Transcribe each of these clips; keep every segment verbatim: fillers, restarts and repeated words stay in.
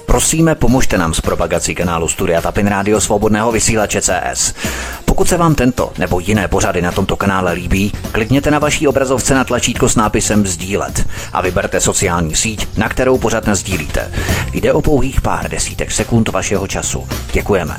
Prosíme, pomožte nám s propagací kanálu Studia Tapin Rádio Svobodného vysílače C S. Pokud se vám tento nebo jiné pořady na tomto kanále líbí, klikněte na vaší obrazovce na tlačítko s nápisem sdílet a vyberte sociální síť, na kterou pořad nasdílíte. Jde o pouhých pár desítek sekund vašeho času. Děkujeme.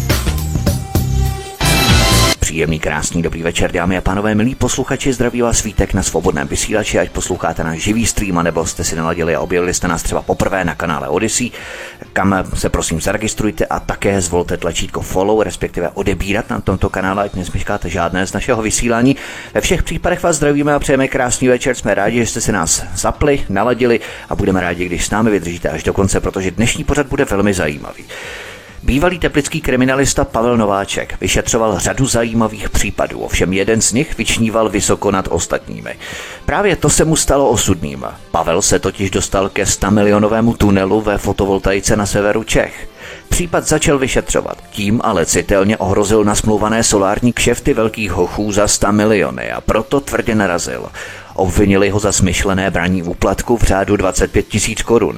Příjemný, krásný, dobrý večer, dámy a pánové, milí posluchači, zdraví vás Vítek na Svobodném vysílači, ať posloucháte náš živý stream, nebo jste si naladili a objevili jste nás třeba poprvé na kanále Odyssey, kam se prosím zaregistrujte a také zvolte tlačítko follow, respektive odebírat na tomto kanále, ať nesmeškáte žádné z našeho vysílání. Ve všech případech vás zdravíme a přejeme krásný večer, jsme rádi, že jste si nás zapli, naladili a budeme rádi, když s námi vydržíte až do konce, protože dnešní pořad bude velmi zajímavý. Bývalý teplický kriminalista Pavel Nováček vyšetřoval řadu zajímavých případů, ovšem jeden z nich vyčníval vysoko nad ostatními. Právě to se mu stalo osudným. Pavel se totiž dostal ke stamilionovému tunelu ve fotovoltaice na severu Čech. Případ začal vyšetřovat, tím ale citelně ohrozil nasmlouvané solární kšefty velkých hochů za sto miliony a proto tvrdě narazil. Obvinili ho za smyšlené braní úplatku v řádu dvacet pět tisíc korun.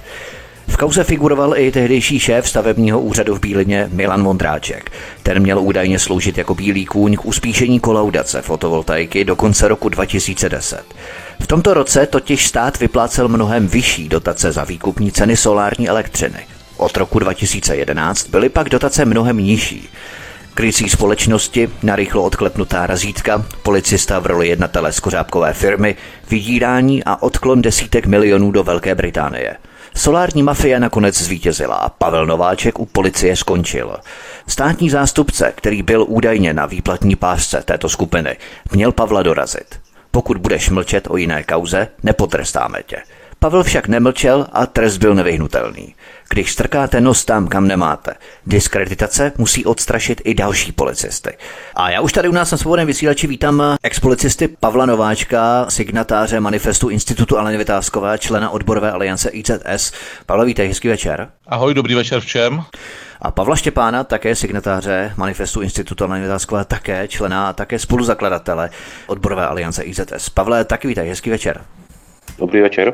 V kauze figuroval i tehdejší šéf stavebního úřadu v Bílině Milan Vondráček. Ten měl údajně sloužit jako bílý kůň k uspíšení kolaudace fotovoltaiky do konce roku dva tisíce deset. V tomto roce totiž stát vyplácel mnohem vyšší dotace za výkupní ceny solární elektřiny. Od roku dva tisíce jedenáct byly pak dotace mnohem nižší. Krycí společnosti, narychlo odklepnutá razítka, policista v roli jednatele skořápkové firmy, vydírání a odklon desítek milionů do Velké Británie. Solární mafie nakonec zvítězila a Pavel Nováček u policie skončil. Státní zástupce, který byl údajně na výplatní pásce této skupiny, měl Pavla dorazit. Pokud budeš mlčet o jiné kauze, nepotrestáme tě. Pavel však nemlčel a trest byl nevyhnutelný. Když strkáte nos tam, kam nemáte, diskreditace musí odstrašit i další policisty. A já už tady u nás na Svobodném vysílači vítám expolicisty Pavla Nováčka, signatáře manifestu Institutu Aleny Vytázkové, člena odborové aliance I Z S. Pavle, vítej, hezký večer. Ahoj, dobrý večer všem. A Pavla Štěpána, také signatáře manifestu Institutu Aleny Vytázkové, také člena a také spoluzakladatele odborové aliance I Z S. Pavle, taky vítej, hezký večer. Dobrý večer.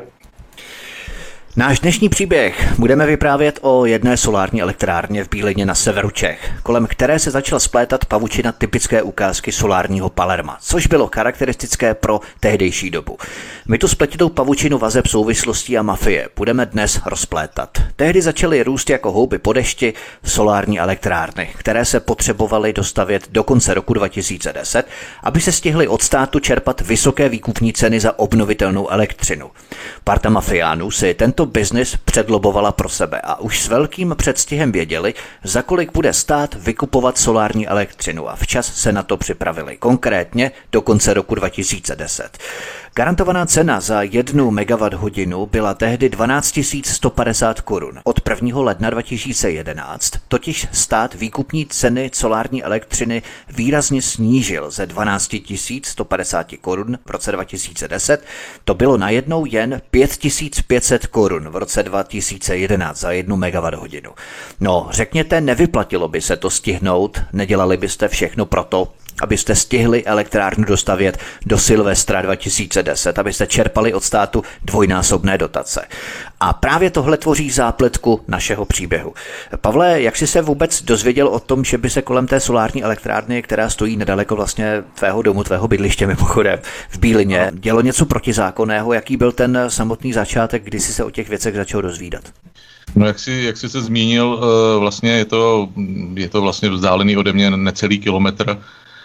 Náš dnešní příběh budeme vyprávět o jedné solární elektrárně v Bílině na severu Čech, kolem které se začala splétat pavučina typické ukázky solárního Palerma, což bylo charakteristické pro tehdejší dobu. My tu spletitou pavučinu vazeb souvislostí a mafie budeme dnes rozplétat. Tehdy začaly růst jako houby po dešti solární elektrárny, které se potřebovaly dostavět do konce roku dva tisíce deset, aby se stihly od státu čerpat vysoké výkupní ceny za obnovitelnou elektřinu. Parta mafiánů si tento biznis předlobovala pro sebe a už s velkým předstihem věděli, za kolik bude stát vykupovat solární elektřinu a včas se na to připravili, konkrétně do konce roku dva tisíce deset. Garantovaná cena za jednu megawatt hodinu byla tehdy dvanáct tisíc sto padesát korun. Od prvního ledna dva tisíce jedenáct totiž stát výkupní ceny solární elektřiny výrazně snížil ze dvanáct tisíc sto padesát korun v roce dva tisíce deset. To bylo najednou jen pět tisíc pět set korun v roce dva tisíce jedenáct za jednu megawatt hodinu. No, řekněte, nevyplatilo by se to stihnout, nedělali byste všechno proto, abyste stihli elektrárnu dostavět do Silvestra dva tisíce deset, abyste čerpali od státu dvojnásobné dotace. A právě tohle tvoří zápletku našeho příběhu. Pavle, jak jsi se vůbec dozvěděl o tom, že by se kolem té solární elektrárny, která stojí nedaleko vlastně tvého domu, tvého bydliště mimochodem v Bílině, dělo něco protizákonného? Jaký byl ten samotný začátek, kdy jsi se o těch věcech začal dozvídat? No jak jsi, jak jsi se zmínil, vlastně je to, je to vlastně vzdálený ode mě necelý kilometr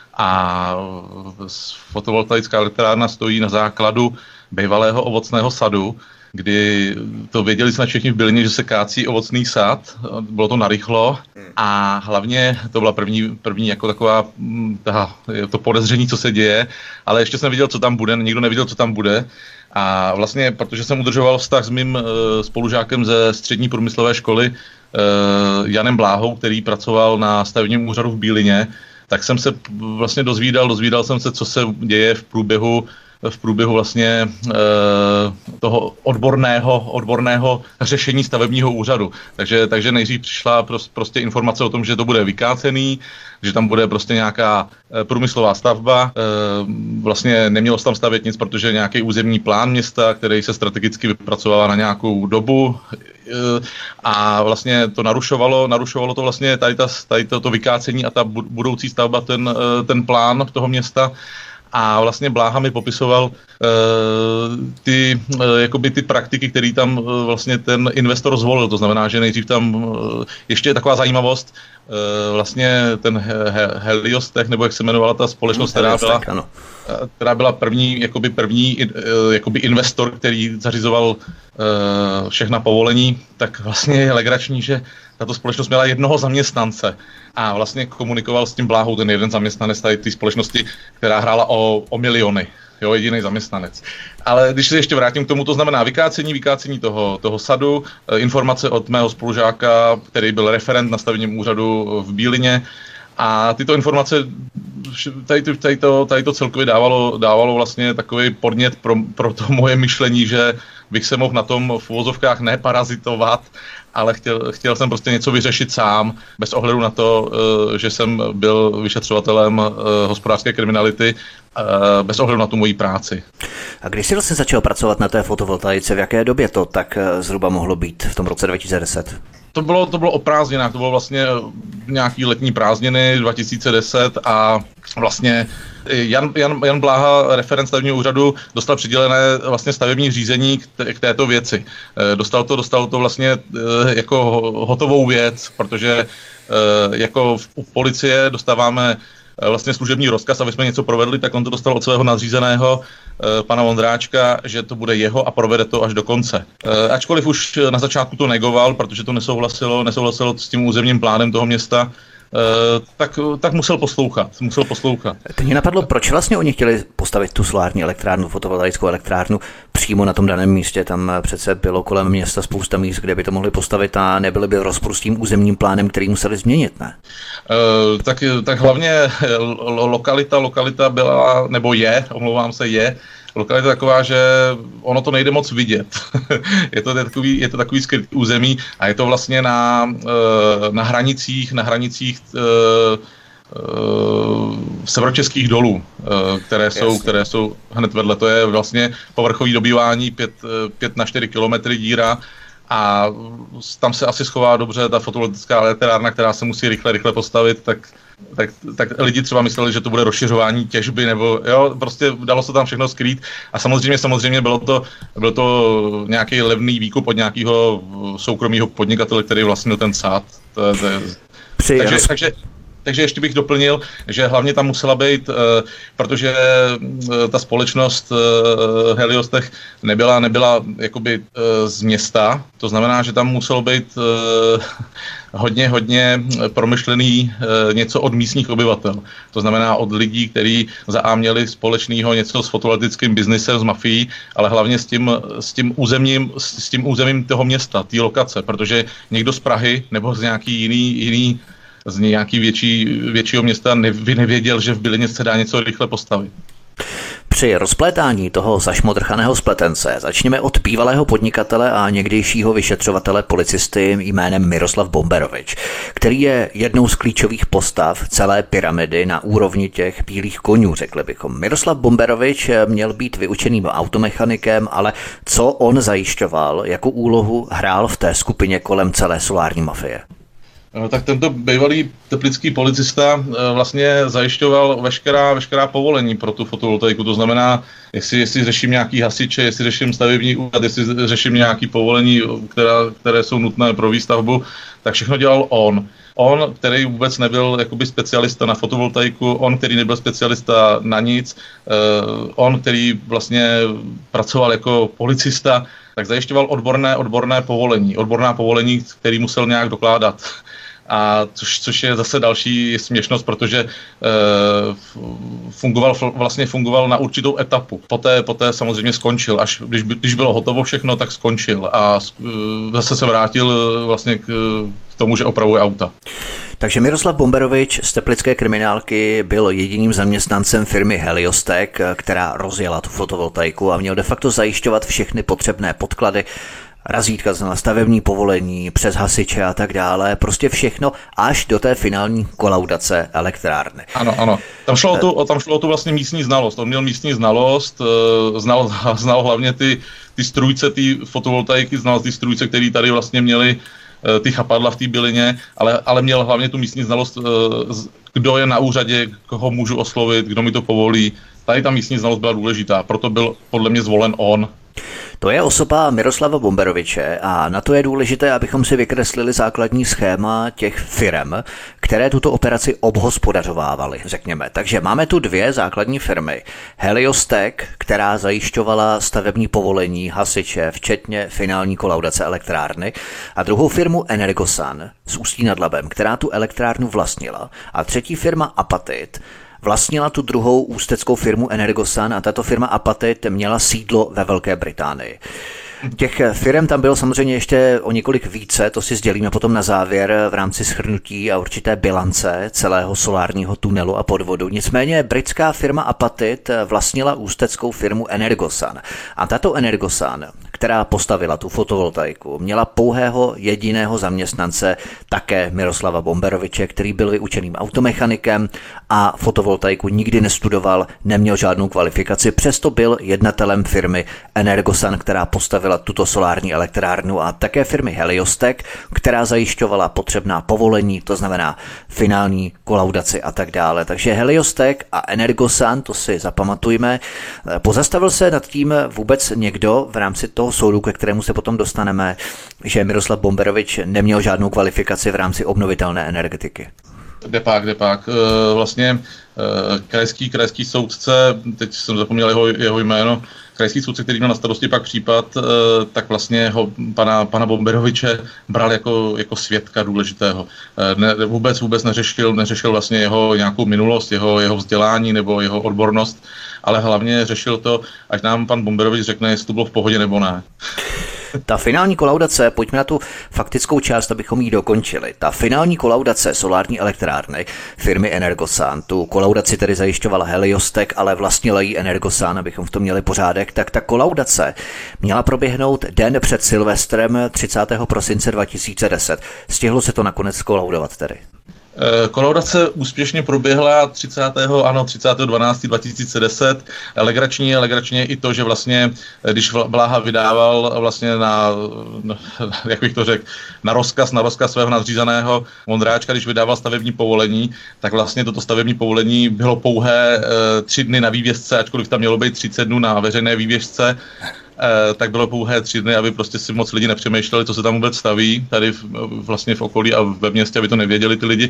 a fotovoltaická elektrárna stojí na základu bývalého ovocného sadu, kdy to věděli snad všichni v Bílině, že se kácí ovocný sad, bylo to narychlo a hlavně to byla první, první jako taková ta, to podezření, co se děje, ale ještě jsem viděl, co tam bude, nikdo neviděl, co tam bude. A vlastně, protože jsem udržoval vztah s mým e, spolužákem ze střední průmyslové školy e, Janem Bláhou, který pracoval na stavebním úřadu v Bílině, tak jsem se vlastně dozvídal, dozvídal jsem se, co se děje v průběhu v průběhu vlastně e, toho odborného, odborného řešení stavebního úřadu. Takže, takže nejdřív přišla prost, prostě informace o tom, že to bude vykácený, že tam bude prostě nějaká e, průmyslová stavba. E, vlastně nemělo se tam stavět nic, protože nějaký územní plán města, který se strategicky vypracovává na nějakou dobu, a vlastně to narušovalo, narušovalo to vlastně tady, ta, tady to, to vykácení a ta budoucí stavba, ten, ten plán toho města. A vlastně Bláha mi popisoval uh, ty, uh, jakoby ty praktiky, které tam uh, vlastně ten investor zvolil. To znamená, že nejdřív tam uh, ještě je taková zajímavost, uh, vlastně ten he- Heliostech, nebo jak se jmenovala ta společnost, která byla, uh, která byla první, jakoby první uh, jakoby investor, který zařizoval uh, všechna povolení, tak vlastně je legrační, že tato společnost měla jednoho zaměstnance a vlastně komunikoval s tím Bláhou ten jeden zaměstnanec tady té společnosti, která hrála o, o miliony, jo, jediný zaměstnanec. Ale když se ještě vrátím k tomu, to znamená vykácení, vykácení toho, toho sadu, informace od mého spolužáka, který byl referent na stavebním úřadu v Bílině, a tyto informace, tady to, tady to, tady to celkově dávalo, dávalo vlastně takový podnět pro, pro to moje myšlení, že bych se mohl na tom v uvozovkách neparazitovat, ale chtěl, chtěl jsem prostě něco vyřešit sám, bez ohledu na to, že jsem byl vyšetřovatelem hospodářské kriminality, bez ohledu na tu moji práci. A když jsi vlastně začal pracovat na té fotovoltaice, v jaké době to tak zhruba mohlo být v tom roce dva tisíce deset? To bylo, to bylo o prázdninách, to bylo vlastně nějaký letní prázdniny dva tisíce deset a vlastně Jan, Jan, Jan Bláha, referent stavebního úřadu, dostal přidělené vlastně stavební řízení k, t- k této věci. Dostal to, dostal to vlastně jako hotovou věc, protože jako u policie dostáváme vlastně služební rozkaz, aby jsme něco provedli, tak on to dostal od svého nadřízeného pana Vondráčka, že to bude jeho a provede to až do konce. Ačkoliv už na začátku to negoval, protože to nesouhlasilo, nesouhlasilo s tím územním plánem toho města, tak, tak musel poslouchat, musel poslouchat. Teď mě napadlo, proč vlastně oni chtěli postavit tu solární elektrárnu, fotovoltaickou elektrárnu přímo na tom daném místě. Tam přece bylo kolem města spousta míst, kde by to mohli postavit a nebyly by v rozporu s tím územním plánem, který museli změnit, ne? Uh, tak, tak hlavně lokalita, lokalita byla, nebo je, omlouvám se, je, lokalita taková, že ono to nejde moc vidět. je, to takový, je to takový skrytý území a je to vlastně na, na hranicích, na hranicích severočeských dolů, které jsou, které jsou hned vedle. To je vlastně povrchový dobývání pět na čtyři kilometry díra a tam se asi schová dobře ta fotovoltaická elektrárna, která se musí rychle, rychle postavit, tak Tak, tak lidi třeba mysleli, že to bude rozšiřování těžby, nebo jo, prostě dalo se tam všechno skrýt a samozřejmě, samozřejmě bylo to, byl to nějaký levný výkup od nějakého soukromého podnikatele, který vlastnil ten sád. To, to, takže, takže, takže ještě bych doplnil, že hlavně tam musela být, protože ta společnost Heliostech nebyla, nebyla jakoby z města, to znamená, že tam muselo být hodně, hodně promyšlený e, něco od místních obyvatel. To znamená od lidí, kteří za A měli společného něco s fotovoltaickým biznesem, s mafií, ale hlavně s tím, s tím územím, s tím územím toho města, té lokace, protože někdo z Prahy nebo z nějaký jiný, jiný z nějaký větší, většího města nevy, nevěděl, že v Bílině se dá něco rychle postavit. Při rozplétání toho zašmodrchaného spletence začněme od bývalého podnikatele a někdejšího vyšetřovatele policisty jménem Miroslav Bomberovič, který je jednou z klíčových postav celé pyramidy na úrovni těch bílých konňů, řekli bychom. Miroslav Bomberovič měl být vyučeným automechanikem, ale co on zajišťoval, jakou úlohu hrál v té skupině kolem celé solární mafie? No, tak tento bývalý teplický policista vlastně zajišťoval veškerá, veškerá povolení pro tu fotovoltaiku. To znamená, jestli, jestli řeším nějaký hasiče, jestli řeším stavební úřad, jestli řeším nějaké povolení, která, které jsou nutné pro výstavbu, tak všechno dělal on. On, který vůbec nebyl jakoby specialista na fotovoltaiku, on, který nebyl specialista na nic, on, který vlastně pracoval jako policista, tak zajišťoval odborné, odborné povolení, odborná povolení, který musel nějak dokládat. A což, což je zase další směšnost, protože e, fungoval, vlastně fungoval na určitou etapu. Poté, poté samozřejmě skončil, až když, když bylo hotovo všechno, tak skončil a e, zase se vrátil vlastně k, k tomu, že opravuje auta. Takže Miroslav Bomberovič z teplické kriminálky byl jediným zaměstnancem firmy Heliostech, která rozjela tu fotovoltaiku a měl de facto zajišťovat všechny potřebné podklady, razítka na stavební povolení, přes hasiče a tak dále, prostě všechno až do té finální kolaudace elektrárny. Ano, ano. Tam šlo o tu, tam šlo o tu vlastně místní znalost. On měl místní znalost, znal, znal hlavně ty, ty strůjce té fotovoltaiky, znal ty strůjce, který tady vlastně měli ty chapadla v té bylině, ale, ale měl hlavně tu místní znalost, kdo je na úřadě, koho můžu oslovit, kdo mi to povolí. Tady ta místní znalost byla důležitá, proto byl podle mě zvolen on. To je osoba Miroslava Bomberoviče a na to je důležité, abychom si vykreslili základní schéma těch firem, které tuto operaci obhospodařovávaly, řekněme. Takže máme tu dvě základní firmy. Heliostec, která zajišťovala stavební povolení, hasiče, včetně finální kolaudace elektrárny, a druhou firmu Energosan z Ústí nad Labem, která tu elektrárnu vlastnila, a třetí firma Apatit vlastnila tu druhou ústeckou firmu Energosan a tato firma Apatit měla sídlo ve Velké Británii. Těch firm tam bylo samozřejmě ještě o několik více, to si sdělíme potom na závěr v rámci shrnutí a určité bilance celého solárního tunelu a podvodu. Nicméně britská firma Apatit vlastnila ústeckou firmu Energosan. A tato Energosan, která postavila tu fotovoltaiku, měla pouhého jediného zaměstnance, také Miroslava Bomberoviče, který byl vyučeným automechanikem a fotovoltaiku nikdy nestudoval, neměl žádnou kvalifikaci, přesto byl jednatelem firmy Energosan, která postavila tuto solární elektrárnu, a také firmy Heliostec, která zajišťovala potřebná povolení, to znamená finální kolaudaci a tak dále. Takže Heliostec a Energosan, to si zapamatujme. Pozastavil se nad tím vůbec někdo v rámci toho soudu, ke kterému se potom dostaneme, že Miroslav Bomberovič neměl žádnou kvalifikaci v rámci obnovitelné energetiky? Depák, depák. Vlastně krajský, krajský soudce, teď jsem zapomněl jeho, jeho jméno, krajský soudce, který měl na starosti pak případ, tak vlastně ho, pana, pana Bomberoviče bral jako, jako svědka důležitého. Ne, vůbec vůbec neřešil, neřešil vlastně jeho nějakou minulost, jeho, jeho vzdělání nebo jeho odbornost, ale hlavně řešil to, ať nám pan Bomberovič řekne, jestli to bylo v pohodě nebo ne. Ta finální kolaudace, pojďme na tu faktickou část, abychom ji dokončili. Ta finální kolaudace solární elektrárny firmy Energosan, tu kolaudaci tedy zajišťovala Heliostec, ale vlastnila ji Energosan, abychom v tom měli pořádek, tak ta kolaudace měla proběhnout den před Silvestrem třicátého prosince dva tisíce deset. Stihlo se to nakonec kolaudovat tedy? Kolaudace úspěšně proběhla třicátého ano, třicátého dvanáctého dva tisíce deset. Legrační je legračně i to, že vlastně, když Bláha vydával vlastně na, jak bych to řekl, na rozkaz, na rozkaz svého nadřízeného Vondráčka, když vydával stavební povolení, tak vlastně toto stavební povolení bylo pouhé e, tři dny na vývězce, ačkoliv tam mělo být třicet dnů na veřejné vývězce. Eh, tak bylo pouhé tři dny, aby prostě si moc lidi nepřemýšleli, co se tam vůbec staví, tady v, vlastně v okolí a ve městě, aby to nevěděli ty lidi.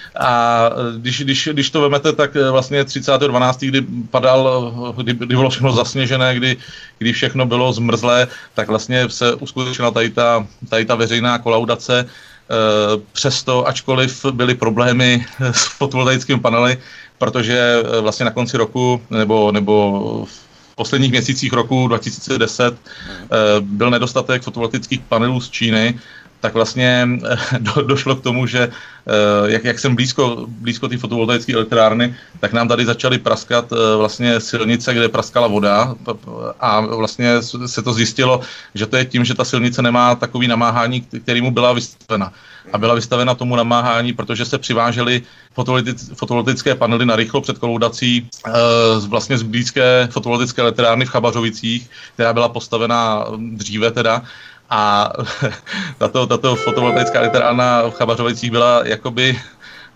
A když, když, když to vemete, tak vlastně třicátého dvanáctého kdy padal, kdy, kdy bylo všechno zasněžené, kdy, kdy všechno bylo zmrzlé, tak vlastně se uskutečnila tady ta, tady ta veřejná kolaudace. E, přesto, ačkoliv byly problémy s fotovoltaickými panely, protože vlastně na konci roku nebo, nebo v posledních měsících roku dva tisíce deset e, byl nedostatek fotovoltaických panelů z Číny, tak vlastně do, došlo k tomu, že jak, jak jsem blízko, blízko té fotovoltaické elektrárny, tak nám tady začaly praskat vlastně silnice, kde praskala voda a vlastně se to zjistilo, že to je tím, že ta silnice nemá takový namáhání, kterému byla vystavena. A byla vystavena tomu namáhání, protože se přivážely fotovoltaické panely na rychlo před kolaudací vlastně z blízké fotovoltaické elektrárny v Chabařovicích, která byla postavena dříve teda. A tato, tato fotovoltaická elektrárna v Chabařovicích byla jakoby e,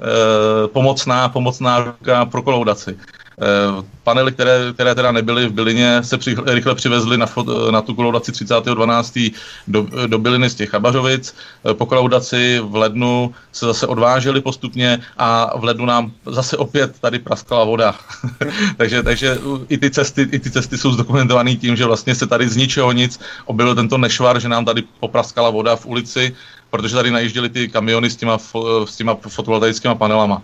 pomocná, pomocná ruka pro kolaudaci. E, panely, které, které teda nebyly v bylině, se při, rychle přivezly na, fot, na tu kolaudaci třicátého dvanáctého do, do byliny z těch Chabařovic. E, po kolaudaci v lednu se zase odvážely postupně a v lednu nám zase opět tady praskala voda. takže, takže i ty cesty, i ty cesty jsou zdokumentované tím, že vlastně se tady z ničeho nic objevil tento nešvar, že nám tady popraskala voda v ulici, protože tady najížděly ty kamiony s těma, s těma fotovoltaickými panelama.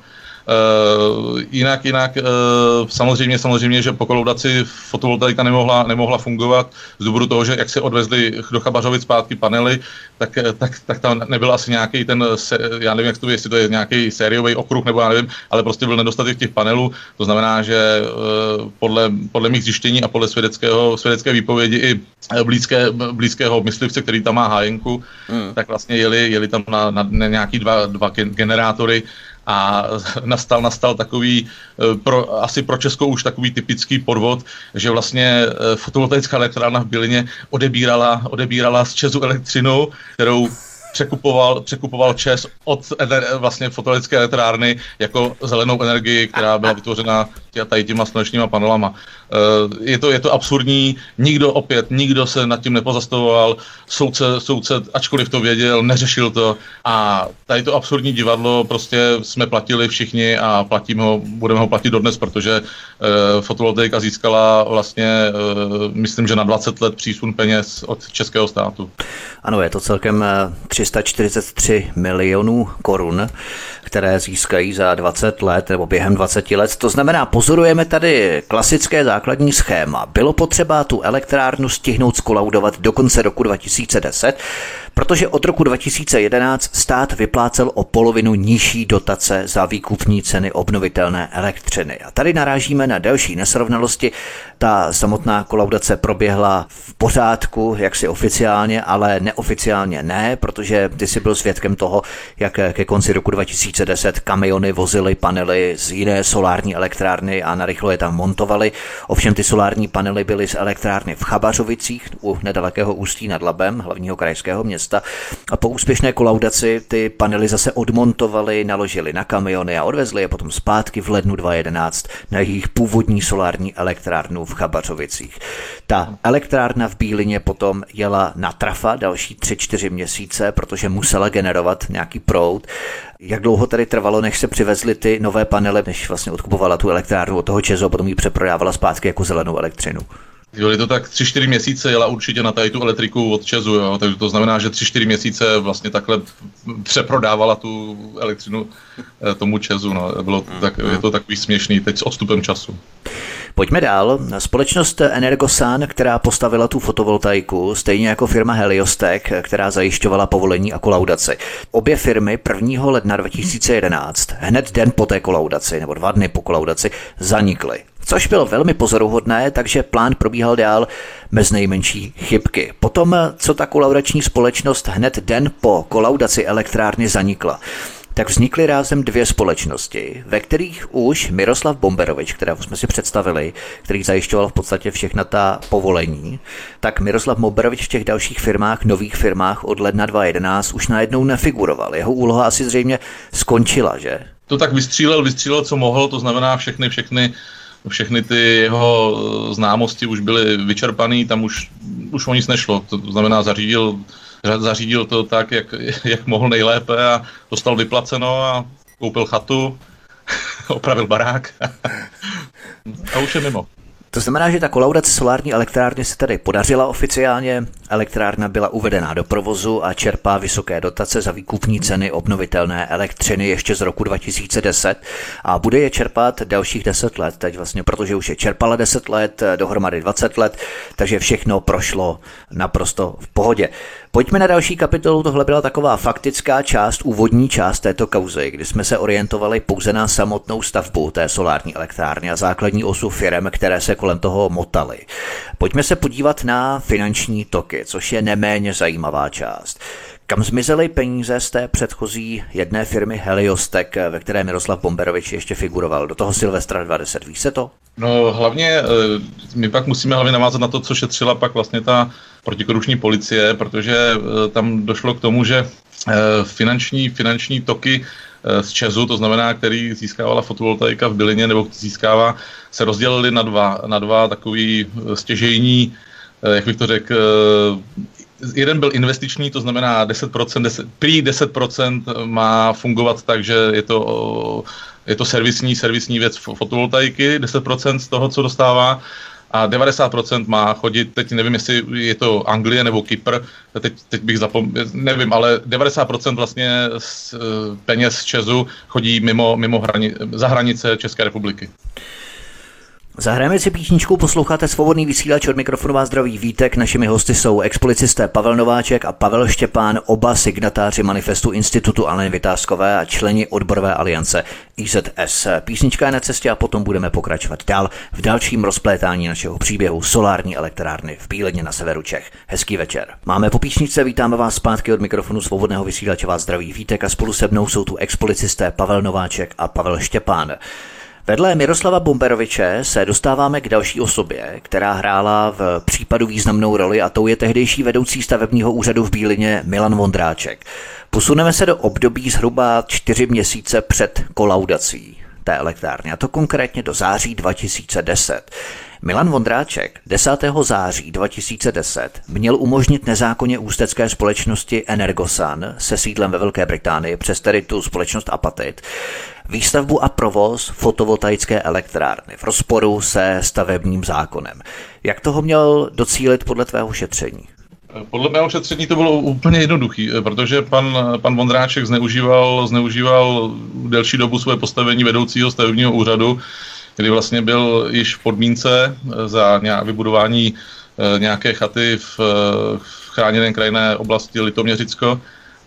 Uh, jinak, jinak uh, samozřejmě, samozřejmě, že po kolaudaci fotovoltaika nemohla, nemohla fungovat z důvodu toho, že jak se odvezli do Chabařovic zpátky panely, tak, tak, tak tam nebyl asi nějaký ten, já nevím, jak to je, jestli to je nějaký sériový okruh, nebo já nevím, ale prostě byl nedostatek těch panelů, to znamená, že uh, podle, podle mých zjištění a podle svědeckého, svědecké výpovědi i blízké, blízkého myslivce, který tam má hájenku, hmm. tak vlastně jeli, jeli tam na, na nějaký dva, dva generátory a nastal, nastal takový, pro, asi pro Česko už takový typický podvod, že vlastně fotovoltaická elektrárna v Bylině odebírala, odebírala z ČEZu elektřinu, kterou překupoval, překupoval ČEZ od vlastně fotovoltaické elektrárny jako zelenou energii, která byla vytvořena tady těma slunečníma panelama. Je to, je to absurdní, nikdo opět, nikdo se nad tím nepozastavoval, soudce, soudce, ačkoliv to věděl, neřešil to a tady to absurdní divadlo prostě jsme platili všichni a platíme ho, budeme ho platit dodnes, protože fotovoltaika získala vlastně, myslím, že na dvacet let přísun peněz od českého státu. Ano, je to celkem tři sta čtyřicet tři milionů korun, které získají za dvacet let nebo během dvaceti let. To znamená, pozorujeme tady klasické základní schéma. Bylo potřeba tu elektrárnu stihnout skolaudovat do konce roku dva tisíce deset, protože od roku dva tisíce jedenáct stát vyplácel o polovinu nižší dotace za výkupní ceny obnovitelné elektřiny. A tady narážíme na další nesrovnalosti. Ta samotná kolaudace proběhla v pořádku, jaksi oficiálně, ale neoficiálně ne, protože ty jsi byl svědkem toho, jak ke konci roku dva tisíce deset kamiony vozily panely z jiné solární elektrárny a narychlo je tam montovali. Ovšem ty solární panely byly z elektrárny v Chabařovicích u nedalekého Ústí nad Labem, hlavního krajského města. A po úspěšné kolaudaci ty panely zase odmontovali, naložili na kamiony a odvezli je potom zpátky v lednu dva tisíce jedenáct na jejich původní solární elektrárnu v Chabařovicích. Ta elektrárna v Bílině potom jela na trafa další tři čtyři měsíce, protože musela generovat nějaký proud. Jak dlouho tady trvalo, než se přivezly ty nové panely, než vlastně odkupovala tu elektrárnu od toho ČEZu a potom ji přeprodávala zpátky jako zelenou elektřinu? Jo, je to tak tři čtyři měsíce jela určitě na tady tu elektriku od ČEZu, jo, takže to znamená, že tři čtyři měsíce vlastně takhle přeprodávala tu elektřinu tomu ČEZu, no. Bylo tak, je to takový směšný teď s odstupem času. Pojďme dál. Společnost Energosan, která postavila tu fotovoltaiku, stejně jako firma Heliostek, která zajišťovala povolení a kolaudaci. Obě firmy prvního ledna dva tisíce jedenáct, hned den po té kolaudaci, nebo dva dny po kolaudaci, zanikly. Což bylo velmi pozoruhodné, takže plán probíhal dál bez nejmenší chybky. Potom, co ta kolaudační společnost hned den po kolaudaci elektrárny zanikla, tak vznikly rázem dvě společnosti, ve kterých už Miroslav Bomberovič, kterého jsme si představili, který zajišťoval v podstatě všechna ta povolení, tak Miroslav Bomberovič v těch dalších firmách, nových firmách od ledna dva tisíce jedenáct už najednou nefiguroval. Jeho úloha asi zřejmě skončila, že? To tak vystřílel, vystřílel, co mohl, to znamená všechny, všechny Všechny ty jeho známosti už byly vyčerpaný, tam už, už o nic nešlo. To znamená, zařídil, zařídil to tak, jak, jak mohl nejlépe a dostal vyplaceno a koupil chatu, opravil barák a už je mimo. To znamená, že ta kolaudace solární elektrárny se tady podařila oficiálně, elektrárna byla uvedená do provozu a čerpá vysoké dotace za výkupní ceny obnovitelné elektřiny ještě z roku dva tisíce deset a bude je čerpat dalších deset let, teď vlastně, protože už je čerpala deset let, dohromady dvacet let, takže všechno prošlo naprosto v pohodě. Pojďme na další kapitolu, tohle byla taková faktická část, úvodní část této kauzy, kdy jsme se orientovali pouze na samotnou stavbu té solární elektrárny a základní osu firem, které se kolem toho motaly. Pojďme se podívat na finanční toky, což je neméně zajímavá část. Kam zmizely peníze z té předchozí jedné firmy Heliostek, ve které Miroslav Bomberovič ještě figuroval, do toho Silvestra dva tisíce deset, ví se to? No hlavně, my pak musíme hlavně navázat na to, co šetřila pak vlastně ta protikorupční policie, protože tam došlo k tomu, že finanční, finanční toky z ČEZu, to znamená, který získávala fotovoltaika v Bylině, nebo získává, se rozdělily na dva, na dva takový stěžejní, jak bych to řekl, jeden byl investiční, to znamená deset procent, deset, prý deset procent má fungovat tak, že je to, je to servisní, servisní věc fotovoltaiky, deset procent z toho, co dostává, a devadesát procent má chodit, teď nevím, jestli je to Anglie nebo Kypr, teď, teď bych zapomněl, nevím, ale devadesát procent vlastně z peněz z ČEZu chodí mimo, mimo hrani, za hranice České republiky. Zahrajeme si písničku, posloucháte Svobodný vysílač, od mikrofonu vás zdraví Vítek. Našimi hosty jsou expolicisté Pavel Nováček a Pavel Štěpán, oba signatáři manifestu Institutu Aleny Vitáskové a členi odborové aliance I Z S. Písnička je na cestě a potom budeme pokračovat dál v dalším rozplétání našeho příběhu solární elektrárny v Bílině na severu Čech. Hezký večer. Máme po písničce, vítáme vás zpátky od mikrofonu Svobodného vysílače, vás zdraví Vítek a spolu se mnou jsou tu expolicisté Pavel Nováček a Pavel Štěpán. Vedle Miroslava Bomberoviče se dostáváme k další osobě, která hrála v případu významnou roli, a tou je tehdejší vedoucí stavebního úřadu v Bílině Milan Vondráček. Posuneme se do období zhruba čtyři měsíce před kolaudací té elektrárny, a to konkrétně do září dva tisíce deset. Milan Vondráček desátého září dva tisíce deset měl umožnit nezákonně ústecké společnosti Energosan se sídlem ve Velké Británii, přes tedy tu společnost Apatit, výstavbu a provoz fotovoltaické elektrárny v rozporu se stavebním zákonem. Jak toho měl docílit podle tvého šetření? Podle mého šetření to bylo úplně jednoduché, protože pan, pan Vondráček zneužíval, zneužíval delší dobu své postavení vedoucího stavebního úřadu, kdy vlastně byl již v podmínce za vybudování nějaké chaty v, v chráněné krajinné oblasti Litoměřicko.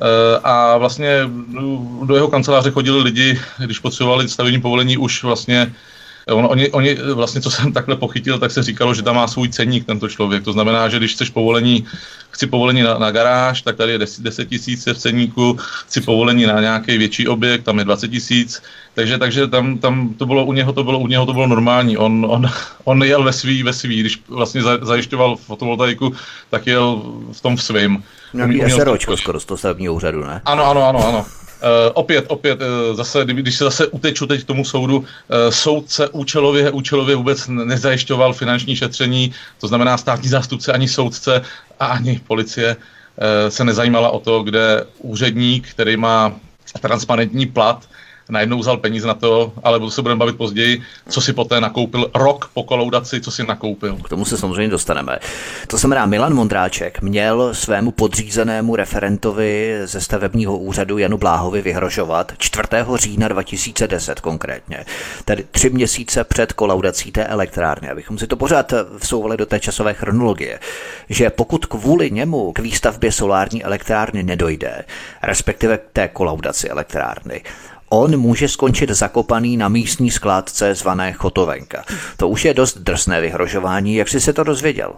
A vlastně do jeho kanceláře chodili lidi, když potřebovali stavební povolení, už vlastně On, oni, oni vlastně, co jsem takhle pochytil, tak se říkalo, že tam má svůj ceník tento člověk. To znamená, že když chceš povolení, chci povolení na, na garáž, tak tady je deset tisíc v ceníku, chci povolení na nějaký větší objekt, tam je dvacet tisíc. Takže, takže tam, tam to bylo u něho, to bylo u něho to bylo normální. On, on, on jel ve svý, ve svý, když vlastně zajišťoval fotovoltaiku, tak jel v tom v svým. Nějaký SROčko skoro z toho stavebního úřadu, ne? Ano, ano, ano, ano. Uh, opět, opět, uh, zase, když se zase uteču teď k tomu soudu, uh, soudce účelově, účelově vůbec nezajišťoval finanční šetření, to znamená státní zástupce ani soudce a ani policie uh, se nezajímala o to, kde úředník, který má transparentní plat, najednou vzal peníze na to, ale se budeme bavit později, co si poté nakoupil rok po kolaudaci, co si nakoupil. K tomu se samozřejmě dostaneme. To znamená, Milan Vondráček měl svému podřízenému referentovi ze stavebního úřadu Janu Bláhovi vyhrožovat čtvrtého října dva tisíce deset konkrétně, tedy tři měsíce před kolaudací té elektrárny, abychom si to pořád vsouvali do té časové chronologie, že pokud kvůli němu k výstavbě solární elektrárny nedojde, respektive k té kolaudaci elektrárny, on může skončit zakopaný na místní skládce zvané Chotovenka. To už je dost drsné vyhrožování. Jak jsi se to dozvěděl?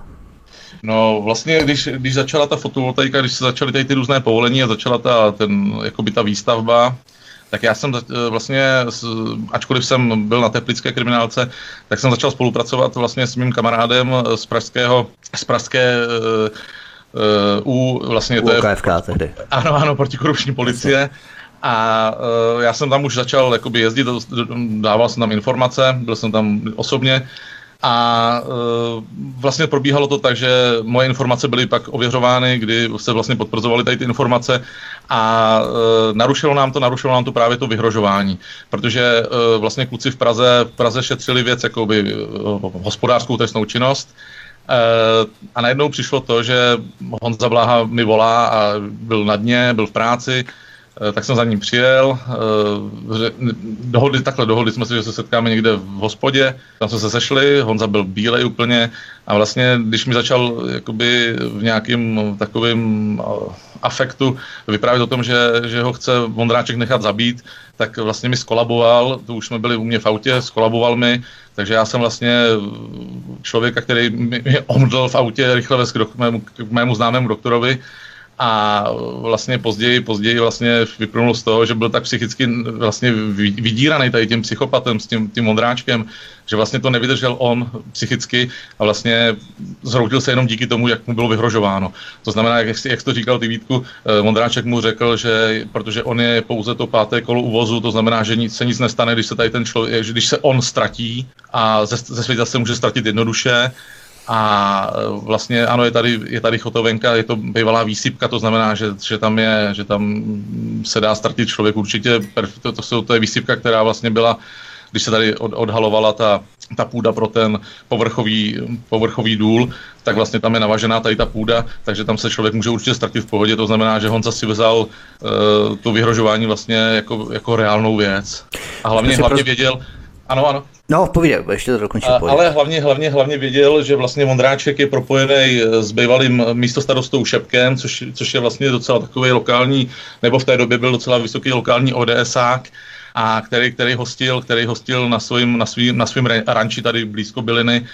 No vlastně, když, když začala ta fotovoltaika, když se začaly tady ty různé povolení a začala ta, ten, jakoby ta výstavba, tak já jsem vlastně, ačkoliv jsem byl na teplické kriminálce, tak jsem začal spolupracovat vlastně s mým kamarádem z pražského, z pražské uh, u vlastně to je... U K F K tehdy. Ano, ano, protikorupční policie. A uh, já jsem tam už začal jakoby jezdit, dával jsem tam informace, byl jsem tam osobně a uh, vlastně probíhalo to tak, že moje informace byly pak ověřovány, kdy se vlastně potvrzovaly tady ty informace a uh, narušilo nám to, narušilo nám to právě to vyhrožování, protože uh, vlastně kluci v Praze, v Praze šetřili věc jakoby uh, hospodářskou trestnou činnost. Uh, a najednou přišlo to, že Honza Bláha mi volá a byl na dně, byl v práci, tak jsem za ním přijel, dohodli, takhle dohodli jsme si, že se setkáme někde v hospodě, tam jsme se sešli, Honza byl bílej úplně a vlastně, když mi začal jakoby v nějakým takovým afektu vyprávět o tom, že, že ho chce Vondráček nechat zabít, tak vlastně mi skolaboval, to už jsme byli u mě v autě, skolaboval mi, takže já jsem vlastně člověka, který mi omdl v autě, rychle vez k mému, k mému známému doktorovi. A vlastně později, později vlastně vyplnul z toho, že byl tak psychicky vlastně vydíraný tady tím psychopatem, s tím, tím Vondráčkem, že vlastně to nevydržel on psychicky a vlastně zhroutil se jenom díky tomu, jak mu bylo vyhrožováno. To znamená, jak, jak jsi to říkal ty, Vítku, Vondráček mu řekl, že protože on je pouze to páté kolo uvozu, to znamená, že nic, se nic nestane, když se tady ten člověk, že když se on ztratí a ze, ze světa se může ztratit jednoduše. A vlastně ano, je tady, je tady Chotovenka, je to bývalá výsypka, to znamená, že, že, tam, je, že tam se dá ztratit člověk určitě. To, to, jsou, to je výsypka, která vlastně byla, když se tady od, odhalovala ta, ta půda pro ten povrchový, povrchový důl, tak vlastně tam je navažená tady ta půda, takže tam se člověk může určitě ztratit v pohodě. To znamená, že Honza si vzal uh, to vyhrožování vlastně jako, jako reálnou věc. A hlavně, hlavně věděl, ano, ano. No, povídej, ještě to dokončil. Ale hlavně, hlavně, hlavně věděl, že vlastně Vondráček je propojený s bývalým místostarostou Šepkem, což, což je vlastně docela takový lokální, nebo v té době byl docela vysoký lokální ODSák, a který, který hostil, který hostil na svým, na svým, na svým ranči tady blízko Byliny e,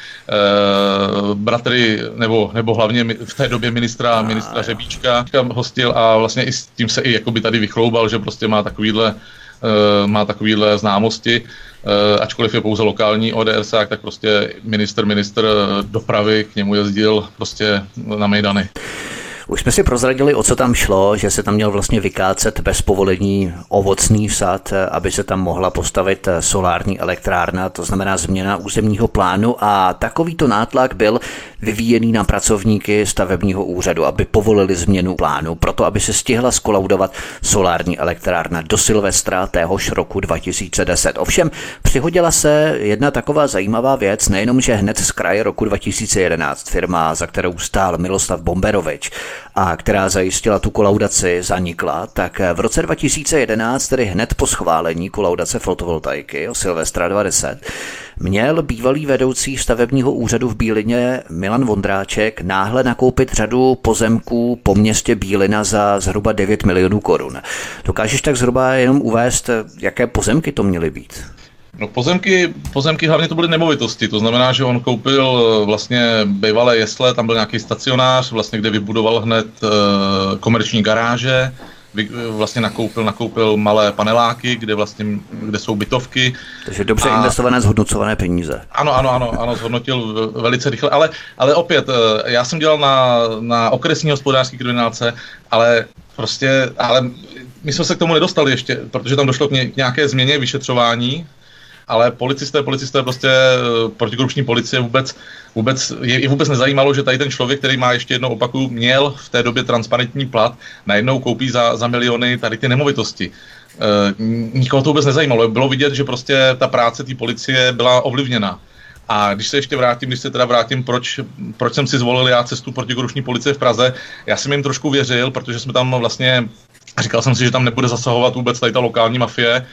bratry, nebo, nebo hlavně v té době ministra, ministra Řebíčka hostil a vlastně i s tím se i jakoby tady vychloubal, že prostě má takovýhle, e, má takovýhle známosti. E, ačkoliv je pouze lokální ODSák, tak prostě minister, minister dopravy k němu jezdil prostě na mejdany. Už jsme si prozradili, o co tam šlo, že se tam měl vlastně vykácet bez povolení ovocný sad, aby se tam mohla postavit solární elektrárna, to znamená změna územního plánu, a takovýto nátlak byl vyvíjený na pracovníky stavebního úřadu, aby povolili změnu plánu, proto aby se stihla skolaudovat solární elektrárna do Silvestra téhož roku dva tisíce deset. Ovšem přihodila se jedna taková zajímavá věc, nejenom, že hned z kraje roku dva tisíce jedenáct firma, za kterou stál Miloslav Bomberovič a která zajistila tu kolaudaci, zanikla, tak v roce dva tisíce jedenáct, tedy hned po schválení kolaudace fotovoltaiky o Silvestra dvacet deset, měl bývalý vedoucí stavebního úřadu v Bílině Milan Vondráček náhle nakoupit řadu pozemků po městě Bílina za zhruba devět milionů korun. Dokážeš tak zhruba jenom uvést, jaké pozemky to měly být? No pozemky, pozemky hlavně to byly nemovitosti, to znamená, že on koupil vlastně bývalé jesle, tam byl nějaký stacionář, vlastně, kde vybudoval hned e, komerční garáže, vy, vlastně nakoupil, nakoupil malé paneláky, kde vlastně, kde jsou bytovky. Takže dobře a... investované, zhodnocované peníze. Ano, ano, ano, ano, zhodnotil velice rychle, ale, ale opět, já jsem dělal na, na okresní hospodářský kriminálce, ale prostě, ale my jsme se k tomu nedostali ještě, protože tam došlo k, ně, k nějaké změně vyšetřování. Ale policisté, policisté prostě protikorupční policie vůbec, vůbec, je, je vůbec nezajímalo, že tady ten člověk, který má, ještě jednou opakuju, měl v té době transparentní plat, najednou koupí za, za miliony tady ty nemovitosti. E, nikoho to vůbec nezajímalo. Bylo vidět, že prostě ta práce té policie byla ovlivněna. A když se ještě vrátím, když se teda vrátím, proč, proč jsem si zvolil já cestu protikorupční policie v Praze, já jsem jim trošku věřil, protože jsme tam vlastně, říkal jsem si, že tam nebude zasahovat vůbec tady ta lokální mafie,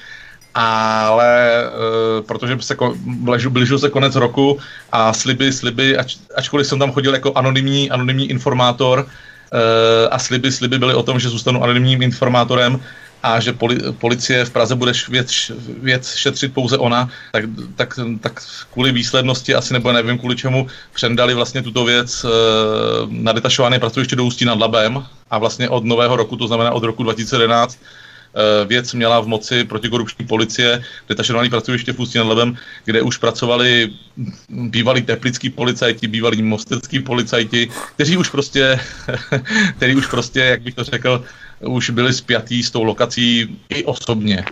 ale e, protože se blížil se konec roku a sliby, sliby, ač, ačkoliv jsem tam chodil jako anonymní, anonymní informátor e, a sliby, sliby byly o tom, že zůstanu anonymním informátorem a že poli, policie v Praze bude věc, věc šetřit pouze ona, tak, tak, tak kvůli výslednosti, asi nebo nevím kvůli čemu, přendali vlastně tuto věc e, na detašované pracoviště do Ústí nad Labem a vlastně od nového roku, to znamená od roku dva tisíce jedenáct, věc měla v moci protikorupční policie, detašovaný pracoviště v Ústí nad Labem, kde už pracovali bývalí teplický policajti, bývalí mostecký policajti, kteří už prostě, kteří už prostě, jak bych to řekl, už byli spjatí s tou lokací i osobně.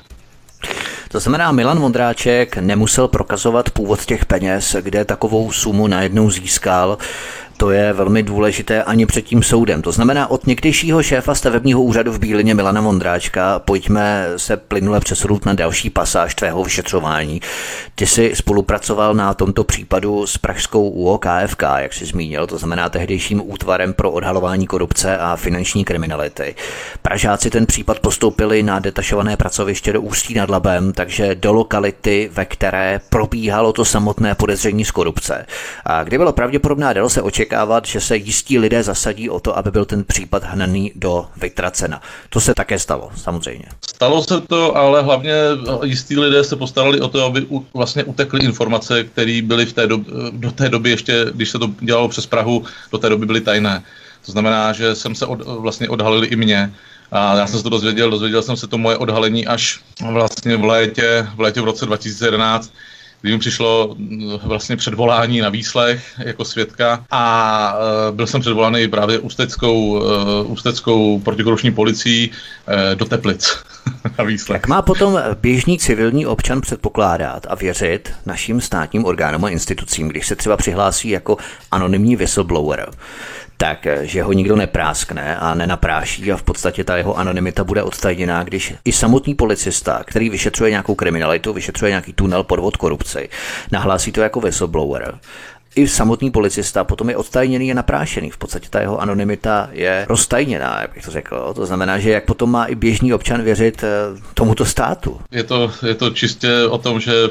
To znamená, Milan Vondráček nemusel prokazovat původ těch peněz, kde takovou sumu najednou získal. To je velmi důležité ani před tím soudem. To znamená, od někdejšího šéfa stavebního úřadu v Bílině Milana Vondráčka pojďme se plynule přesunout na další pasáž tvého vyšetřování. Ty jsi spolupracoval na tomto případu s pražskou U O K F K, jak jsi zmínil, to znamená tehdejším útvarem pro odhalování korupce a finanční kriminality. Pražáci ten případ postoupili na detašované pracoviště do Ústí nad Labem, takže do lokality, ve které probíhalo to samotné podezření z korupce. A kdy bylo pravděpodobné, dalo se očekávat, že se jistí lidé zasadí o to, aby byl ten případ hnaný do Vytracena. To se také stalo, samozřejmě. Stalo se to, ale hlavně jistí lidé se postarali o to, aby u, vlastně utekly informace, které byly v té dob, do té doby ještě, když se to dělalo přes Prahu, do té doby byly tajné. To znamená, že jsem se od, vlastně odhalili i mě. A já jsem se to dozvěděl, dozvěděl jsem se to moje odhalení až vlastně v létě, v létě v roce dva tisíce jedenáct, kdy mi přišlo vlastně předvolání na výslech jako svědka a e, byl jsem předvolaný právě ústeckou, e, ústeckou protikorupční policií e, do Teplic na výslech. Jak má potom běžný civilní občan předpokládat a věřit našim státním orgánům a institucím, když se třeba přihlásí jako anonymní whistleblower, tak, že ho nikdo nepráskne a nenapráší a v podstatě ta jeho anonymita bude odtajněná, když i samotný policista, který vyšetřuje nějakou kriminalitu, vyšetřuje nějaký tunel, podvod, korupci, nahlásí to jako whistleblower. I samotný policista potom je odtajněný a naprášený. V podstatě ta jeho anonymita je roztajněná, jak bych to řekl. To znamená, že jak potom má i běžný občan věřit tomuto státu. Je to, je to čistě o tom, že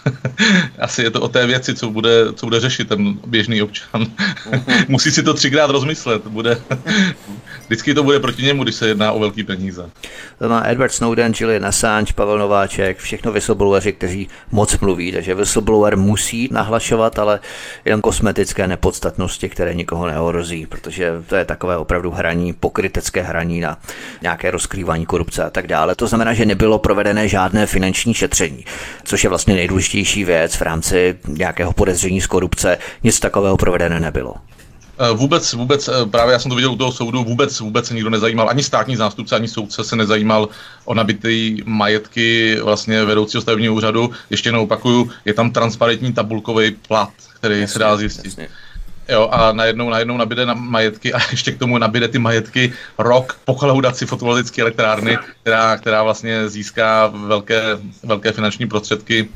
asi je to o té věci, co bude, co bude řešit ten běžný občan. Musí si to třikrát rozmyslet. Bude, vždycky to bude proti němu, když se jedná o velký peníze. To má Edward Snowden, Julian Assange, Pavel Nováček, všechno whistlebloweri, kteří moc mluví, takže whistleblower musí nahlašovat, ale jen kosmetické nepodstatnosti, které nikoho neohrozí, protože to je takové opravdu hraní, pokrytecké hraní na nějaké rozkrývání korupce a tak dále. To znamená, že nebylo provedené žádné finanční šetření, což je vlastně nejdůležitější věc v rámci nějakého podezření z korupce. Nic takového provedené nebylo. Vůbec, vůbec, právě já jsem to viděl u toho soudu, vůbec, vůbec se nikdo nezajímal, ani státní zástupce, ani soudce se nezajímal o nabitý majetky vlastně vedoucího stavebního úřadu. Ještě jednou opakuju, je tam transparentní tabulkový plat, který jasně, se dá zjistit. Jasně. Jo, a najednou, najednou nabide na majetky a ještě k tomu nabide ty majetky rok po kolaudaci fotovoltaické elektrárny, která, která vlastně získá velké, velké finanční prostředky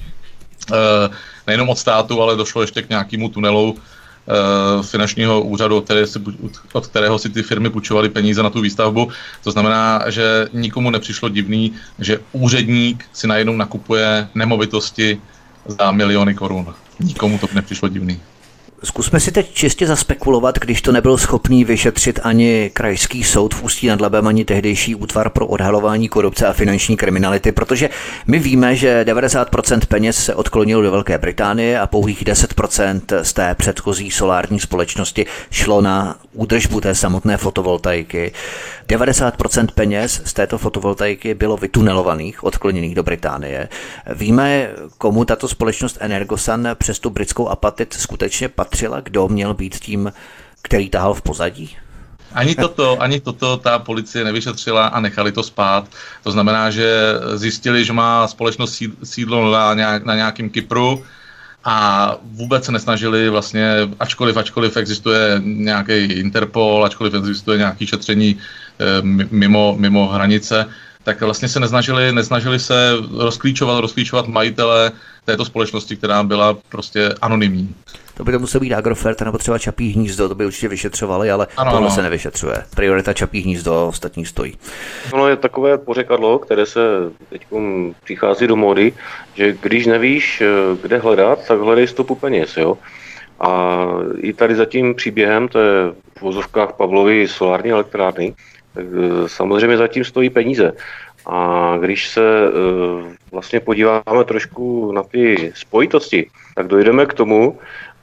e, nejenom od státu, ale došlo ještě k nějakému tunelu e, finančního úřadu, od, které si, od kterého si ty firmy půjčovaly peníze na tu výstavbu. To znamená, že nikomu nepřišlo divný, že úředník si najednou nakupuje nemovitosti za miliony korun. Nikomu to nepřišlo divný. Zkusme si teď čistě zaspekulovat, když to nebyl schopný vyšetřit ani krajský soud v Ústí nad Labem, ani tehdejší útvar pro odhalování korupce a finanční kriminality, protože my víme, že devadesát procent peněz se odklonilo do Velké Británie a pouhých deset procent z té předchozí solární společnosti šlo na údržbu té samotné fotovoltaiky. devadesát procent peněz z této fotovoltaiky bylo vytunelovaných, odkloněných do Británie. Víme, komu tato společnost Energosan přes tu britskou apatit skutečně patřila, kdo měl být tím, který tahal v pozadí? Ani toto, ani toto ta policie nevyšetřila a nechali to spát. To znamená, že zjistili, že má společnost sídlo na, nějak, na nějakém Kypru a vůbec se nesnažili vlastně, ačkoliv, ačkoliv existuje nějaký Interpol, ačkoliv existuje nějaké šetření mimo, mimo hranice, tak vlastně se nesnažili, nesnažili se rozklíčovat, rozklíčovat majitele této společnosti, která byla prostě anonymní. To by to muselo být Agrofert nebo třeba Čapí hnízdo, to by určitě vyšetřovali, ale ano, tohle ano. se nevyšetřuje. Priorita Čapí hnízdo, ostatní stojí. Ono je takové pořekadlo, které se teď přichází do módy, že když nevíš, kde hledat, tak hledej stopu peněz, jo. A i tady za tím příběhem té v vozovkách Pavlovy solární elektrárny, tak samozřejmě zatím stojí peníze. A když se vlastně podíváme trošku na ty spojitosti, tak dojdeme k tomu,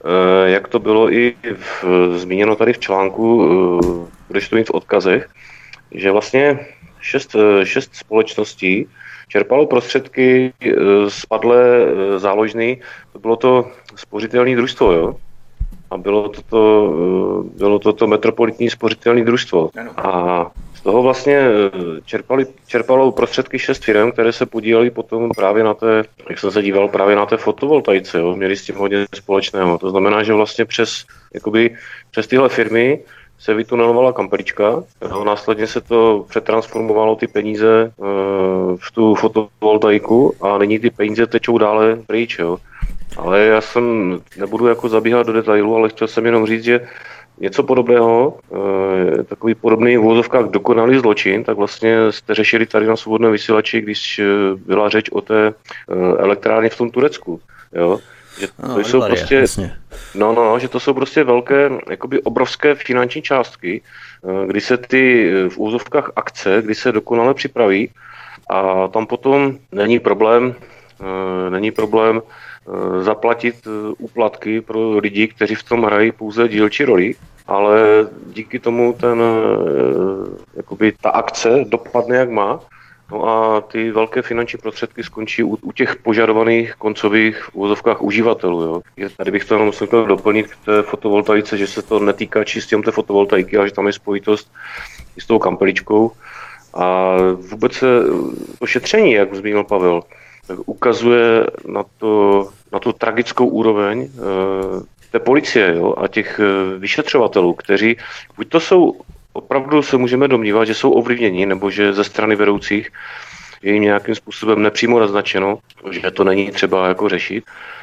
jak to bylo i v, zmíněno tady v článku, budeš to mít v odkazech, že vlastně šest, šest společností čerpalo prostředky z padlé záložny, to bylo to spořitelné družstvo, jo? A bylo to, to, bylo to, to metropolitní spořitelné družstvo. A z toho vlastně čerpali, čerpalo prostředky šest firm, které se podílely potom právě na té, jak jsem se díval, právě na té fotovoltaice, jo? Měli s tím hodně společného. To znamená, že vlastně přes, jakoby, přes tyhle firmy se vytunelovala kampelička, a následně se to přetransformovalo ty peníze e, v tu fotovoltaiku a nyní ty peníze tečou dále pryč, jo. Ale já jsem, nebudu jako zabíhat do detailu, ale chtěl jsem jenom říct, že něco podobného, e, takový podobný v uvozovkách dokonalý zločin, tak vlastně jste řešili tady na Svobodném vysílači, když byla řeč o té e, elektrárně v tom Turecku, jo. Že to no, jsou prostě, no, no, no, že to jsou prostě velké, jakoby obrovské finanční částky, kdy se ty v úzovkách akce, kdy se dokonale připraví a tam potom není problém, není problém zaplatit úplatky pro lidi, kteří v tom hrají pouze dílčí roli, ale díky tomu ten, jakoby ta akce dopadne, jak má. No a ty velké finanční prostředky skončí u, u těch požadovaných koncových v úvozovkách uživatelů. Jo. Tady bych to jenom musel doplnit k té fotovoltaice, že se to netýká čistě té fotovoltaiky, ale že tam je spojitost i s tou kampeličkou. A vůbec se to šetření, jak zmínil Pavel, tak ukazuje na, to, na tu tragickou úroveň e, té policie, jo, a těch e, vyšetřovatelů, kteří buď to jsou opravdu se můžeme domnívat, že jsou ovlivněni, nebo že ze strany vedoucích je jim nějakým způsobem nepřímo naznačeno, že to není třeba jako řešit,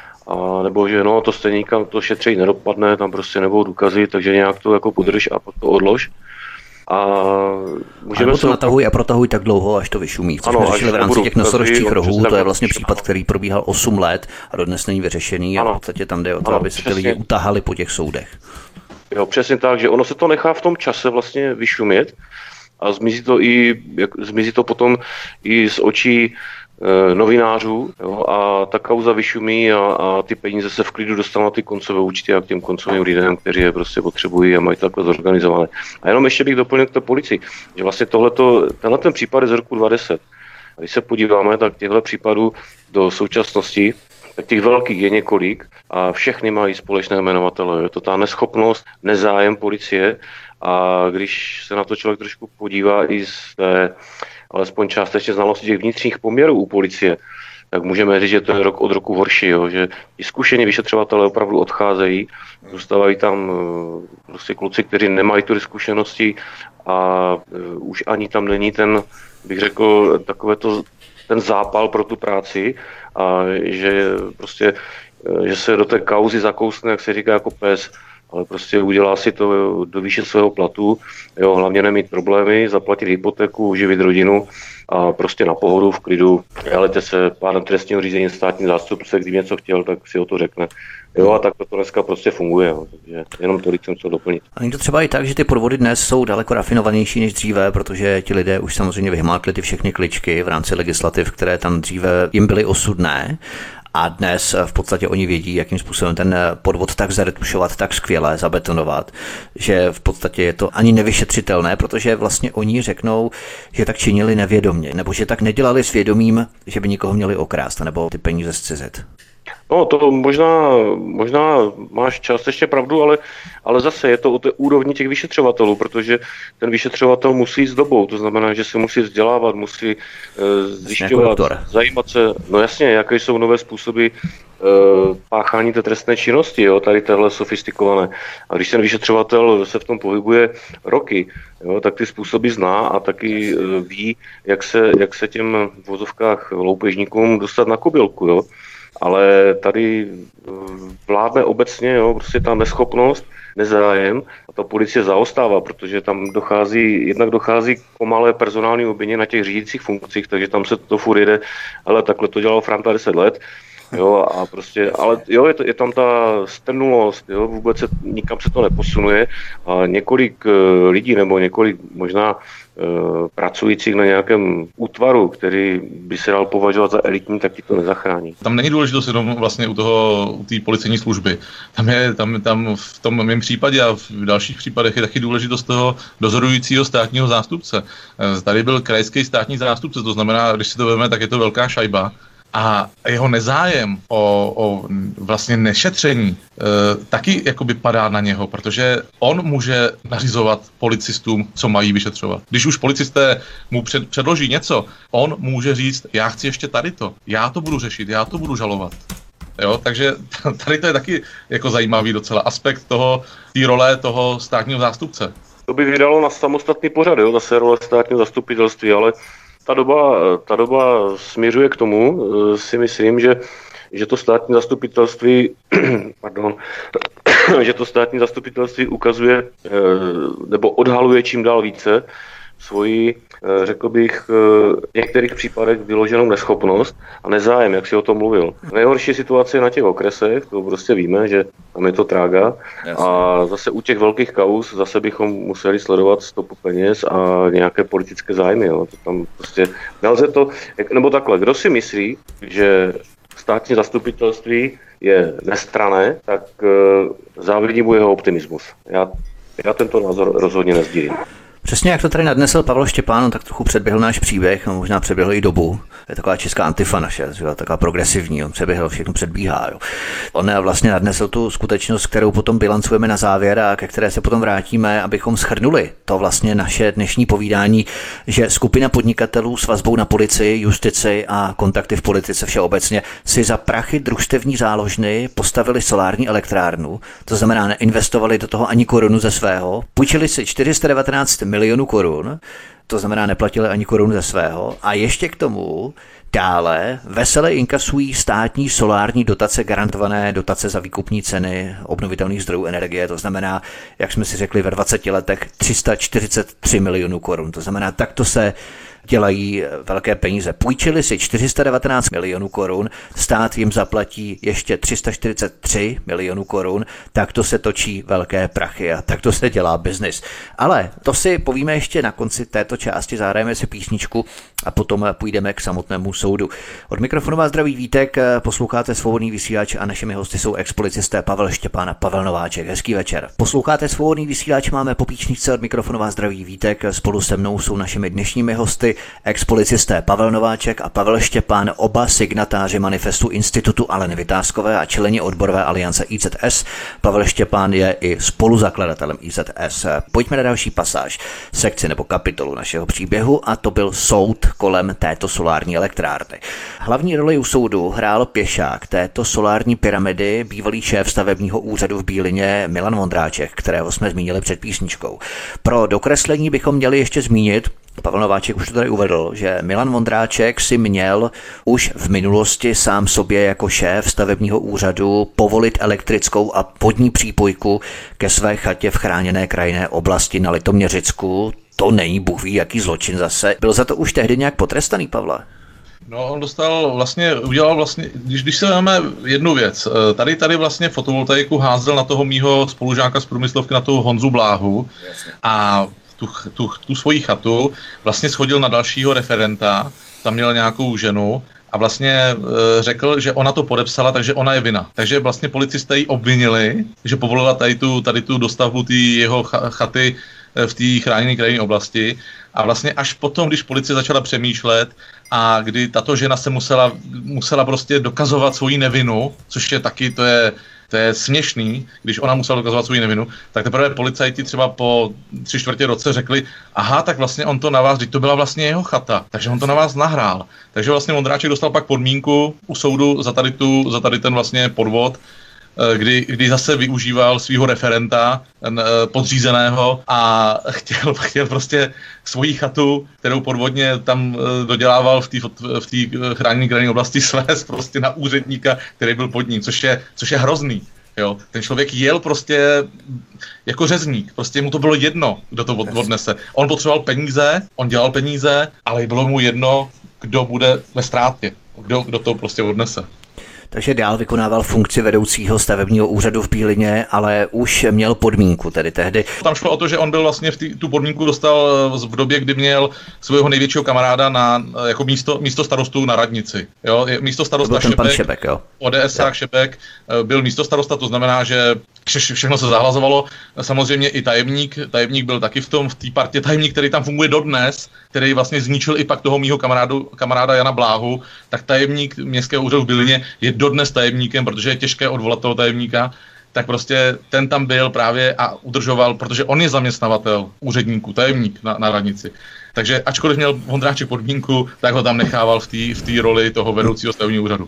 a nebo že no, to stejně nikam to šetření nedopadne, tam prostě nebudou důkazy, takže nějak to jako podrž a pak to odlož. a můžeme to se... natahuj a protahuj tak dlouho, až to vyšumí. Co jsme řešili v rámci těch nosorožčích rohů, to je vlastně případ, který probíhal osm let a dodnes není vyřešený a v podstatě tam jde o to, ano, aby se ty lidi utahali po těch soudech. Jo, přesně tak, že ono se to nechá v tom čase vlastně vyšumět a zmizí to i, zmizí to potom i z očí e, novinářů, jo, a ta kauza vyšumí a, a ty peníze se v klidu dostanou na ty koncové účty a k těm koncovým lidem, kteří je prostě potřebují a mají takhle zorganizované. A jenom ještě bych doplnil k té policii, že vlastně tohleto, tenhle ten případ je z roku dva tisíce deset. A když se podíváme, tak těchto případů do současnosti, tak těch velkých je několik a všechny mají společné jmenovatele. Je to ta neschopnost, nezájem policie a když se na to člověk trošku podívá i z té, alespoň částečně znalosti těch vnitřních poměrů u policie, tak můžeme říct, že to je rok od roku horší, jo? Že i zkušení vyšetřovatelé opravdu odcházejí, zůstávají tam prostě kluci, kteří nemají tu zkušenosti a uh, už ani tam není ten, bych řekl, takové to, ten zápal pro tu práci a že prostě, že se do té kauzy zakousne, jak se říká, jako pes, ale prostě udělá si to do výše svého platu, jo, hlavně nemít problémy, zaplatit hypotéku, uživit rodinu a prostě na pohodu, v klidu. Realite se pádem trestního řízení státní zástupce, kdyby něco chtěl, tak si o to řekne. Jo, a tak to dneska prostě funguje, jo. Takže jenom tolik jsem chtěl doplnit. A není to třeba i tak, že ty podvody dnes jsou daleko rafinovanější než dříve, protože ti lidé už samozřejmě vyhmátli ty všechny kličky v rámci legislativ, které tam dříve jim byly osudné. A dnes v podstatě oni vědí, jakým způsobem ten podvod tak zaretušovat, tak skvěle zabetonovat, že v podstatě je to ani nevyšetřitelné, protože vlastně oni řeknou, že tak činili nevědomě, nebo že tak nedělali s vědomím, že by někoho měli okrást, nebo ty peníze zcizit. No, to možná, možná máš částečně pravdu, ale, ale zase je to o té úrovni těch vyšetřovatelů, protože ten vyšetřovatel musí jít s dobou, to znamená, že se musí vzdělávat, musí e, zjišťovat, zajímat se, no jasně, jaké jsou nové způsoby e, páchání té trestné činnosti, jo, tady téhle sofistikované. A když ten vyšetřovatel se v tom pohybuje roky, jo, tak ty způsoby zná a taky e, ví, jak se, jak se těm v vozovkách loupežníkům dostat na kobylku, jo. Ale tady vládne obecně, jo, prostě ta neschopnost, nezájem a ta policie zaostává, protože tam dochází, jednak dochází k pomalé personální obměně na těch řídících funkcích, takže tam se to furt jede, ale takhle to dělalo Franta deset let, jo, a prostě, ale jo, je, to, je tam ta strnulost, jo, vůbec se, nikam se to neposunuje a několik lidí nebo několik možná pracujících na nějakém útvaru, který by se dal považovat za elitní, tak ti to nezachrání. Tam není důležitost jenom vlastně u toho, u té policejní služby. Tam je, tam, tam v tom mém případě a v dalších případech je taky důležitost toho dozorujícího státního zástupce. Tady byl krajský státní zástupce, to znamená, když si to vezmeme, tak je to velká šajba. A jeho nezájem o, o vlastně nešetření e, taky jakoby padá na něho, protože on může nařizovat policistům, co mají vyšetřovat. Když už policisté mu před, předloží něco, on může říct, já chci ještě tady to, já to budu řešit, já to budu žalovat. Jo, takže tady to je taky jako zajímavý docela aspekt toho, té role toho státního zástupce. To by vydalo na samostatný pořad, jo, zase role státního zastupitelství, ale Ta doba, ta doba směřuje k tomu, si myslím, že, že to státní zastupitelství, pardon, že to státní zastupitelství ukazuje nebo odhaluje čím dál více svoji, řekl bych, v některých případech vyloženou neschopnost a nezájem, jak si o tom mluvil. Nejhorší situace je na těch okresech, to prostě víme, že tam je to trága. Jasně. A zase u těch velkých kauz zase bychom museli sledovat stopu peněz a nějaké politické zájmy. Jo. To tam prostě nelze to, nebo takhle, kdo si myslí, že státní zastupitelství je nestranné, tak závidí mu jeho optimismus. Já, já tento názor rozhodně nesdílím. Přesně jak to tady nadnesl Pavel Štěpán, tak trochu předběhl náš příběh, no, možná předběhl i dobu. Je taková česká antifa naše, taková progresivní, on přeběhl, všechno předbíhá. Jo. On vlastně nadnesl tu skutečnost, kterou potom bilancujeme na závěr a ke které se potom vrátíme, abychom shrnuli to vlastně naše dnešní povídání, že skupina podnikatelů s vazbou na policii, justici a kontakty v politice všeobecně si za prachy družstevní záložny postavili solární elektrárnu, to znamená neinvestovali do toho ani korunu ze svého, půjčili si čtyři sta devatenáct milionů korun, to znamená neplatili ani korunu ze svého. A ještě k tomu dále vesele inkasují státní solární dotace, garantované dotace za výkupní ceny obnovitelných zdrojů energie. To znamená, jak jsme si řekli, ve dvaceti letech tři sta čtyřicet tři milionů korun. To znamená, takto se dělají velké peníze. Půjčili si čtyři sta devatenáct milionů korun, stát jim zaplatí ještě tři sta čtyřicet tři milionů korun, takto se točí velké prachy a takto se dělá biznis. Ale to si povíme ještě na konci této části, zahrajeme si písničku a potom půjdeme k samotnému soudu. Od mikrofonu vás zdraví Vítek, posloucháte Svobodný vysílač a našimi hosty jsou expolicisté Pavel Štěpán a Pavel Nováček. Hezký večer. Posloucháte Svobodný vysílač, máme po písničce. Od mikrofonu vás zdraví Vítek, spolu se mnou jsou našimi dnešními hosty expolicisté Pavel Nováček a Pavel Štěpán, oba signatáři manifestu Institutu Aleny Vytázkové a členi odborové aliance I Z S. Pavel Štěpán je i spoluzakladatelem I Z S. Pojďme na další pasáž, sekci nebo kapitolu našeho příběhu, a to byl soud kolem této solární elektrárny. Hlavní roli u soudu hrál pěšák této solární pyramidy, bývalý šéf stavebního úřadu v Bílině Milan Vondráček, kterého jsme zmínili před písničkou. Pro dokreslení bychom měli ještě zmínit, Pavel Nováček už to tady uvedl, že Milan Vondráček si měl už v minulosti sám sobě jako šéf stavebního úřadu povolit elektrickou a vodní přípojku ke své chatě v chráněné krajinné oblasti na Litoměřicku. To není bůh ví jaký zločin zase. Byl za to už tehdy nějak potrestaný, Pavle? No, on dostal vlastně, udělal vlastně, když, když se máme jednu věc, tady tady vlastně fotovoltaiku házel na toho mýho spolužáka z průmyslovky, na toho Honzu Bláhu, a tu, tu, tu svoji chatu vlastně shodil na dalšího referenta, tam měl nějakou ženu a vlastně e, řekl, že ona to podepsala, takže ona je vina. Takže vlastně policisté ji obvinili, že povolila tady tu, tady tu dostavbu té jeho chaty v té chráněné krajinné oblasti, a vlastně až potom, když policie začala přemýšlet a kdy tato žena se musela, musela prostě dokazovat svoji nevinu, což je taky, to je, to je směšný, když ona musela dokazovat svoji nevinu, tak teprve policajti třeba po tři čtvrtě roce řekli, aha, tak vlastně on to na vás, teď to byla vlastně jeho chata, takže on to na vás nahrál. Takže vlastně Vondráček dostal pak podmínku u soudu za tady, tu, za tady ten vlastně podvod, Kdy, kdy zase využíval svého referenta podřízeného a chtěl, chtěl prostě svoji chatu, kterou podvodně tam dodělával v té v té chráněné krajinné oblasti, svést prostě na úředníka, který byl pod ním, což je, což je hrozný. Jo. Ten člověk jel prostě jako řezník, prostě mu to bylo jedno, kdo to odnese. On potřeboval peníze, on dělal peníze, ale bylo mu jedno, kdo bude ve ztrátě, kdo, kdo to prostě odnese. Takže dál vykonával funkci vedoucího stavebního úřadu v Bílině, ale už měl podmínku tedy tehdy. Tam šlo o to, že on byl vlastně v tý, tu podmínku dostal v době, kdy měl svého největšího kamaráda na, jako místo, místo starostu na radnici. Jo? Místo starosta Šebek, Šebek jo. ODSák Šebek byl místo starosta, to znamená, že vše, všechno se zahlazovalo. Samozřejmě i tajemník, tajemník byl taky v tom, v té partě, tajemník, který tam funguje dodnes, který vlastně zničil i pak toho mýho kamarádu, kamaráda Jana Bláhu, tak tajemník městského úřadu v Bílině je dodnes tajemníkem, protože je těžké odvolat toho tajemníka, tak prostě ten tam byl právě a udržoval, protože on je zaměstnavatel úředníků, tajemník na, na radnici. Takže ačkoliv měl Vondráček podmínku, tak ho tam nechával v té v té roli toho vedoucího stavebního úřadu.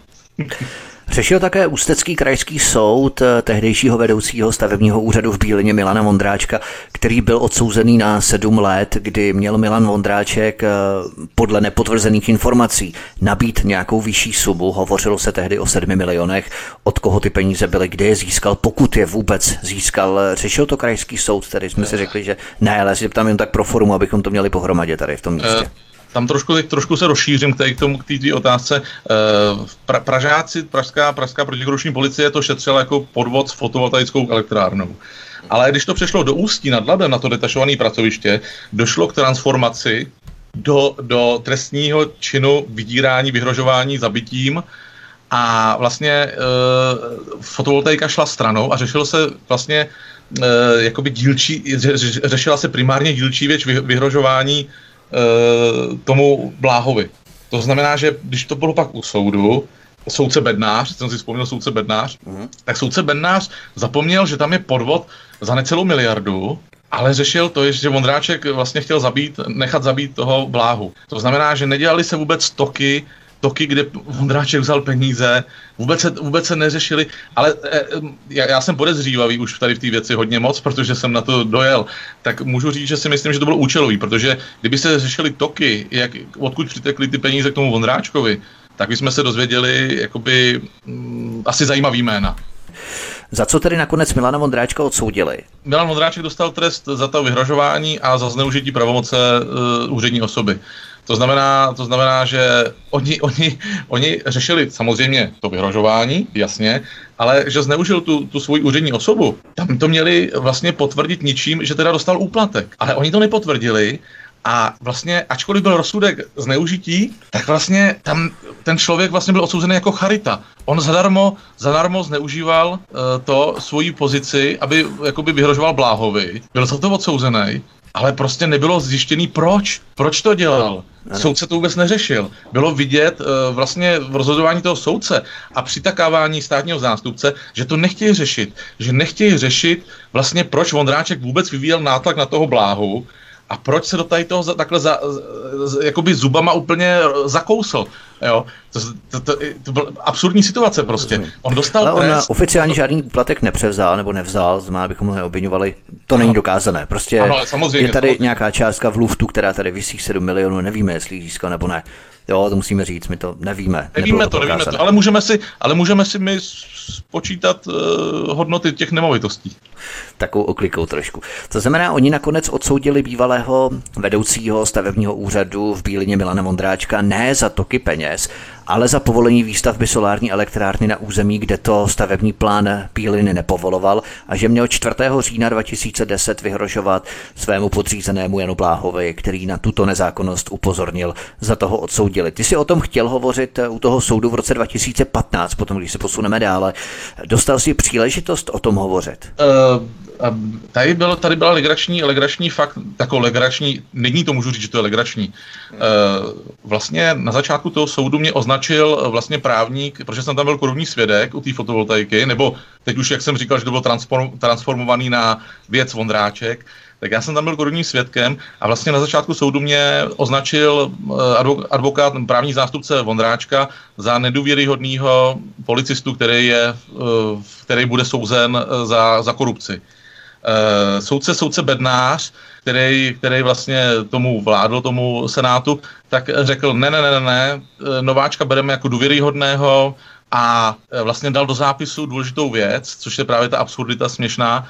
Řešil také Ústecký krajský soud tehdejšího vedoucího stavebního úřadu v Bílině Milana Vondráčka, který byl odsouzený na sedm let, kdy měl Milan Vondráček podle nepotvrzených informací nabít nějakou vyšší sumu. Hovořilo se tehdy o sedmi milionech. Od koho ty peníze byly, kde je získal, pokud je vůbec získal. Řešil to krajský soud, tady jsme si řekli, že ne, ale si ptám jen tak pro forum, abychom to měli pohromadě tady v tom místě. Tam trošku, trošku se rozšířím k té, k tomu, k té otázce. Pra, Pražáci, pražská, pražská protikorupční policie to šetřila jako podvod s fotovoltaickou elektrárnou. Ale když to přešlo do Ústí nad Labem, na to detašované pracoviště, došlo k transformaci do, do trestního činu vydírání, vyhrožování, zabitím, a vlastně e, fotovoltaika šla stranou a řešilo se vlastně e, jakoby dílčí, ře, řešila se primárně dílčí věc vyhrožování tomu Bláhovi. To znamená, že když to bylo pak u soudu, soudce Bednář, jsem si vzpomněl soudce Bednář, mm. tak soudce Bednář zapomněl, že tam je podvod za necelou miliardu, ale řešil to, že Vondráček vlastně chtěl zabít, nechat zabít toho Bláhu. To znamená, že nedělali se vůbec toky toky, kde Vondráček vzal peníze, vůbec se, vůbec se neřešili, ale e, já, já jsem podezřívavý už tady v té věci hodně moc, protože jsem na to dojel, tak můžu říct, že si myslím, že to bylo účelový, protože kdyby se řešili toky, jak, odkud přitekly ty peníze k tomu Vondráčkovi, tak bychom se dozvěděli jakoby m, asi zajímavý jména. Za co tedy nakonec Milana Vondráčka odsoudili? Milan Vondráček dostal trest za to vyhrožování a za zneužití pravomoce uh, úřední osoby. To znamená, to znamená, že oni, oni, oni řešili samozřejmě to vyhrožování, jasně, ale že zneužil tu, tu svoji úřední osobu. Tam to měli vlastně potvrdit ničím, že teda dostal úplatek. Ale oni to nepotvrdili. A vlastně, ačkoliv byl rozsudek zneužití, tak vlastně tam ten člověk vlastně byl odsouzený jako charita. On zadarmo, zadarmo zneužíval uh, to svoji pozici, aby jakoby vyhrožoval Bláhovi. Byl za to odsouzený, ale prostě nebylo zjištěný proč. Proč to dělal? Soudce to vůbec neřešil. Bylo vidět uh, vlastně v rozhodování toho soudce a přitakávání státního zástupce, že to nechtějí řešit. Že nechtějí řešit vlastně proč Vondráček vůbec vyvíjel nátlak na toho Bláhu, a proč se do tady toho takhle za, z, jakoby zubama úplně zakousl, jo? To, to, to, to byla absurdní situace prostě. On dostal ale trest. on oficiálně žádný úplatek nepřevzal nebo nevzal, znamená, bychom ho neobviňovali. To není dokázané. Prostě ano, je tady samozřejmě nějaká částka v luftu, která tady visí sedm milionů, nevíme, jestli získal nebo ne. Jo, to musíme říct, my to nevíme. Nevíme to, nevíme to, ale můžeme si, ale můžeme si my spočítat uh, hodnoty těch nemovitostí. Takovou oklikou trošku. To znamená, oni nakonec odsoudili bývalého vedoucího stavebního úřadu v Bílině Milana Vondráčka ne za toky peněz, ale za povolení výstavby solární elektrárny na území, kde to stavební plán Bíliny nepovoloval a že měl čtvrtého října dva tisíce deset vyhrožovat svému podřízenému Janu Bláhovi, který na tuto nezákonnost upozornil, za toho odsoudili. Ty jsi o tom chtěl hovořit u toho soudu v roce dva tisíce patnáct, potom když se posuneme dále. Dostal jsi příležitost o tom hovořit? Uh... Tady, bylo, tady byla legrační, legrační fakt, takový legrační, není to můžu říct, že to je legrační. E, vlastně na začátku toho soudu mě označil vlastně právník, protože jsem tam byl korunní svědek u té fotovoltaiky, nebo teď už, jak jsem říkal, že to bylo transform, transformovaný na věc Vondráček, tak já jsem tam byl korunním svědkem a vlastně na začátku soudu mě označil advokát, právní zástupce Vondráčka za nedůvěryhodného policistu, který, je, který bude souzen za, za korupci. Soudce, soudce Bednář, který, který vlastně tomu vládl, tomu senátu, tak řekl, ne, ne, ne, ne, Nováčka bereme jako důvěryhodného a vlastně dal do zápisu důležitou věc, což je právě ta absurdita směšná.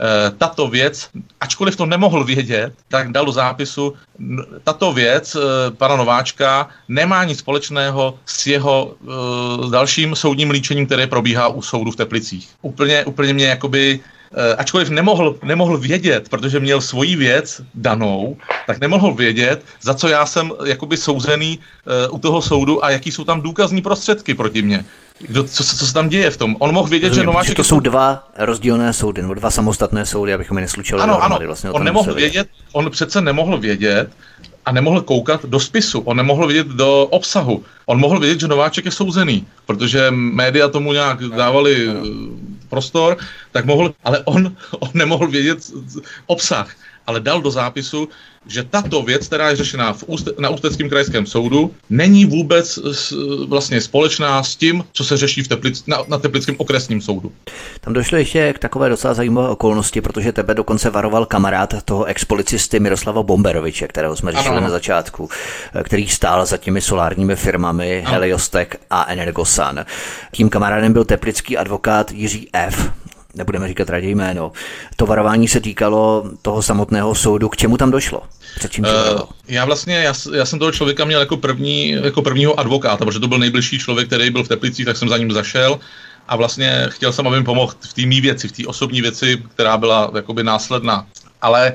Tato věc, ačkoliv to nemohl vědět, tak dal do zápisu, tato věc pana Nováčka nemá nic společného s jeho uh, dalším soudním líčením, které probíhá u soudu v Teplicích. Úplně, úplně mě jakoby, uh, ačkoliv nemohl, nemohl vědět, protože měl svoji věc danou, tak nemohl vědět, za co já jsem jakoby souzený uh, u toho soudu a jaký jsou tam důkazní prostředky proti mně. Kdo, co, co se tam děje v tom? On mohl vědět, Rozumím, že Nováček... to jsou dva rozdílné soudy, nebo dva samostatné soudy, abychom je neslučili. Ano, ano, vlastně on nemohl vědět, on přece nemohl vědět a nemohl koukat do spisu, on nemohl vědět do obsahu. On mohl vědět, že Nováček je souzený, protože média tomu nějak dávali prostor, tak mohl, ale on, on nemohl vědět obsah, ale dal do zápisu, že tato věc, která je řešená v Úste, na Ústeckém krajském soudu, není vůbec s, vlastně společná s tím, co se řeší v Teplic, na, na Teplickém okresním soudu. Tam došlo ještě k takové docela zajímavé okolnosti, protože tebe dokonce varoval kamarád toho expolicisty Miroslava Bomberoviče, kterého jsme řešili ano. na začátku, který stál za těmi solárními firmami ano. Heliostek a Energosan. Tím kamarádem byl teplický advokát Jiří F., nebudeme říkat raději jméno. To varování se týkalo toho samotného soudu. K čemu tam došlo? Před čím uh, já vlastně, já, já jsem toho člověka měl jako, první, jako prvního advokáta, protože to byl nejbližší člověk, který byl v Teplicích, tak jsem za ním zašel a vlastně chtěl jsem, aby mi pomohl v té mý věci, v té osobní věci, která byla jakoby následná. Ale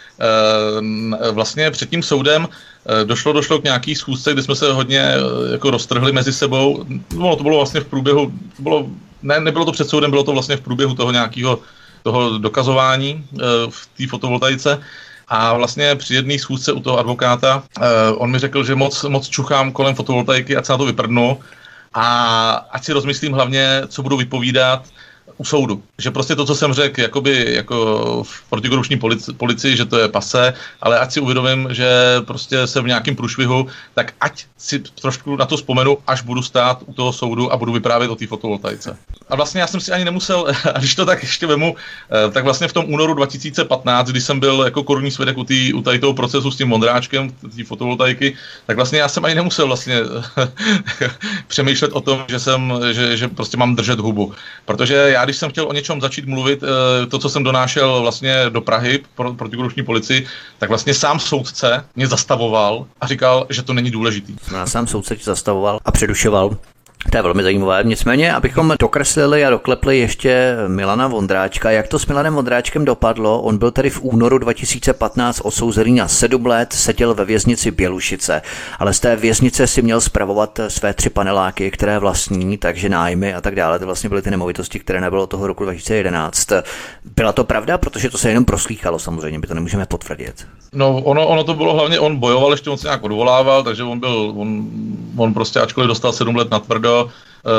uh, vlastně před tím soudem uh, došlo, došlo k nějaký schůzce, kdy jsme se hodně uh, jako roztrhli mezi sebou. No, to bylo vlastně v průběhu, to bylo Ne, nebylo to před soudem, bylo to vlastně v průběhu toho nějakého toho dokazování e, v té fotovoltaice a vlastně při jedné schůzce u toho advokáta e, on mi řekl, že moc, moc čuchám kolem fotovoltaiky, ať se na to vyprdnu a ať si rozmyslím hlavně, co budu vypovídat, u soudu. Že prostě to, co jsem řekl, jakoby jako v protikorupční polici, policii, že to je pase, ale ať si uvědomím, že prostě se v nějakém průšvihu, tak ať si trošku na to vzpomenu, až budu stát u toho soudu a budu vyprávět o té fotovoltaice. A vlastně já jsem si ani nemusel, a když to tak ještě vemu, tak vlastně v tom únoru dva tisíce patnáct, když jsem byl jako korunní svědek u, tý, u tady toho procesu s tím Vondráčkem, té fotovoltaiky, tak vlastně já jsem ani nemusel vlastně přemýšlet o tom, že jsem, že, že prostě mám držet hubu. Protože já, když jsem chtěl o něčem začít mluvit, to, co jsem donášel vlastně do Prahy pro protikorupční policii, tak vlastně sám soudce mě zastavoval a říkal, že to není důležitý. No, sám soudce tě zastavoval a přerušoval. To je velmi zajímavé. Nicméně, abychom dokreslili a doklepli ještě Milana Vondráčka. Jak to s Milanem Vondráčkem dopadlo? On byl tedy v únoru dva tisíce patnáct odsouzený na sedm let, seděl ve věznici Bělušice, ale z té věznice si měl spravovat své tři paneláky, které vlastní, takže nájmy a tak dále. To vlastně byly ty nemovitosti, které nebylo toho roku dva tisíce jedenáct. Byla to pravda? Protože to se jenom proslýchalo, samozřejmě, my to nemůžeme potvrdit. No, ono, ono to bylo hlavně, on bojoval, ještě on se nějak odvolával, takže on byl, on, on prostě, ačkoliv dostal sedm let na tvrdo,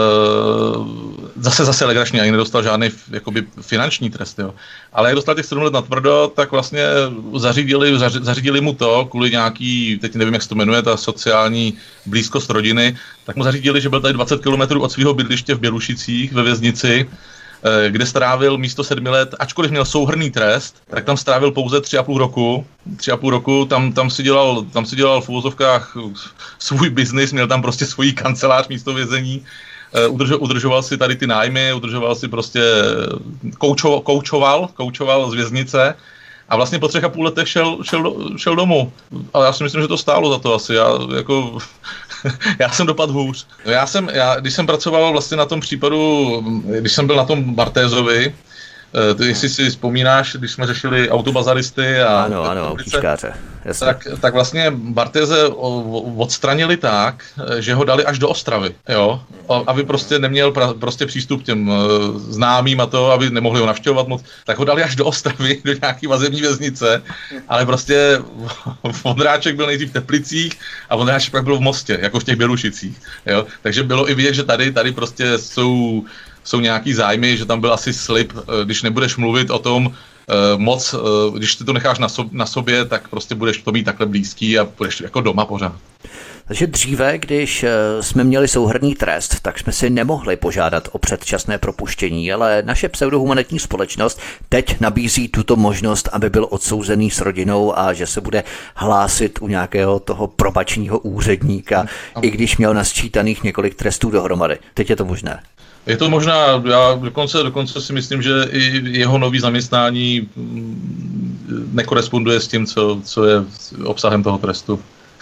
zase zase legrační, ani nedostal žádný jakoby finanční trest, jo. Ale jak dostal těch sedm let na tvrdo, tak vlastně zařídili, zařídili mu to, kvůli nějaký, teď nevím, jak se to jmenuje, ta sociální blízkost rodiny, tak mu zařídili, že byl tady dvacet kilometrů od svého bydliště v Bělušicích ve věznici, kde strávil místo sedmi let, ačkoliv měl souhrnný trest, tak tam strávil pouze tři a půl roku. Tři a půl roku, tam, tam, si dělal, tam si dělal v uvozovkách svůj biznis, měl tam prostě svůj kancelář místo vězení, udržo, udržoval si tady ty nájmy, udržoval si prostě, koučo, koučoval, koučoval z věznice a vlastně po třech a půl letech šel, šel, do, šel domů. Ale já si myslím, že to stálo za to asi. Já jako... já jsem dopadl hůř. No já jsem, já, když jsem pracoval vlastně na tom případu, když jsem byl na tom Bartézovi, ty, jestli si vzpomínáš, když jsme řešili autobazaristy a... Ano, ano, autíčkáře. Tak, tak vlastně Bartéze odstranili tak, že ho dali až do Ostravy, jo, aby prostě neměl pra, prostě přístup k těm známým a to, aby nemohli ho navštěvovat moc, tak ho dali až do Ostravy, do nějaký vazební věznice, ale prostě Vondráček byl nejdřív v Teplicích a Vondráček pak byl v Mostě, jako v těch Bělušicích, jo, takže bylo i vidět, že tady, tady prostě jsou jsou nějaký zájmy, že tam byl asi slib, když nebudeš mluvit o tom moc, když ty to necháš na, sob, na sobě, tak prostě budeš to mít takhle blízký a budeš jako doma pořád. Takže dříve, když jsme měli souhrnný trest, tak jsme si nemohli požádat o předčasné propuštění, ale naše pseudohumanitní společnost teď nabízí tuto možnost, aby byl odsouzený s rodinou a že se bude hlásit u nějakého toho probačního úředníka, a... i když měl nasčítaných několik trestů dohromady. Teď je to možné. Je to možná, já dokonce, dokonce si myslím, že i jeho nový zaměstnání nekoresponduje s tím, co, co je obsahem toho trestu.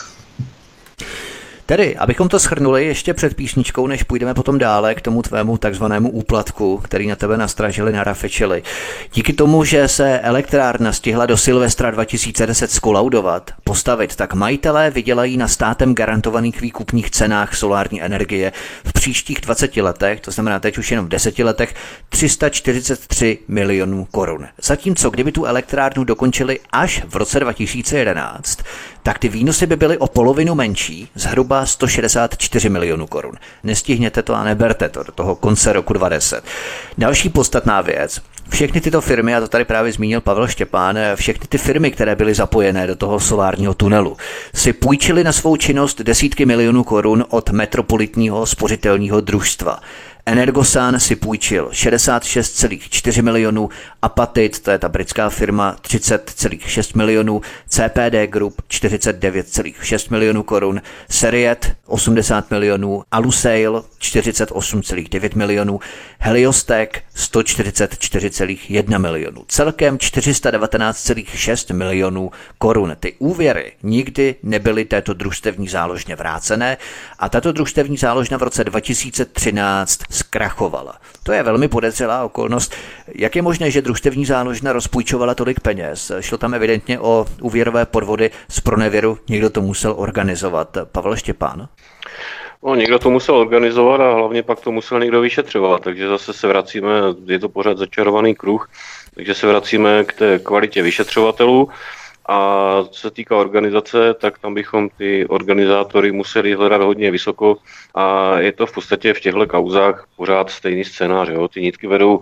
Tedy, abychom to shrnuli ještě před písničkou, než půjdeme potom dále k tomu tvému takzvanému úplatku, který na tebe nastražili, narafečili. Díky tomu, že se elektrárna stihla do Silvestra dva tisíce deset skolaudovat, postavit, tak majitelé vydělají na státem garantovaných výkupních cenách solární energie v příštích dvaceti letech, to znamená teď už jenom v deseti letech, tři sta čtyřicet tři milionů korun. Zatímco kdyby tu elektrárnu dokončili až v roce dva tisíce jedenáct, tak ty výnosy by byly o polovinu menší, zhruba sto šedesát čtyři milionů korun. Nestihněte to a neberte to do toho konce roku dva tisíce deset. Další podstatná věc. Všechny tyto firmy, a to tady právě zmínil Pavel Štěpán, všechny ty firmy, které byly zapojené do toho solárního tunelu, si půjčily na svou činnost desítky milionů korun od Metropolitního spořitelního družstva. Energosan si půjčil šedesát šest celá čtyři milionů, Apatit, to je ta britská firma, třicet celá šest milionů, C P D Group čtyřicet devět celá šest milionů korun, Seriet osmdesát milionů, Alusail čtyřicet osm celá devět milionů, Heliostech sto čtyřicet čtyři celá jedna milionů. Celkem čtyři sta devatenáct celá šest milionů korun. Ty úvěry nikdy nebyly této družstevní záložně vrácené a tato družstevní záložna v roce dva tisíce třináct zkrachovala. To je velmi podezřelá okolnost. Jak je možné, že družstevní záložna rozpůjčovala tolik peněz? Šlo tam evidentně o úvěrové podvody z pronevěru, někdo to musel organizovat. Pavel Štěpán? No, někdo to musel organizovat a hlavně pak to musel někdo vyšetřovat, takže zase se vracíme, je to pořád začarovaný kruh, takže se vracíme k té kvalitě vyšetřovatelů A co se týká organizace, tak tam bychom ty organizátory museli hledat hodně vysoko a je to v podstatě v těchto kauzách pořád stejný scénář. Jo? Ty nitky vedou,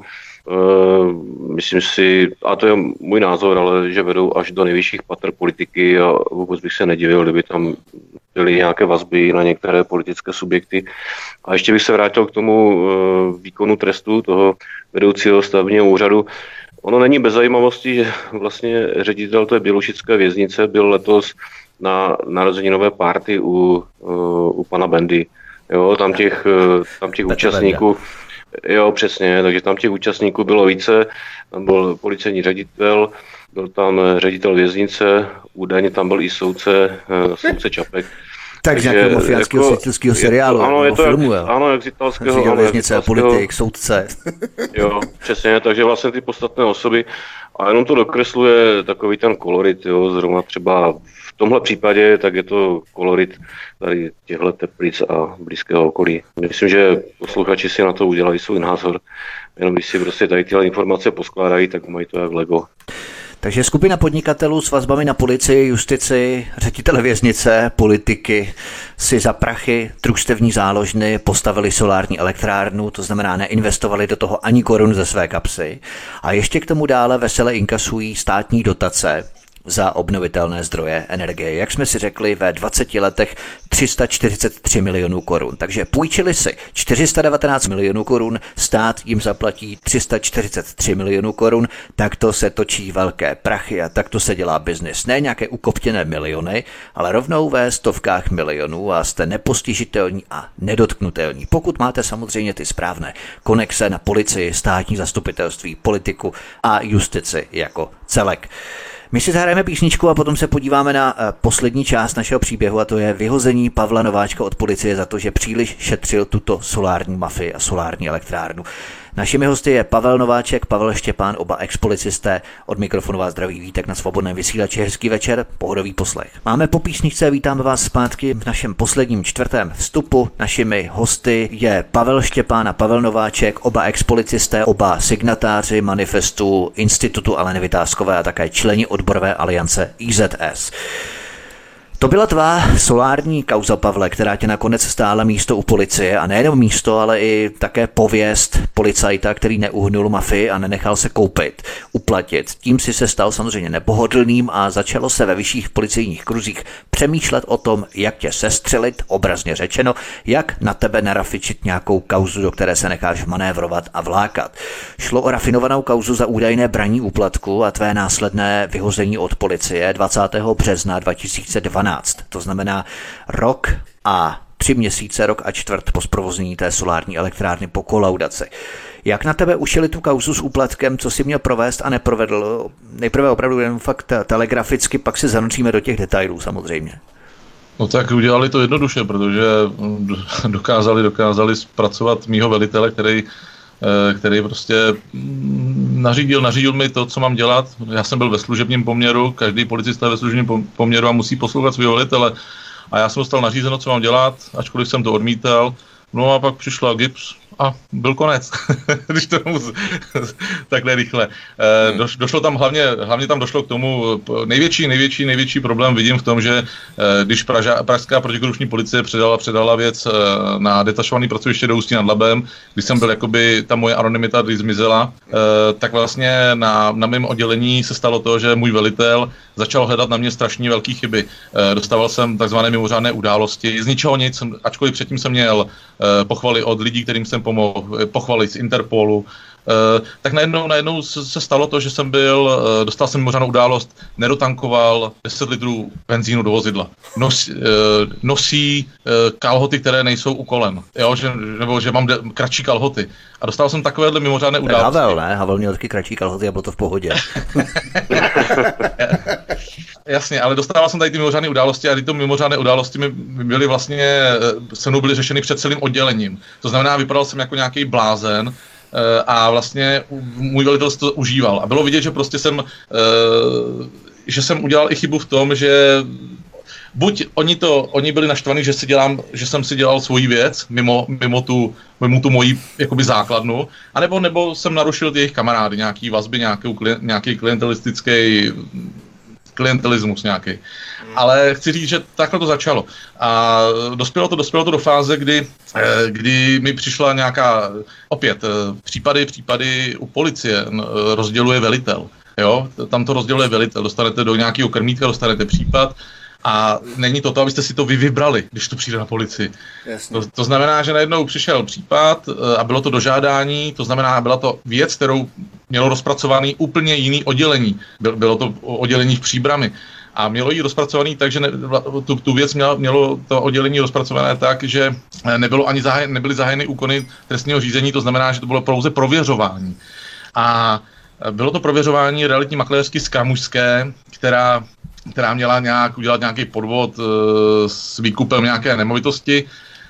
uh, myslím si, a to je můj názor, ale že vedou až do nejvyšších patr politiky a vůbec bych se nedivil, kdyby tam byly nějaké vazby na některé politické subjekty. A ještě bych se vrátil k tomu uh, výkonu trestu toho vedoucího stavebního úřadu. Ono není bez zajímavosti, že vlastně ředitel té bělošické věznice byl letos na narozeninové party u, uh, u pana Bendy. Jo, tam těch, tam těch účastníků, jo, přesně, takže tam těch účastníků bylo více, tam byl policejní ředitel, byl tam ředitel věznice, údajně tam byl i soudce, soudce Čapek. Tak z nějakého mafiánského jako, světelského seriálu, je to, ano, je to filmu, jak, ano, jak z italského. Ředitel věznice, politik, soudce. Jo, přesně, takže vlastně ty podstatné osoby, a jenom to dokresluje takový ten kolorit, jo, zrovna třeba v tomhle případě, tak je to kolorit tady těchto Teplic a blízkého okolí. Myslím, že posluchači si na to udělají svůj názor, jenom když si prostě tady tyhle informace poskládají, tak mají to jak Lego. Takže skupina podnikatelů s vazbami na policii, justici, ředitele věznice, politiky si za prachy družstevní záložny postavili solární elektrárnu, to znamená neinvestovali do toho ani korun ze své kapsy a ještě k tomu dále vesele inkasují státní dotace za obnovitelné zdroje energie. Jak jsme si řekli, ve dvaceti letech tři sta čtyřicet tři milionů korun. Takže půjčili si čtyři sta devatenáct milionů korun, stát jim zaplatí tři sta čtyřicet tři milionů korun, takto se točí velké prachy a takto se dělá biznis. Ne nějaké ukoptěné miliony, ale rovnou ve stovkách milionů a jste nepostižitelní a nedotknutelní. Pokud máte samozřejmě ty správné konexe na policii, státní zastupitelství, politiku a justici jako celek. My si zahrajeme písničku a potom se podíváme na poslední část našeho příběhu a to je vyhození Pavla Nováčka od policie za to, že příliš šetřil tuto solární mafii a solární elektrárnu. Našimi hosty je Pavel Nováček, Pavel Štěpán, oba expolicisté. Od mikrofonu vás zdraví Vítek na Svobodném vysílači. Hezký večer, pohodový poslech. Máme po písničce, vítáme vás zpátky v našem posledním čtvrtém vstupu. Našimi hosty je Pavel Štěpán a Pavel Nováček, oba expolicisté, oba signatáři manifestu Institutu Aleny Vytázkové a také členi odborové aliance I Z S. To byla tvá solární kauza, Pavle, která tě nakonec stála místo u policie a nejenom místo, ale i také pověst policajta, který neuhnul mafii a nenechal se koupit, uplatit. Tím si se stal samozřejmě nepohodlným a začalo se ve vyšších policejních kruzích přemýšlet o tom, jak tě sestřelit, obrazně řečeno, jak na tebe narafičit nějakou kauzu, do které se necháš manévrovat a vlákat. Šlo o rafinovanou kauzu za údajné braní úplatku a tvé následné vyhození od policie dvacátého března dva tisíce dvanáct. To znamená rok a tři měsíce, rok a čtvrt po zprovoznění té solární elektrárny po kolaudaci. Jak na tebe ušili tu kauzu s úplatkem, co jsi měl provést a neprovedl? Nejprve opravdu jen fakt telegraficky, pak se zanoříme do těch detailů samozřejmě. No tak udělali to jednoduše, protože dokázali, dokázali zpracovat mýho velitele, který který prostě nařídil, nařídil mi to, co mám dělat. Já jsem byl ve služebním poměru, každý policista je ve služebním poměru a musí poslouchat svého velitele. A já jsem dostal nařízeno, co mám dělat, ačkoliv jsem to odmítal. No a pak přišla gips a byl konec, když to můžu takhle rychle. E, do, došlo tam hlavně, hlavně tam došlo k tomu, největší, největší, největší problém vidím v tom, že e, když Praža, pražská protikorupční policie předala, předala věc e, na detašovaný pracoviště do Ústí nad Labem, když jsem byl jakoby, ta moje anonymita když zmizela, e, tak vlastně na, na mém oddělení se stalo to, že můj velitel začal hledat na mě strašně velké chyby. E, dostával jsem takzvané mimořádné události, z ničeho nic, ačkoliv předtím jsem měl e, pochvaly od lidí, kterým jsem pomohl, pochvalit z Interpolu, Uh, tak najednou, najednou se stalo to, že jsem byl, uh, dostal jsem mimořádnou událost, nedotankoval deset litrů benzínu do vozidla. Nos, uh, nosí uh, kalhoty, které nejsou úkolem, jo, že, nebo že mám de- kratší kalhoty. A dostal jsem takovéhle mimořádné události. Havel, ne? Havel měl taky kratší kalhoty a bylo to v pohodě. Jasně, ale dostával jsem tady ty mimořádné události a tyto mimořádné události mi byly vlastně, se mnou byly řešeny před celým oddělením. To znamená, vypadal jsem jako nějaký blázen, a vlastně můj velitel to užíval. A bylo vidět, že prostě jsem, že jsem udělal i chybu v tom, že buď oni to, oni byli naštvaní, že si dělám, že jsem si dělal svoji věc mimo, mimo tu, mimo tu moji jakoby základnu, anebo nebo jsem narušil ty jejich kamarády, nějaký vazby, nějaký, nějaký klientelistický klientelismus nějaký. Ale chci říct, že takhle to začalo. A dospělo to, dospělo to do fáze, kdy, kdy mi přišla nějaká, opět, případy, případy u policie rozděluje velitel. Jo? Tam to rozděluje velitel, dostanete do nějakého krmítka, dostanete případ, a není to to, abyste si to vy vybrali, když to přijde na policii. To, to znamená, že najednou přišel případ a bylo to dožádání, to znamená, byla to věc, kterou mělo rozpracovaný úplně jiný oddělení. Bylo to oddělení v Příbrami. A mělo jí rozpracovaný tak, že ne, tu, tu věc mělo, mělo to oddělení rozpracované tak, že nebylo ani zahaj, nebyly zahájeny úkony trestního řízení, to znamená, že to bylo pouze prověřování. A bylo to prověřování realitní makléřky z Kramužské, která která měla nějak udělat nějaký podvod e, s výkupem nějaké nemovitosti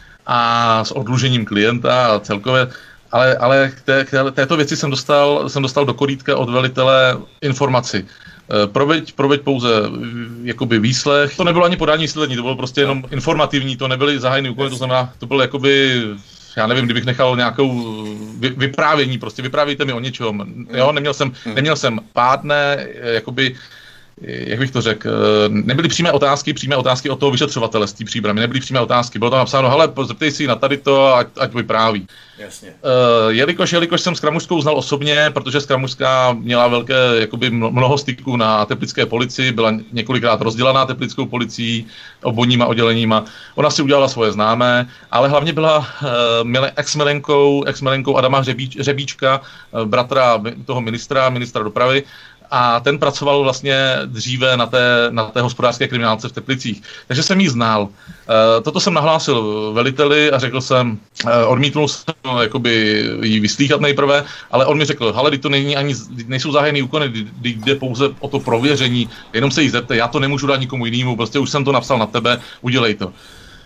a s odlužením klienta a celkově, ale, ale k, té, k této věci jsem dostal, jsem dostal do korítka od velitele informaci. E, proveď, proveď pouze jakoby výslech, to nebylo ani podání výslední, to bylo prostě jenom informativní, to nebyly zahájené úkony, to znamená, to bylo jakoby, já nevím, kdybych nechal nějakou vy, vyprávění, prostě vyprávějte mi o něčem, jo, neměl jsem, neměl jsem pádné, jakoby, jak bych to řekl, nebyly přímé otázky, přímé otázky od toho vyšetřovatele z té Příbramy, nebyly přímé otázky, bylo tam napsáno, hele, zeptej si na tady to, ať, ať vypráví. Jasně. Uh, jelikož, jelikož jsem s Kramužskou znal osobně, protože s Kramužská měla velké, jakoby mnoho styků na teplické policii, byla několikrát rozdělaná teplickou policií, obvodníma odděleníma, ona si udělala svoje známé, ale hlavně byla uh, ex-milenkou, ex-milenkou Adama Řebíč, Řebíčka, uh, bratra toho ministra, ministra dopravy, a ten pracoval vlastně dříve na té, na té hospodářské kriminálce v Teplicích. Takže jsem jí znal. E, toto jsem nahlásil veliteli a řekl jsem, e, odmítnul jsem jakoby jí vyslýchat nejprve, ale on mi řekl, hele, to není ani, nejsou zahájený úkony, jde pouze o to prověření, jenom se jí zeptej, já to nemůžu dát nikomu jinému, prostě už jsem to napsal na tebe, udělej to.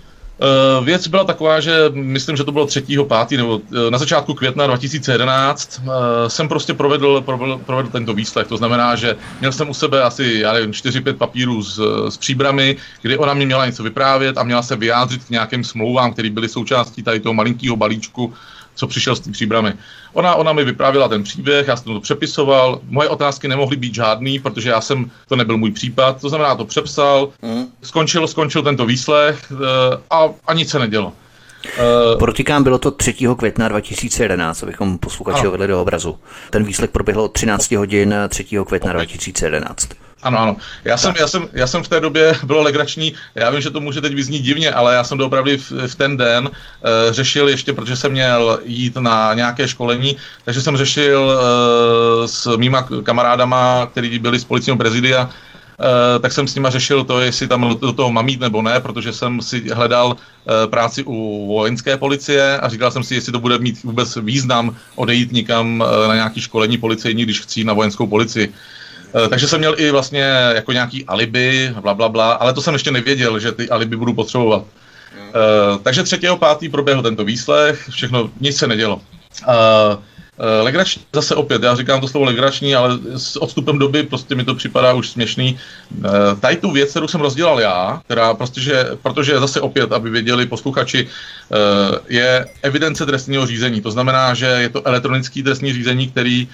Uh, věc byla taková, že myslím, že to bylo třetího pátého nebo uh, na začátku května dva tisíce jedenáct uh, jsem prostě provedl, provedl, provedl tento výslech. To znamená, že měl jsem u sebe asi, já nevím, čtyři pět papírů s, s Příbrami, kdy ona mě měla něco vyprávět a měla se vyjádřit k nějakým smlouvám, které byly součástí tady toho malinkého balíčku, co přišel s tím Příbrami. Ona, ona mi vyprávěla ten příběh, já jsem to přepisoval, moje otázky nemohly být žádný, protože já jsem, to nebyl můj případ, to znamená, to přepsal, mm. skončil, skončil tento výslech a, a nic se nedělo. Protikám, bylo to třetího května dva tisíce jedenáct, abychom posluchači uvedli do obrazu. Ten výslech proběhl od třinácti hodin třetího května okay. dva tisíce jedenáct. Ano, ano. Já jsem, já, jsem, já jsem v té době, bylo legrační, já vím, že to může teď vyznít divně, ale já jsem doopravdy v, v ten den uh, řešil ještě, protože jsem měl jít na nějaké školení, takže jsem řešil uh, s mýma kamarádama, kteří byli z policijního prezidia, uh, tak jsem s nima řešil to, jestli tam do toho mám jít nebo ne, protože jsem si hledal uh, práci u vojenské policie a říkal jsem si, jestli to bude mít vůbec význam odejít nikam uh, na nějaké školení policejní, když chci na vojenskou policii. Takže jsem měl i vlastně jako nějaký alibi, bla, bla, bla, ale to jsem ještě nevěděl, že ty alibi budu potřebovat. Mm. Uh, takže třetího pátého proběhl tento výslech, všechno, nic se nedělo. Uh, uh, legrační, zase opět, já říkám to slovo legrační, ale s odstupem doby prostě mi to připadá už směšný. Uh, tady tu věc, kterou jsem rozdělal já, která prostě, že, protože zase opět, aby věděli posluchači, uh, je evidence trestního řízení. To znamená, že je to elektronické trestní řízení, který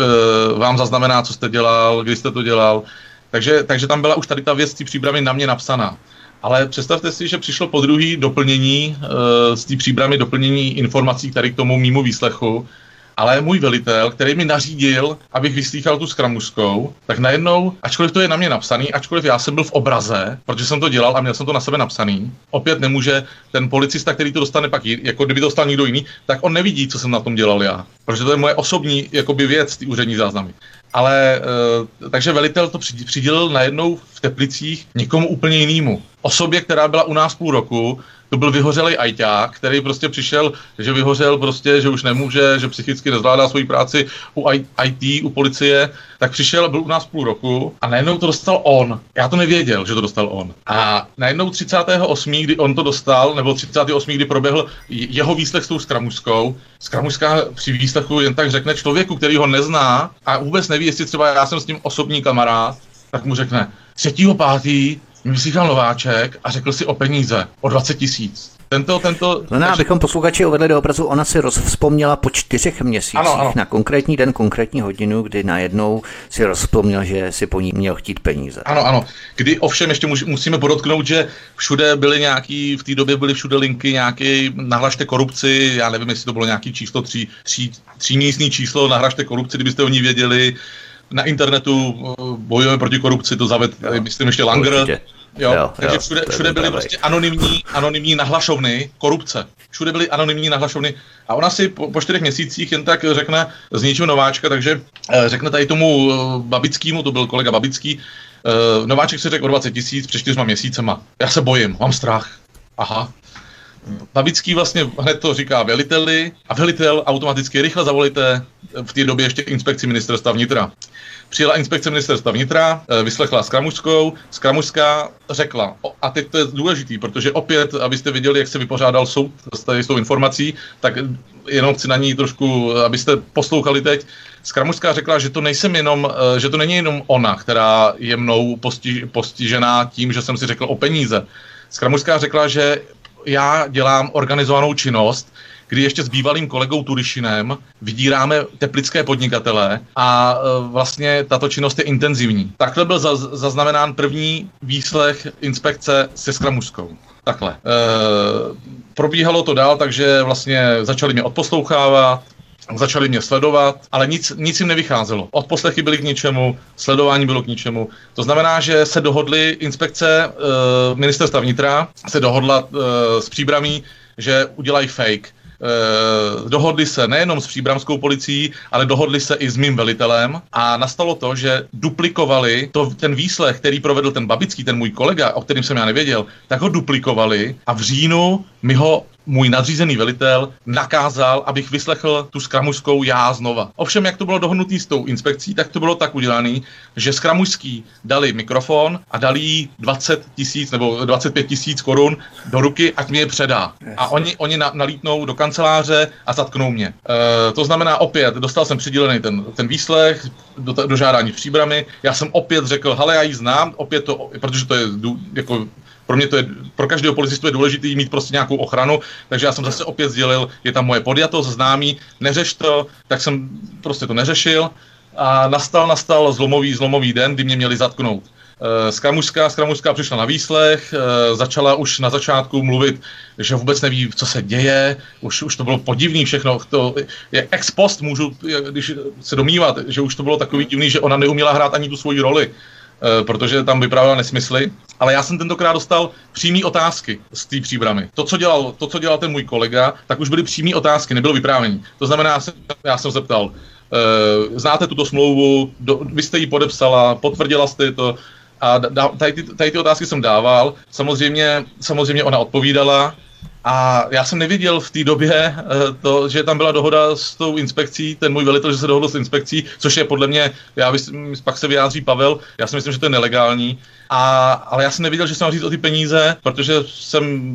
vám zaznamená, co jste dělal, kdy jste to dělal. Takže, takže tam byla už tady ta věc z té Příbramy na mě napsaná. Ale představte si, že přišlo po druhý doplnění uh, z té Příbramy, doplnění informací tady k tomu mýmu výslechu, ale můj velitel, který mi nařídil, abych vyslýchal tu s Kramužskou, tak najednou, ačkoliv to je na mě napsaný, ačkoliv já jsem byl v obraze, protože jsem to dělal a měl jsem to na sebe napsaný, opět nemůže ten policista, který to dostane pak, jako kdyby to dostal někdo jiný, tak on nevidí, co jsem na tom dělal já, protože to je moje osobní jakoby věc, ty úřední záznamy. Ale, e, takže velitel to přidělil najednou v Teplicích někomu úplně jinému. Osobě, která byla u nás půl roku, to byl vyhořelej ajťák, který prostě přišel, že vyhořel prostě, že už nemůže, že psychicky nezvládá svoji práci u í té, u policie, tak přišel, byl u nás půl roku a najednou to dostal on. Já to nevěděl, že to dostal on. A najednou třicátého osmého kdy on to dostal, nebo třicátého osmého kdy proběhl jeho výslech s tou Kramužskou, Kramužská při výslechu jen tak řekne člověku, který ho nezná a vůbec neví, jestli třeba já jsem s ním osobní kamarád, tak mu řekne třetího pátého mi vyslýchal Nováček a řekl si o peníze, o dvacet tisíc. Tento, tento... No, no, abychom posluchači uvedli do obrazu, ona si rozvzpomněla po čtyřech měsících ano, ano. na konkrétní den, konkrétní hodinu, kdy najednou si rozvzpomněl, že si po ní měl chtít peníze. Ano, ano. Kdy ovšem ještě musíme podotknout, že všude byly nějaký, v té době byly všude linky nějaký nahlašte korupci, já nevím, jestli to bylo nějaký číslo, tří, tří, třímístný číslo, nahlašte korupci, kdybyste o ní věděli. Na internetu bojujeme proti korupci, to zaved, myslím, ještě Langer. Určitě. Jo, jo, takže jo, všude, všude byly prostě anonymní, anonymní nahlašovny korupce. Všude byly anonymní nahlašovny. A ona si po, po čtyřech měsících jen tak řekne z ničeho nováčka, takže eh, řekne tady tomu Babickému, to byl kolega Babický, eh, nováček si řekl o dvacet tisíc před čtyřma měsícema. Já se bojím, mám strach. Aha. Babický vlastně hned to říká veliteli a velitel automaticky rychle zavolejte v té době ještě inspekci ministerstva vnitra. Přijela inspekce ministerstva vnitra, vyslechla Skramušskou, Skramušská řekla, a teď to je důležitý, protože opět, abyste viděli, jak se vypořádal soud s, tady, s tou informací, tak jenom chci na ní trošku, abyste poslouchali teď. Skramušská řekla, že to nejsem jenom, že to není jenom ona, která je mnou postiž, postižená tím, že jsem si řekl o peníze. Skramušská řekla, že já dělám organizovanou činnost, kdy ještě s bývalým kolegou Turyšinem vydíráme teplické podnikatele a e, vlastně tato činnost je intenzivní. Takhle byl zaz, zaznamenán první výslech inspekce se Skramušskou. Takhle. E, probíhalo to dál, takže vlastně začali mě odposlouchávat, začali mě sledovat, ale nic, nic jim nevycházelo. Odposlechy byly k ničemu, sledování bylo k ničemu. To znamená, že se dohodly inspekce e, ministerstva vnitra, se dohodla e, s Příbramí, že udělají fake. Eh, dohodli se nejenom s příbramskou policií, ale dohodli se i s mým velitelem a nastalo to, že duplikovali to, ten výslech, který provedl ten Babický, ten můj kolega, o kterým jsem já nevěděl, tak ho duplikovali a v říjnu mi ho můj nadřízený velitel nakázal, abych vyslechl tu Skramušskou já znova. Ovšem, jak to bylo dohodnutý s tou inspekcí, tak to bylo tak udělané, že Skramušský dali mikrofon a dali jí dvacet tisíc nebo dvacet pět tisíc korun do ruky, ať mě je předá. A oni, oni na, nalítnou do kanceláře a zatknou mě. E, to znamená opět, dostal jsem přidělený ten, ten výslech do, do žádání v Příbrami. Já jsem opět řekl, hele, já ji znám, opět to, protože to je jako pro mě to je, pro každého policistu je důležité mít prostě nějakou ochranu, takže já jsem zase opět sdělil, je tam moje podjatost, známý, neřeš to, tak jsem prostě to neřešil a nastal, nastal zlomový, zlomový den, kdy mě měli zatknout. Skramušská, Skramušská přišla na výslech, začala už na začátku mluvit, že vůbec neví, co se děje, už, už to bylo podivný všechno, to, jak ex post můžu, když se domnívat, že už to bylo takový divný, že ona neuměla hrát ani tu svoji roli, protože tam vyprávěla nesmysly, ale já jsem tentokrát dostal přímý otázky z té Příbramy. To, co dělal, to, co dělal ten můj kolega, tak už byly přímý otázky, nebylo vyprávění. To znamená, já jsem, já jsem zeptal, e, znáte tuto smlouvu, do, vy jste ji podepsala, potvrdila jste to, a da, tady, ty, tady ty otázky jsem dával, samozřejmě, samozřejmě ona odpovídala, a já jsem neviděl v té době to, že tam byla dohoda s tou inspekcí, ten můj velitel, že se dohodl s inspekcí, což je podle mě, já myslím, pak se vyjádří Pavel, já si myslím, že to je nelegální, a, ale já jsem neviděl, že jsem mám říct o ty peníze, protože jsem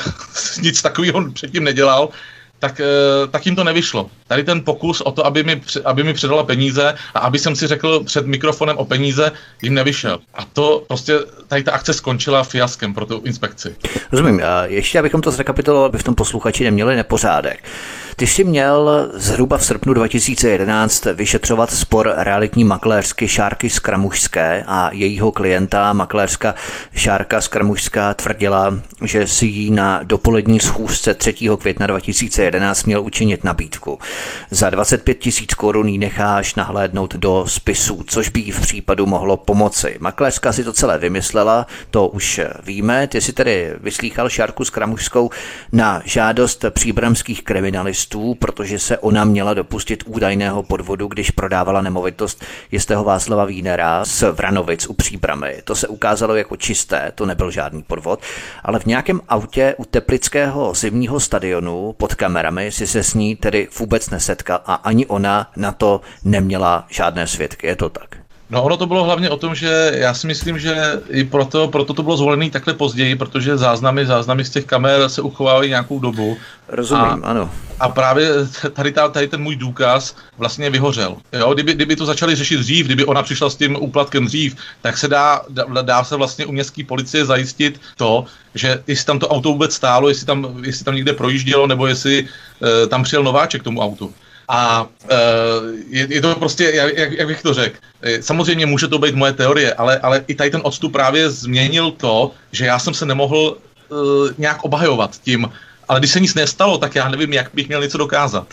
nic takového předtím nedělal, tak, tak jim to nevyšlo. Tady ten pokus o to, aby mi, aby mi předala peníze a aby jsem si řekl před mikrofonem o peníze, jim nevyšel. A to prostě, tady ta akce skončila fiaskem pro tu inspekci. Rozumím. A ještě abychom to zrekapitulovali, aby v tom posluchači neměli nepořádek. Ty jsi měl zhruba v srpnu dva tisíce jedenáct vyšetřovat spor realitní makléřky Šárky Skramušské a jejího klienta. Makléřka Šárka Skramušská tvrdila, že si jí na dopolední schůzce třetího května dva tisíce jedenáct měl učinit nabídku. Za dvacet pět tisíc korun jí necháš nahlédnout do spisů, což by jí v případu mohlo pomoci. Makléřka si to celé vymyslela, to už víme. Ty si tedy vyslýchal Šárku Skramušskou na žádost příbramských kriminalistů, protože se ona měla dopustit údajného podvodu, když prodávala nemovitost jistého Václava Wienera z Vranovic u Příbramy. To se ukázalo jako čisté, to nebyl žádný podvod, ale v nějakém autě u teplického zimního stadionu pod kamerami si se s ní tedy vůbec nesetkal a ani ona na to neměla žádné svědky. Je to tak? No ono to bylo hlavně o tom, že já si myslím, že i proto, proto to bylo zvolené takhle později, protože záznamy, záznamy z těch kamer se uchovávají nějakou dobu. Rozumím, a, ano. A právě tady, tady ten můj důkaz vlastně vyhořel. Jo, kdyby, kdyby to začali řešit dřív, kdyby ona přišla s tím úplatkem dřív, tak se dá, dá, dá se vlastně u městské policie zajistit to, že jestli tam to auto vůbec stálo, jestli tam, jestli tam někde projíždělo, nebo jestli uh, tam přijel nováček k tomu autu. A uh, je, je to prostě, jak, jak bych to řekl, samozřejmě může to být moje teorie, ale, ale i tady ten odstup právě změnil to, že já jsem se nemohl uh, nějak obhajovat tím, ale když se nic nestalo, tak já nevím, jak bych měl něco dokázat.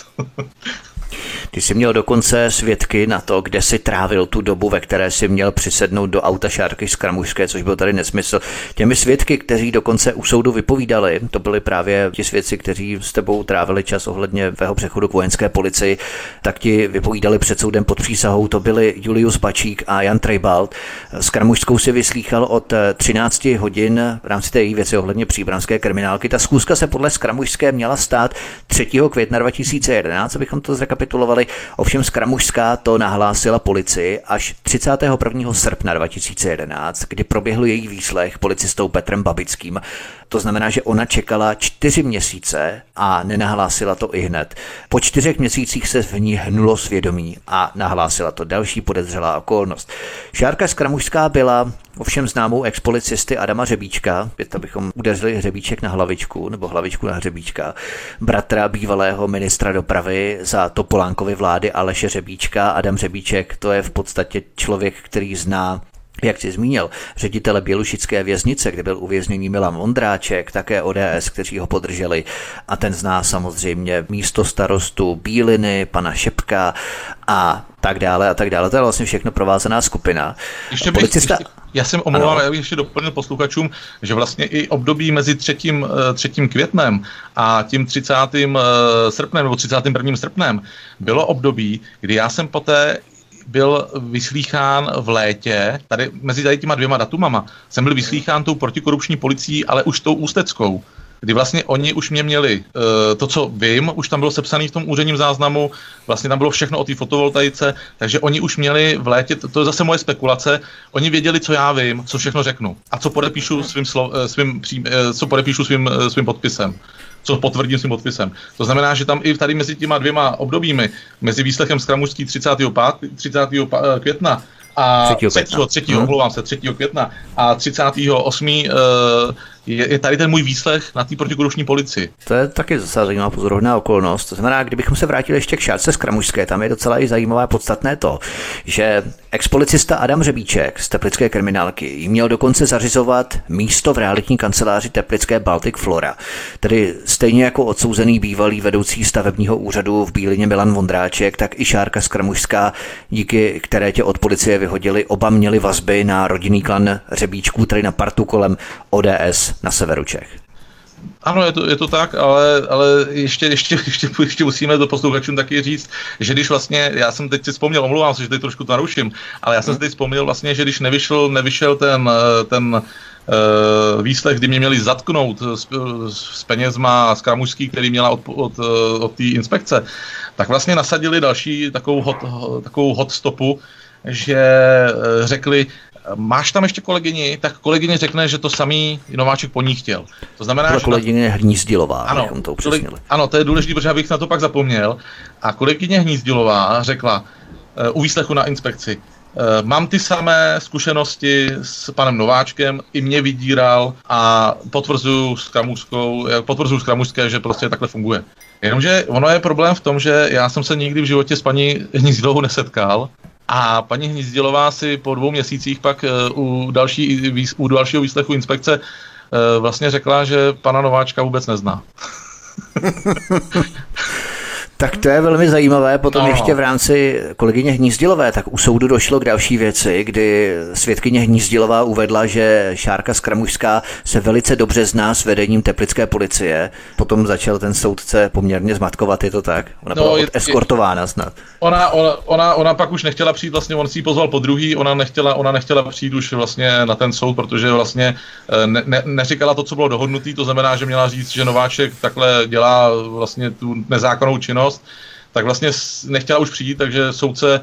Ty jsi měl dokonce svědky na to, kde si trávil tu dobu, ve které si měl přisednout do auta Šárky Skramušské, což byl tady nesmysl. Těmi svědky, kteří dokonce u soudu vypovídali, to byli právě ti svědci, kteří s tebou trávili čas ohledně tvého přechodu k vojenské policii, tak ti vypovídali před soudem pod přísahou, to byli Julius Bačík a Jan Trejbald. Skramušskou si vyslýchal od třinácti hodin v rámci té její věci ohledně příbramské kriminálky. Ta schůzka se podle Skramušské měla stát třetího května dva tisíce jedenáct, abychom to zrekapitulovali. Ovšem Skramušská to nahlásila policii až třicátého prvního srpna dva tisíce jedenáct, kdy proběhl její výslech policistou Petrem Babickým. To znamená, že ona čekala čtyři měsíce a nenahlásila to ihned. Po čtyřech měsících se v ní hnulo svědomí a nahlásila to, další podezřelá okolnost. Šárka Skramušská byla ovšem známou expolicisty Adama Řebíčka, pět abychom udeřili hřebíček na hlavičku, nebo hlavičku na hřebíčka, bratra bývalého ministra dopravy za Topolánkovy vlády Aleše Řebíčka. Adam Řebíček, to je v podstatě člověk, který zná, jak jsi zmínil, ředitele bělušické věznice, kde byl uvězněný Milan Vondráček, také O D S, kteří ho podrželi, a ten zná samozřejmě místostarostu Bíliny, pana Šepka a tak dále a tak dále. To je vlastně všechno provázaná skupina. Ještě bych, Policista... ještě, já jsem omlouvám, já bych ještě doplnil posluchačům, že vlastně i období mezi třetím, třetím květnem a tím třicátým srpnem nebo třicátým prvním srpnem bylo období, kdy já jsem poté byl vyslýchán v létě, tady mezi tady těma dvěma datumama, jsem byl vyslýchán tou protikorupční policií, ale už tou ústeckou, kdy vlastně oni už mě měli uh, to, co vím, už tam bylo sepsané v tom úředním záznamu, vlastně tam bylo všechno o té fotovoltaice, takže oni už měli v létě, to, to je zase moje spekulace, oni věděli, co já vím, co všechno řeknu a co podepíšu svým, slo, svým, přím, co podepíšu svým, svým podpisem. co potvrdím svým podpisem. To znamená, že tam i tady mezi těma dvěma obdobími, mezi výslechem Skramušský třicátého května a třetího, třetího, omlouvám se, třetího května a třicátého osmého Je, je tady ten můj výslech na té protikorupční policii. To je taky zase zajímavá pozorovná okolnost. To znamená, kdybychom se vrátili ještě k Šárce Skramušské, tam je docela i zajímavé a podstatné to, že expolicista Adam Řebíček z teplické kriminálky jí měl dokonce zařizovat místo v realitní kanceláři teplické Baltic Flora. Tedy stejně jako odsouzený bývalý vedoucí stavebního úřadu v Bílině Milan Vondráček, tak i Šárka Skramušská, díky které tě od policie vyhodili, oba měli vazby na rodinný klan Řebíčků, tedy na partu kolem O D S na severu Čech. Ano, je to, je to tak, ale, ale ještě, ještě, ještě, ještě musíme do posluchačům taky říct, že když vlastně, já jsem teď si vzpomněl, omlouvám se, že teď trošku to naruším, ale já jsem si teď vzpomněl vlastně, že když nevyšel, nevyšel ten, ten uh, výslech, kdy mě měli zatknout s, s penězma Skramušský, který měla od, od, od té inspekce, tak vlastně nasadili další takovou hot, takovou hot stopu, že řekli, máš tam ještě kolegyni, tak kolegyně řekne, že to samý Nováček po ní chtěl. To znamená, to že kolegyně ta... Hnízdilová, ano, abychom to upřesnili. Ano, to je důležité, protože abych na to pak zapomněl. A kolegyně Hnízdilová řekla uh, u výslechu na inspekci, uh, mám ty samé zkušenosti s panem Nováčkem, i mě vydíral a potvrzuju s Kramušskou, potvrzuju s Kramušské, že prostě takhle funguje. Jenomže ono je problém v tom, že já jsem se nikdy v životě s paní Hnízdilovou nesetkal. A paní Hnízdilová si po dvou měsících pak u, další, u dalšího výslechu inspekce vlastně řekla, že pana Nováčka vůbec nezná. Tak to je velmi zajímavé. Potom no. ještě v rámci kolegyně Hnízdilové, tak u soudu došlo k další věci, kdy svědkyně Hnízdilová uvedla, že Šárka Skramušská se velice dobře zná s vedením teplické policie. Potom začal ten soudce poměrně zmatkovat, je to tak? Ona byla no, eskortována snad. Ona, ona, ona, ona pak už nechtěla přijít, vlastně on si ji pozval po druhý, ona nechtěla, ona nechtěla přijít už vlastně na ten soud, protože vlastně ne, ne, neříkala to, co bylo dohodnutý, to znamená, že měla říct, že Nováček takhle dělá vlastně tu nezákonnou činnost. tak vlastně nechtěla už přijít, takže soudce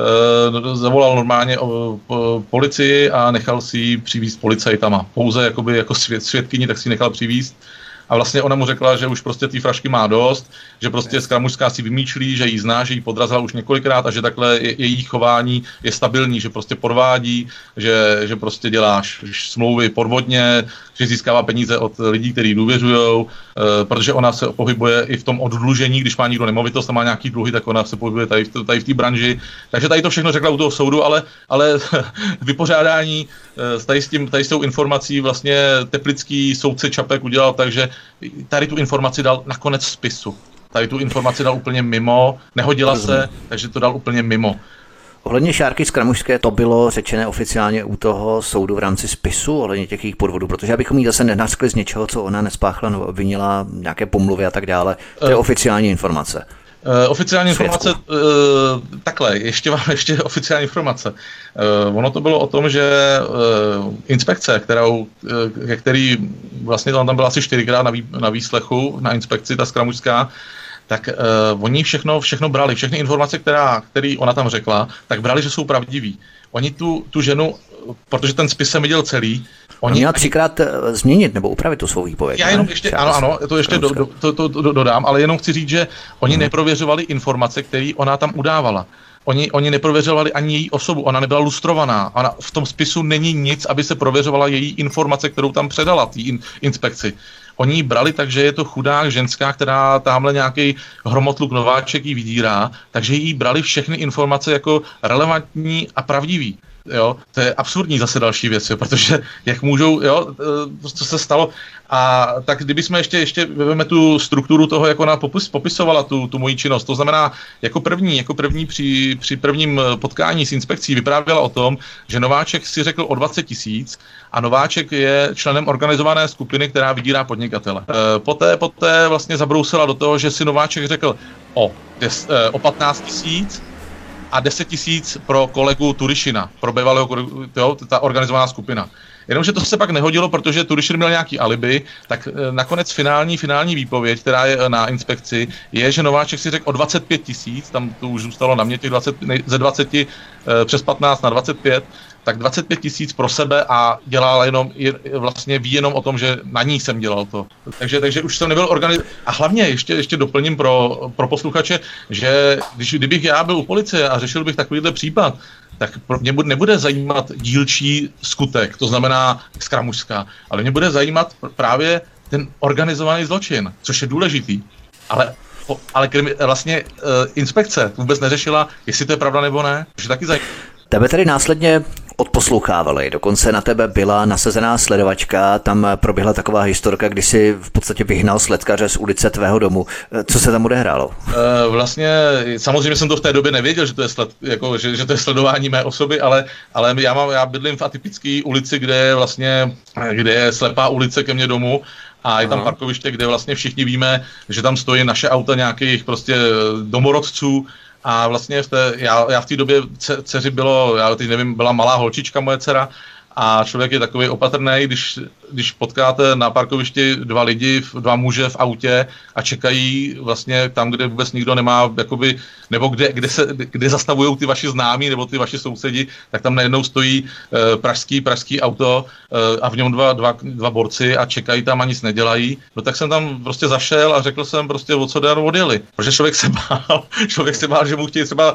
e, zavolal normálně o, o, policii a nechal si ji přivízt policajtama. Pouze jakoby jako svět, svědkyni, tak si nechal přivízt. A vlastně ona mu řekla, že už prostě té frašky má dost, že prostě Skramušská si vymýšlí, že jí zná, že jí podrazila už několikrát a že takhle je, její chování je stabilní, že prostě podvádí, že, že prostě děláš smlouvy podvodně, že získává peníze od lidí, kteří důvěřujou, e, protože ona se pohybuje i v tom oddlužení, když má někdo nemovitost a má nějaký dluhy, tak ona se pohybuje tady, tady v té branži. Takže tady to všechno řekla u toho soudu, ale, ale vypořádání e, tady s tím, tady s tou informací vlastně teplický soudce Čapek udělal tak, že tady tu informaci dal na konec spisu. Tady tu informaci dal úplně mimo, nehodila se, takže to dal úplně mimo. Ohledně Šárky Skramušské to bylo řečené oficiálně u toho soudu v rámci spisu, ohledně těch jejich podvodů, protože abychom jí zase nenaskli z něčeho, co ona nespáchla, no, obvinila nějaké pomluvy a tak dále. To je uh, oficiální informace. Uh, oficiální informace, uh, takhle, ještě mám ještě oficiální informace. Uh, ono to bylo o tom, že uh, inspekce, kterou, uh, který vlastně tam byla asi čtyřikrát na, vý, na výslechu, na inspekci, ta Skramušská, tak uh, oni všechno, všechno brali, všechny informace, která, který ona tam řekla, tak brali, že jsou pravdiví. Oni tu, tu ženu, protože ten spis jsem viděl celý, Oni měla třikrát změnit nebo upravit tu svou výpověď. Já jenom ještě, ano, ano, to ještě do, do, to, to, to dodám, ale jenom chci říct, že oni hmm. neprověřovali informace, které ona tam udávala. Oni, oni neprověřovali ani její osobu, ona nebyla lustrovaná. Ona v tom spisu není nic, aby se prověřovala její informace, kterou tam předala té in, inspekci. Oni ji brali tak, že je to chudák ženská, která tamhle nějaký hromotluk Nováček jí vydírá, takže jí brali všechny informace jako relevantní a pravdivý. Jo, to je absurdní zase další věc, jo, protože jak můžou, jo, co se stalo. A tak kdybychom ještě, ještě vezmeme tu strukturu toho, jak ona popis, popisovala tu, tu moji činnost, to znamená, jako první, jako první při, při prvním potkání s inspekcí vyprávěla o tom, že Nováček si řekl o dvacet tisíc a Nováček je členem organizované skupiny, která vydírá podnikatele. E, poté, poté vlastně zabrousila do toho, že si Nováček řekl o, des, e, o patnáct tisíc, a deset tisíc pro kolegu Turišina, pro bývalého, jo, ta organizovaná skupina. Jenomže to se pak nehodilo, protože Turišin měl nějaký alibi, tak nakonec finální, finální výpověď, která je na inspekci, je, že Nováček si řekl o dvacet pět tisíc, tam to už zůstalo na mě těch dvacet, ze dvacet přes patnáct na dvacet pět, tak dvacet pět tisíc pro sebe a dělal jenom, vlastně ví jenom o tom, že na ní jsem dělal to. Takže, takže už jsem nebyl organiz... A hlavně ještě, ještě doplním pro, pro posluchače, že když, kdybych já byl u policie a řešil bych takovýhle případ, tak mě nebude zajímat dílčí skutek, to znamená Skramušská, ale mě bude zajímat právě ten organizovaný zločin, což je důležitý. Ale, ale vlastně uh, inspekce vůbec neřešila, jestli to je pravda nebo ne, což je taky zajímavé. Tebe tedy následně odposlouchávali, dokonce na tebe byla nasazená sledovačka, tam proběhla taková historka, kdy si v podstatě vyhnal sledkaře z ulice tvého domu. Co se tam odehrálo? E, vlastně samozřejmě jsem to v té době nevěděl, že to je, sled, jako, že, že to je sledování mé osoby, ale, ale já, mám, já bydlím v atypické ulici, kde je vlastně kde je slepá ulice ke mně domů. A je tam parkoviště, kde vlastně všichni víme, že tam stojí naše auta nějakých prostě domorodců. A vlastně v té, já, já v té době dce, dceři bylo, já teď nevím, byla malá holčička moje dcera a člověk je takový opatrný, když, když potkáte na parkovišti dva lidi, dva muže v autě a čekají vlastně tam, kde vůbec nikdo nemá, jakoby, nebo kde, kde, se, kde zastavují ty vaši známí nebo ty vaši sousedi, tak tam najednou stojí e, pražský, pražský auto e, a v něm dva, dva, dva borci a čekají tam a nic nedělají. No tak jsem tam prostě zašel a řekl jsem prostě, o co jde, odjeli. Protože člověk se bál, člověk se bál, že mu chtějí třeba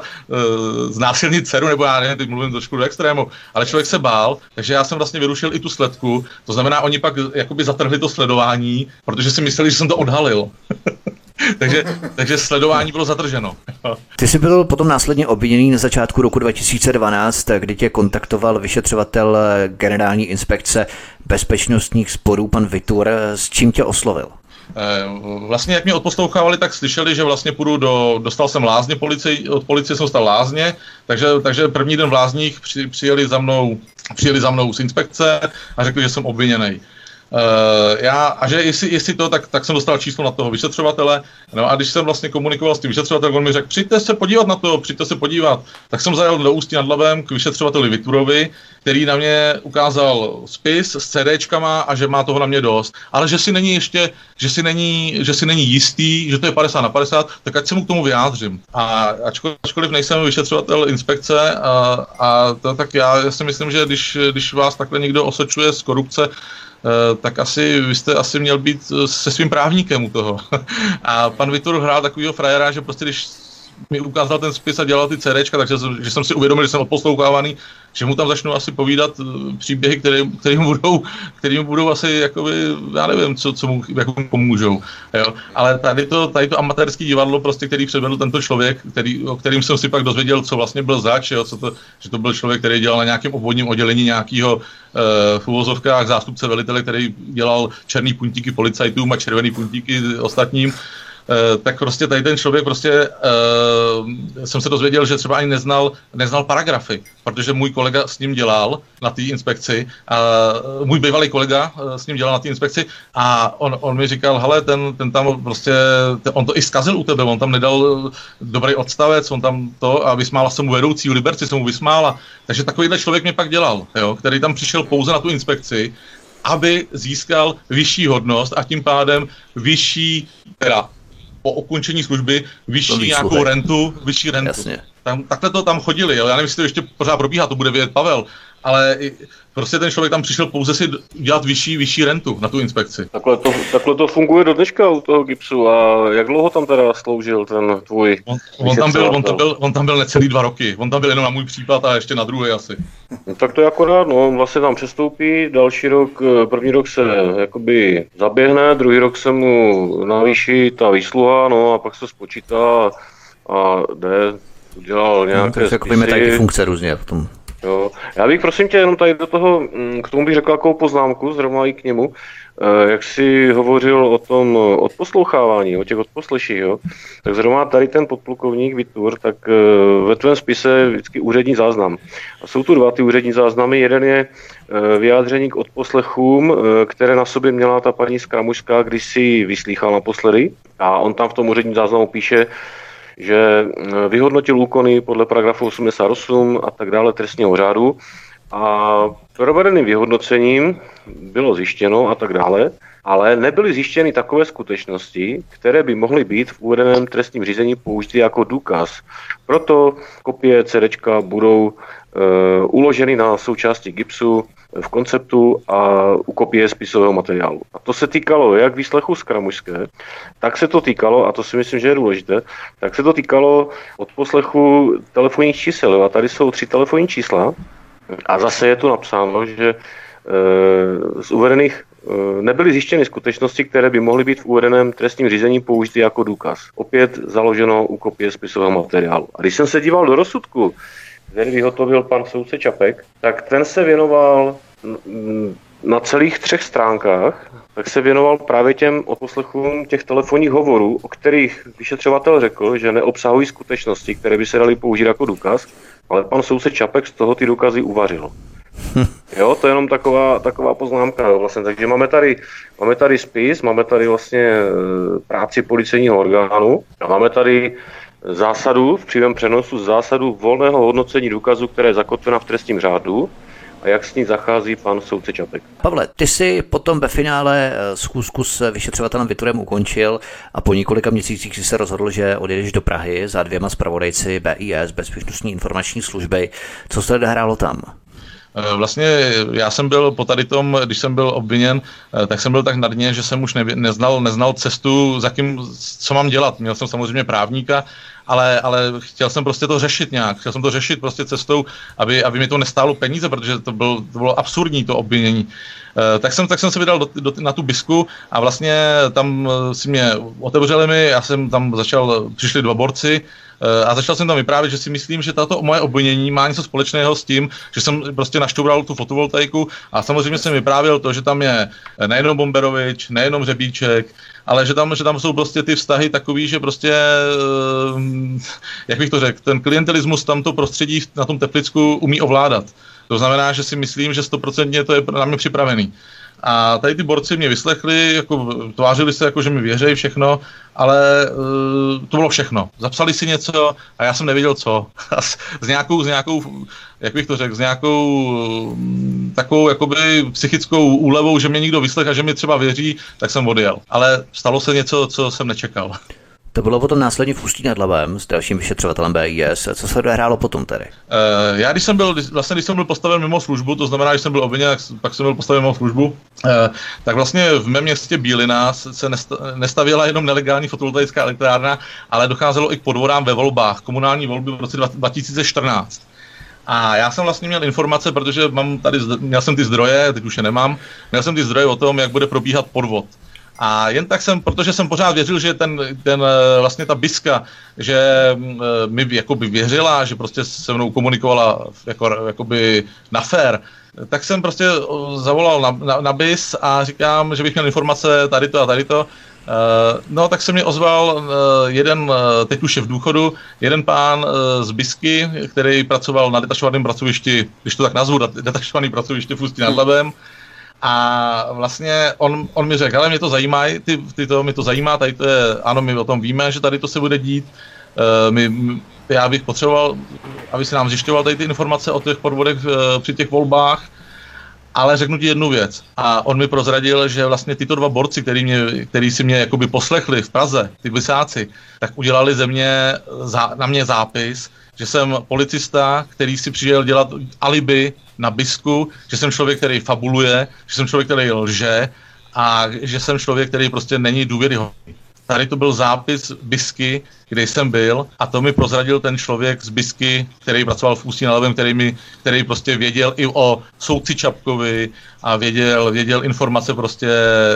e, znásilnit dceru, nebo já nevím, teď mluvím trošku do extrému, ale člověk se bál, takže já jsem vlastně vyrušil i tu sledku, to znamená, oni pak jakoby zatrhli to sledování, protože si mysleli, že jsem to odhalil. takže, takže sledování bylo zadrženo. Ty jsi byl potom následně obviněný na začátku roku dva tisíce dvanáct, kdy tě kontaktoval vyšetřovatel Generální inspekce bezpečnostních sborů pan Vitur. S čím tě oslovil? Vlastně jak mě odposlouchávali, tak slyšeli, že vlastně půjdu do, dostal jsem lázně policie, od policie jsem dostal lázně, takže, takže první den v lázních při, přijeli za mnou, přijeli za mnou z inspekce a řekli, že jsem obviněný. já, a že jestli, jestli to, tak, tak jsem dostal číslo na toho vyšetřovatele, no a když jsem vlastně komunikoval s tím vyšetřovatelem, on mi řekl, přijďte se podívat na to, přijďte se podívat, tak jsem zajel do Ústí nad Labem k vyšetřovateli Viturovi, který na mě ukázal spis s CDčkama a že má toho na mě dost, ale že si není ještě, že si není, že si není jistý, že to je padesát na padesát, tak ať se mu k tomu vyjádřím. A ačkoliv, ačkoliv nejsem vyšetřovatel inspekce, a, a to, tak já, já si myslím, že když, když vás takhle někdo osočuje z korupce, tak asi vy jste asi měl být se svým právníkem u toho. A pan Vitur hrál takovýho frajera, že prostě když mi ukázal ten spis a dělal ty CDčka, takže že jsem si uvědomil, že jsem odposlouchávaný, že mu tam začnu asi povídat příběhy, které, které mu budou, které mu budou asi jakoby, já nevím, co, co mu, jak mu pomůžou. Jo. Ale tady to, tady to amatérské divadlo, prostě, který předvedl tento člověk, který, o kterým jsem si pak dozvěděl, co vlastně byl zač, jo, co to, že to byl člověk, který dělal na nějakém obvodním oddělení nějakého e, v uvozovkách zástupce velitele, který dělal černý puntíky policajtům a červený puntíky ostatním. Uh, tak prostě tady ten člověk prostě, uh, jsem se dozvěděl, že třeba ani neznal, neznal paragrafy, protože můj kolega s ním dělal na té inspekci, uh, můj bývalý kolega uh, s ním dělal na té inspekci a on, on mi říkal, hele, ten, ten tam prostě, ten, on to i zkazil u tebe, on tam nedal dobrý odstavec, on tam to a vysmála se mu vedoucí, u Liberci se mu vysmála, takže takovýhle člověk mě pak dělal, jo, který tam přišel pouze na tu inspekci, aby získal vyšší hodnost a tím pádem vyšší, teda po ukončení služby vyšší nějakou sluhej. rentu, vyšší rentu. Jasně. Tam, takhle to tam chodili, jo. Já nevím, jestli to ještě pořád probíhá, to bude vědět Pavel, ale i, prostě ten člověk tam přišel pouze si dělat vyšší, vyšší rentu na tu inspekci. Takhle to, takhle to funguje do dneška u toho Gipsu a jak dlouho tam teda sloužil ten tvůj on, on, tam byl, on, tam byl, on tam byl necelý dva roky, on tam byl jenom na můj případ a ještě na druhý asi. No, tak to je akorát, no, on vlastně tam přestoupí, další rok, první rok se jakoby zaběhne, druhý rok se mu navýší ta výsluha, no a pak se spočítá a jde, udělal nějaké no, tak víme tady ty funkce různě v tom. Jo. Já bych prosím tě jenom tady do toho, k tomu bych řekl takovou poznámku, zrovna i k němu, jak jsi hovořil o tom odposlouchávání, o těch odposleších, jo, tak zrovna tady ten podplukovník Vitur, tak ve tvém spise je vždycky úřední záznam. A jsou tu dva ty úřední záznamy, jeden je vyjádření k odposlechům, které na sobě měla ta paní Skramušská, když si vyslýchal naposledy a on tam v tom úředním záznamu píše, že vyhodnotil úkony podle paragrafu osmdesát osm a tak dále trestního řádu a provedeným vyhodnocením bylo zjištěno a tak dále, ale nebyly zjištěny takové skutečnosti, které by mohly být v uvedeném trestním řízení použity jako důkaz. Proto kopie CDčka budou e, uloženy na součásti Gipsu v konceptu a u kopie spisového materiálu. A to se týkalo jak výslechu Skramušské, tak se to týkalo, a to si myslím, že je důležité, tak se to týkalo odposlechu telefonních čísel. A tady jsou tři telefonní čísla a zase je tu napsáno, že e, z uvedených e, nebyly zjištěny skutečnosti, které by mohly být v uvedeném trestním řízení použity jako důkaz. Opět založeno u kopie spisového materiálu. A když jsem se díval do rozsudku, který vyhotovil pan soudce Čapek, tak ten se věnoval na celých třech stránkách, tak se věnoval právě těm odposlechům těch telefonních hovorů, o kterých vyšetřovatel řekl, že neobsahují skutečnosti, které by se daly použít jako důkaz, ale pan soudce Čapek z toho ty důkazy uvařil. Jo, to je jenom taková, taková poznámka. Vlastně. Takže máme tady, máme tady spis, máme tady vlastně práci policejního orgánu a máme tady zásadu v přímém přenosu zásadu volného hodnocení důkazu, které je zakotvena v trestním řádu a jak s ní zachází pan soudce Čapek. Pavle, ty jsi potom ve finále schůzku s vyšetřovatelem Viturem ukončil a po několika měsících si se rozhodl, že odjedeš do Prahy za dvěma zpravodajci B I S, Bezpečnostní informační služby. Co se odehrálo tam? Vlastně já jsem byl po tady tom, když jsem byl obviněn, tak jsem byl tak na dně, že jsem už ne, neznal, neznal cestu, za kým, co mám dělat. Měl jsem samozřejmě právníka, ale, ale chtěl jsem prostě to řešit nějak. Chtěl jsem to řešit prostě cestou, aby, aby mi to nestálo peníze, protože to, byl, to bylo absurdní to obvinění. Tak jsem, tak jsem se vydal do, do, na tu bisku a vlastně tam si mě otevřeli mi, já jsem tam začal, přišli dva borci, a začal jsem tam vyprávět, že si myslím, že tato moje obvinění má něco společného s tím, že jsem prostě naštoural tu fotovoltaiku a samozřejmě jsem vyprávěl to, že tam je nejenom Bomberovič, nejenom Řebíček, ale že tam, že tam jsou prostě ty vztahy takový, že prostě, jak bych to řekl, ten klientelismus tam to prostředí na tom Teplicku umí ovládat. To znamená, že si myslím, že stoprocentně to je na mě připravený. A tady ty borci mě vyslechli, jako, tvářili se jako, že mi věří všechno, ale uh, to bylo všechno. Zapsali si něco a já jsem nevěděl co. s, s nějakou, s nějakou, jak bych to řekl, s nějakou um, takovou jakoby psychickou úlevou, že mě někdo vyslech a že mi třeba věří, tak jsem odjel. Ale stalo se něco, co jsem nečekal. To bylo potom následně v Ústí nad Labem s dalším vyšetřovatelem B I S. Co se odehrálo potom tedy? Uh, já když jsem byl, vlastně když jsem byl postaven mimo službu, to znamená, když jsem byl obviněn, pak jsem byl postaven mimo službu, uh, tak vlastně v mém městě Bílina se nestavěla jenom nelegální fotovoltaická elektrárna, ale docházelo i k podvodám ve volbách, komunální volby v roce dva tisíce čtrnáct. A já jsem vlastně měl informace, protože mám tady, měl jsem ty zdroje, teď už je nemám, měl jsem ty zdroje o tom, jak bude probíhat podvod. A jen tak jsem, protože jsem pořád věřil, že ten, ten vlastně ta Biska, že mi jakoby věřila, že prostě se mnou komunikovala jako, jakoby na fér, tak jsem prostě zavolal na, na, na Bis a říkám, že bych měl informace tady to a tady to. No, tak se mě ozval jeden, teď už je v důchodu, jeden pán z Bisky, který pracoval na detašovaném pracovišti, když to tak nazvu, detašovaný pracovišti v Ústí nad Labem. A vlastně on, on mi řekl, ale mě to zajímá, ty, ty to, mě to zajímá, tady to je, ano, my o tom víme, že tady to se bude dít. Uh, my, já bych potřeboval, aby si nám zjišťoval tady ty informace o těch podvodech uh, při těch volbách, ale řeknu ti jednu věc. A on mi prozradil, že vlastně tyto dva borci, který, mě, který si mě jakoby poslechli v Praze, ty bisáci, tak udělali ze mě, za, na mě zápis, že jsem policista, který si přijel dělat alibi na Bisku, že jsem člověk, který fabuluje, že jsem člověk, který lže a že jsem člověk, který prostě není důvěryhodný. Tady to byl zápis Bisky, kde jsem byl a to mi prozradil ten člověk z Bisky, který pracoval v Ústí nad Labem, který, mi, který prostě věděl i o soudci Čapkovi a věděl, věděl informace prostě,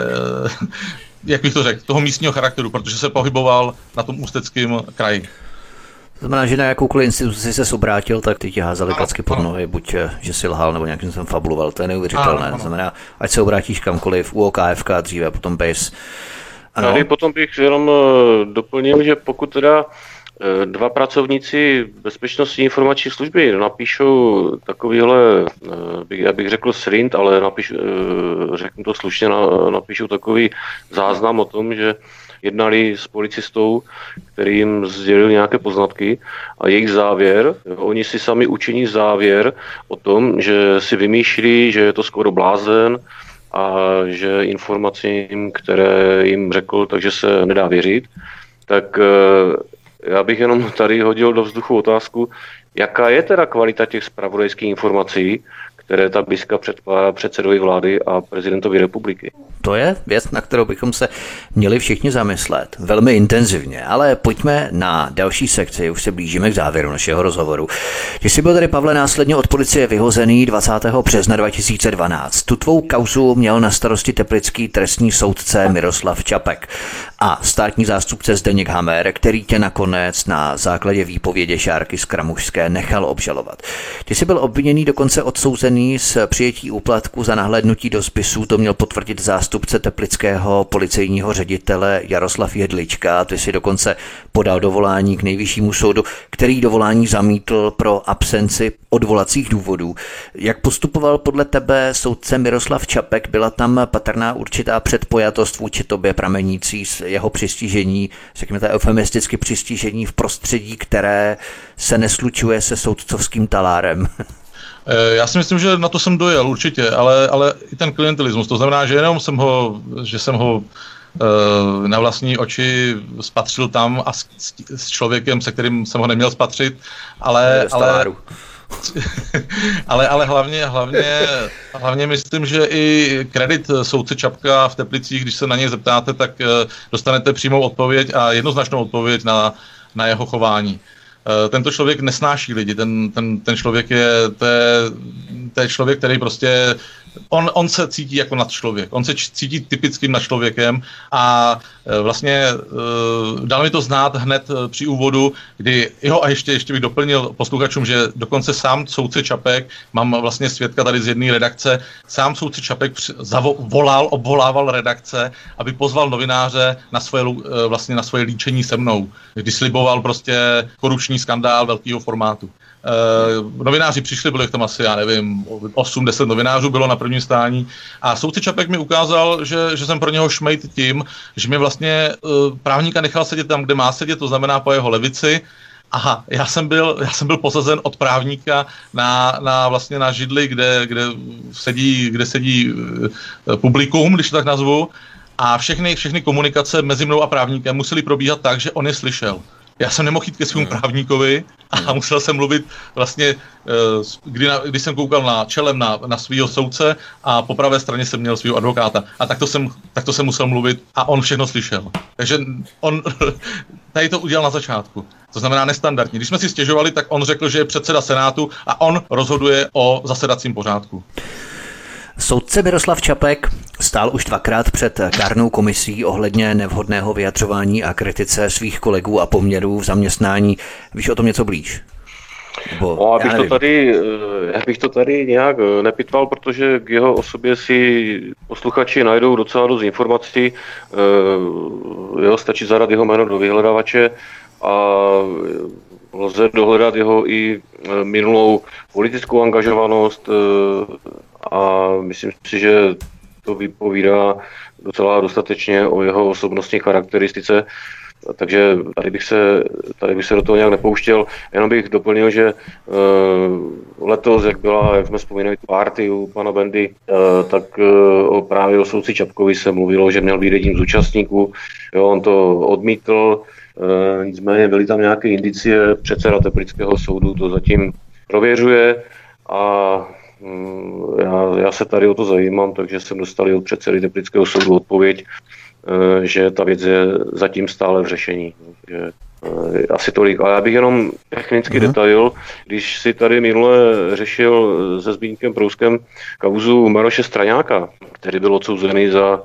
jak bych to řekl, toho místního charakteru, protože se pohyboval na tom ústeckém kraji. To znamená, že na jakoukoliv instituci se obrátil, tak ty ti házali klacky pod nohy, buď že si lhal, nebo nějakým jsem fabuloval, to je neuvěřitelné. To znamená, ať se obrátíš kamkoliv, U O K F K dříve, potom B I S. Ano. Tady potom bych jenom doplnil, že pokud teda dva pracovníci bezpečnostní informační služby napíšou takovýhle, já bych řekl srint, ale napíšu, řeknu to slušně, napíšou takový záznam o tom, že jednali s policistou, který jim sdělil nějaké poznatky a jejich závěr, oni si sami učiní závěr o tom, že si vymýšlí, že je to skoro blázen a že informacím, které jim řekl, takže se nedá věřit, tak já bych jenom tady hodil do vzduchu otázku, jaká je teda kvalita těch zpravodajských informací, které ta Biska předkládá předsedovi vlády a prezidentovi republiky. To je věc, na kterou bychom se měli všichni zamyslet. Velmi intenzivně, ale pojďme na další sekci, už se blížíme k závěru našeho rozhovoru. Ty jsi byl tady, Pavle, následně od policie vyhozený dvacátého března dva tisíce dvanáct. Tu tvou kauzu měl na starosti teplický trestní soudce Miroslav Čapek a státní zástupce Zdeněk Hamer, který tě nakonec na základě výpovědi Šárky z Kramušské nechal obžalovat. Ty jsi byl obviněný, dokonce odsouzený z přijetí úplatku za nahlédnutí do spisů, to měl potvrdit zástupce teplického policejního ředitele Jaroslav Jedlička. Ty si dokonce podal dovolání k nejvyššímu soudu, který dovolání zamítl pro absenci odvolacích důvodů. Jak postupoval podle tebe soudce Miroslav Čapek? Byla tam patrná určitá předpojatost vůči tobě pramenící z jeho přistižení, řekněme eufemisticky přistižení v prostředí, které se neslučuje se soudcovským talárem? Já si myslím, že na to jsem dojel určitě, ale, ale i ten klientelismus, to znamená, že jenom jsem ho, že jsem ho e, na vlastní oči spatřil tam a s, s člověkem, se kterým jsem ho neměl spatřit, ale, ale, ale, ale hlavně, hlavně, hlavně myslím, že i kredit soudce Čapka v Teplicích, když se na něj zeptáte, tak dostanete přímou odpověď a jednoznačnou odpověď na, na jeho chování. Tento člověk nesnáší lidi, ten, ten, ten člověk je, to je, to je člověk, který prostě, on, on se cítí jako nadčlověk, on se cítí typickým nadčlověkem a vlastně dal mi to znát hned při úvodu, kdy, jo a ještě, ještě bych doplnil posluchačům, že dokonce sám soudce Čapek, mám vlastně svědka tady z jedné redakce, sám soudce Čapek volal, obvolával redakce, aby pozval novináře na svoje, vlastně na svoje líčení se mnou, kdy sliboval prostě korupční skandál velkého formátu. E, novináři přišli, byli tam asi, já nevím, osm deset novinářů bylo na prvním stání a soudce Čapek mi ukázal, že, že jsem pro něho šmejt tím, že mi vlastně e, právníka nechal sedět tam, kde má sedět, to znamená po jeho levici. Aha, já jsem byl, já jsem byl posazen od právníka na, na vlastně na židli, kde, kde sedí, kde sedí e, publikum, když to tak nazvu, a všechny, všechny komunikace mezi mnou a právníkem musely probíhat tak, že on je slyšel. Já jsem nemohl jít ke svému právníkovi a musel jsem mluvit vlastně, kdy, na, když jsem koukal na čelem na, na svýho soudce a po pravé straně jsem měl svýho advokáta. A takto jsem, takto jsem musel mluvit a on všechno slyšel. Takže on tady to udělal na začátku. To znamená nestandardně. Když jsme si stěžovali, tak on řekl, že je předseda Senátu a on rozhoduje o zasedacím pořádku. Soudce Miroslav Čapek stál už dvakrát před kárnou komisí ohledně nevhodného vyjadřování a kritice svých kolegů a poměrů v zaměstnání. Víš o tom něco blíž? Nebo, no, abych, to tady, já bych to tady nějak nepitval, protože k jeho osobě si posluchači najdou docela dost informací. Jo, stačí zadat jeho jméno do vyhledávače a lze dohledat jeho i minulou politickou angažovanost a myslím si, že to vypovídá docela dostatečně o jeho osobnostní charakteristice, takže tady bych se, tady bych se do toho nějak nepouštěl. Jenom bych doplnil, že uh, letos, jak byla, jak jsme vzpomínali tu party u pana Bendy, uh, tak uh, právě o soudci Čapkovi se mluvilo, že měl být jedním z účastníků. Jo, on to odmítl, uh, nicméně byly tam nějaké indicie, předseda Teplického soudu to zatím prověřuje a Já, já se tady o to zajímám, takže jsem dostal od předsedy Teplického soudu odpověď, že ta věc je zatím stále v řešení. Takže asi tolik. Ale já bych jenom technicky mm. detail, když si tady minule řešil se Zbigněkem Prouskem kauzu Maroše Straňáka, který byl odsouzený za,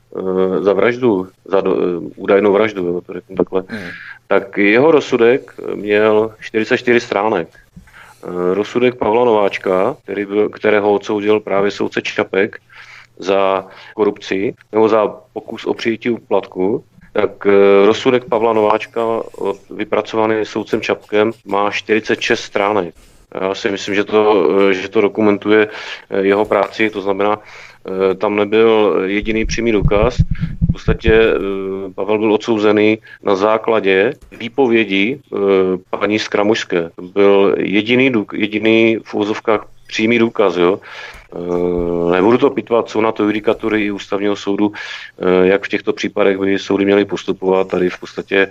za vraždu, za do, údajnou vraždu, jo, to řeknu takhle, mm. tak jeho rozsudek měl čtyřicet čtyři stránek. Rozsudek Pavla Nováčka, který byl, kterého odsoudil právě soudce Čapek za korupci nebo za pokus o přijetí úplatku, tak rozsudek Pavla Nováčka vypracovaný soudcem Čapkem má čtyřicet šest stránek. Já si myslím, že to, že to dokumentuje jeho práci, to znamená, tam nebyl jediný přímý důkaz. V podstatě Pavel byl odsouzený na základě výpovědi paní Skramušské. To byl jediný, jediný v uvozovkách přímý důkaz. Jo. Nebudu to pitvat, jsou na to judikatury i ústavního soudu, jak v těchto případech by soudy měly postupovat. Tady v podstatě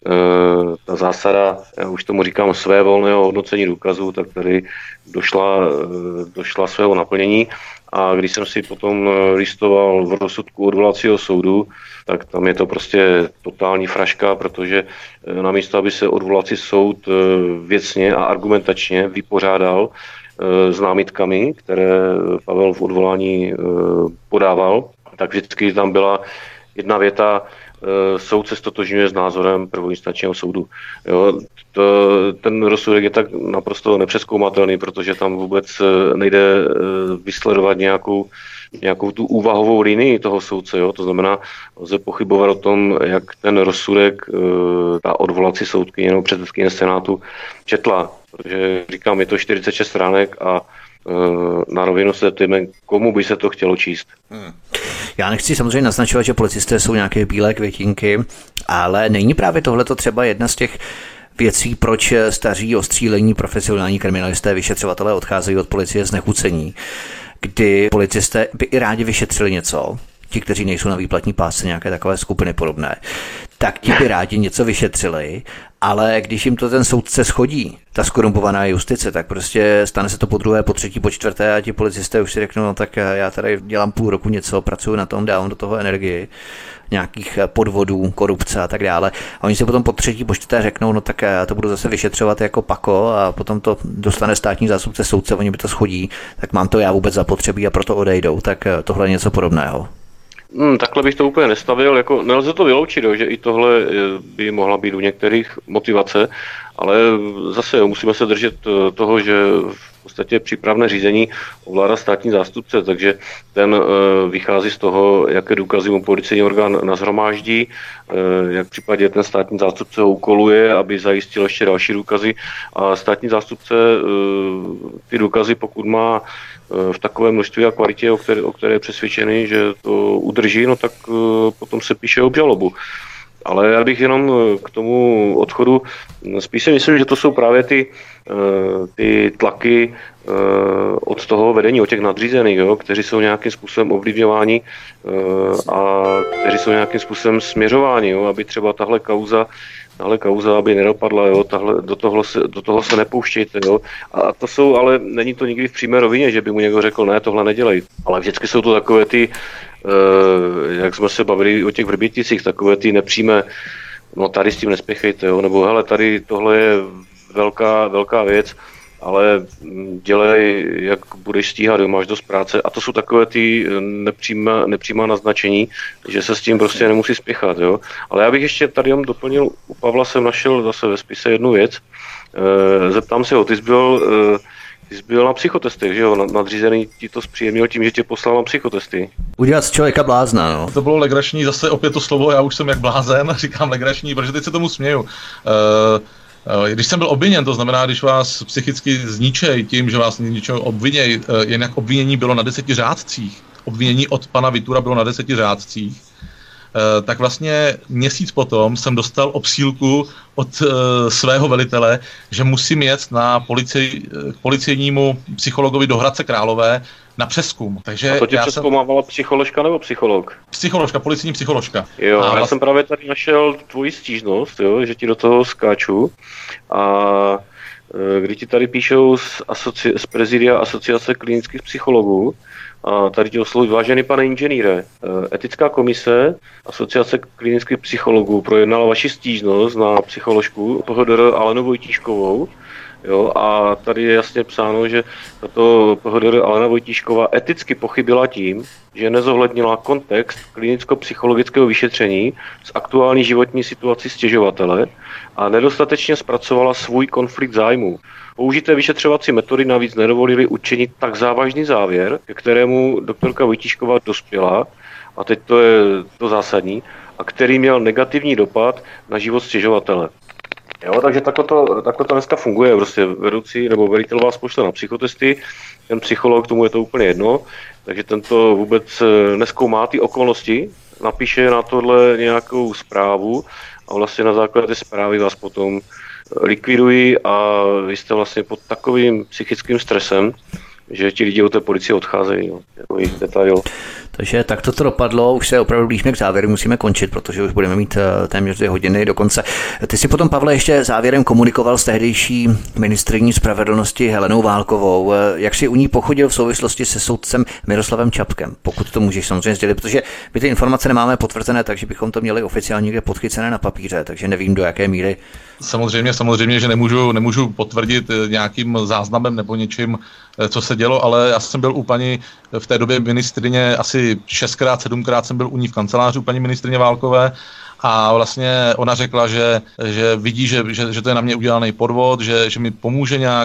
ta zásada, já už tomu říkám, své volného hodnocení důkazů, tak tady došla, došla svého naplnění. A když jsem si potom listoval v rozsudku odvolacího soudu, tak tam je to prostě totální fraška, protože namísto, aby se odvolací soud věcně a argumentačně vypořádal s námitkami, které Pavel v odvolání podával, tak vždycky tam byla jedna věta, soud se stotožňuje s názorem prvoinstančního soudu. Jo, to, ten rozsudek je tak naprosto nepřezkoumatelný, protože tam vůbec nejde vysledovat nějakou, nějakou tu úvahovou linii toho soudce. Jo. To znamená, lze pochybovat o tom, jak ten rozsudek ta odvolací soudkyně nebo předsedkyně Senátu četla. Protože říkám, je to čtyřicet šest stránek a na rovinu se zeptejme, komu by se to chtělo číst. Hmm. Já nechci samozřejmě naznačovat, že policisté jsou nějaké bílé květinky, ale není právě tohleto třeba jedna z těch věcí, proč staří ostřílení profesionální kriminalisté, vyšetřovatelé odcházejí od policie znechucení, kdy policisté by i rádi vyšetřili něco, ti, kteří nejsou na výplatní pásce, nějaké takové skupiny podobné, tak ti by rádi něco vyšetřili, ale když jim to ten soudce schodí, ta skorumpovaná justice, tak prostě stane se to po druhé, po třetí, po čtvrté a ti policisté už si řeknou, no tak já tady dělám půl roku něco, pracuji na tom, dávám do toho energii, nějakých podvodů, korupce a tak dále. A oni si potom po třetí, po čtvrté řeknou, no tak já to budu zase vyšetřovat jako pako a potom to dostane státní zástupce soudce, oni by to schodí, tak mám to já vůbec zapotřebí a proto odejdou, tak tohle je něco podobného. Hmm, takhle bych to úplně nestavil, jako nelze to vyloučit, že i tohle by mohla být u některých motivace, ale zase jo, musíme se držet toho, že v podstatě přípravné řízení ovládá státní zástupce, takže ten vychází z toho, jaké důkazy mu policejní orgán nashromáždí, jak v případě ten státní zástupce ho úkoluje, aby zajistil ještě další důkazy a státní zástupce ty důkazy, pokud má v takové množství a kvalitě, o které, o které je přesvědčený, že to udrží, no tak potom se píše obžalobu. Ale já bych jenom k tomu odchodu, spíš si myslím, že to jsou právě ty, ty tlaky od toho vedení, od těch nadřízených, jo, kteří jsou nějakým způsobem ovlivňováni a kteří jsou nějakým způsobem směřováni, jo, aby třeba tahle kauza tahle kauza, aby nedopadla, jo, tahle, do, toho se, do toho se nepouštějte. Jo. A to jsou, ale není to nikdy v přímé rovině, že by mu někdo řekl, ne, tohle nedělej. Ale vždycky jsou to takové ty, eh, jak jsme se bavili o těch Vrběticích, takové ty nepřímé, no tady s tím nespěchejte, jo, nebo hele, tady tohle je velká, velká věc, ale dělej, jak budeš stíhat, jo, máš dost práce. A to jsou takové ty nepřímá, nepřímá naznačení, že se s tím prostě nemusí spěchat. Jo. Ale já bych ještě tady jen doplnil, u Pavla jsem našel zase ve spise jednu věc. E, zeptám se ho, ty jsi byl, e, ty jsi byl na psychotestech, že jo? Nadřízený ti to zpříjemnil tím, že tě poslal na psychotesty. Udělat z člověka blázna, no. To bylo legrační, zase opět to slovo, já už jsem jak blázen, říkám legrační, protože teď se tomu směju. E, Když jsem byl obviněn, to znamená, když vás psychicky zničej tím, že vás něčeho obviněj, jinak obvinění bylo na deseti řádcích, obvinění od pana Vitura bylo na deseti řádcích, tak vlastně měsíc potom jsem dostal obsílku od svého velitele, že musím jet na policii, k policejnímu psychologovi do Hradce Králové na přezkum. Takže a to tě já přezkoumávala jsem... psycholožka nebo psycholog? Psycholožka, policijní psycholožka. Jo, a já vlast... jsem právě tady našel tvoji stížnost, jo, že ti do toho skáču a kdy ti tady píšou z, asoci... z prezidia Asociace klinických psychologů, a tady ti oslovuji, vážený pane inženýre, etická komise Asociace klinických psychologů projednala vaši stížnost na psycholožku P H D R Alenu Vojtíškovou. Jo, a tady je jasně psáno, že tato P H D R Alena Vojtíšková eticky pochybila tím, že nezohlednila kontext klinicko-psychologického vyšetření s aktuální životní situací stěžovatele a nedostatečně zpracovala svůj konflikt zájmů. Použité vyšetřovací metody navíc nedovolily učinit tak závažný závěr, ke kterému doktorka Vojtíšková dospěla, a teď to je to zásadní, a který měl negativní dopad na život stěžovatele. Jo, takže takhle to, takhle to dneska funguje, prostě vedoucí nebo velitel vás pošle na psychotesty, ten psycholog, tomu je to úplně jedno, takže tento vůbec nezkoumá ty okolnosti, napíše na tohle nějakou zprávu a vlastně na základě té zprávy vás potom likvidují a vy jste vlastně pod takovým psychickým stresem, že ti lidi od té policie odcházejí. Jo. Takový detail. Takže tak to dopadlo, už se opravdu blížíme k závěru, musíme končit, protože už budeme mít téměř dvě hodiny do konce. Ty si potom, Pavle, ještě závěrem komunikoval s tehdejší ministryní spravedlnosti Helenou Válkovou. Jak si u ní pochodil v souvislosti se soudcem Miroslavem Čapkem? Pokud to můžeš samozřejmě sdělit, protože my ty informace nemáme potvrzené, takže bychom to měli oficiálně někde podchycené na papíře, takže nevím, do jaké míry. Samozřejmě, samozřejmě, že nemůžu, nemůžu potvrdit nějakým záznamem nebo něčím, co se dělo, ale já jsem byl u paní v té době ministrině asi šestkrát, sedmkrát jsem byl u ní v kanceláři u paní ministrině Válkové a vlastně ona řekla, že, že vidí, že, že, že to je na mě udělaný podvod, že, že mi pomůže nějak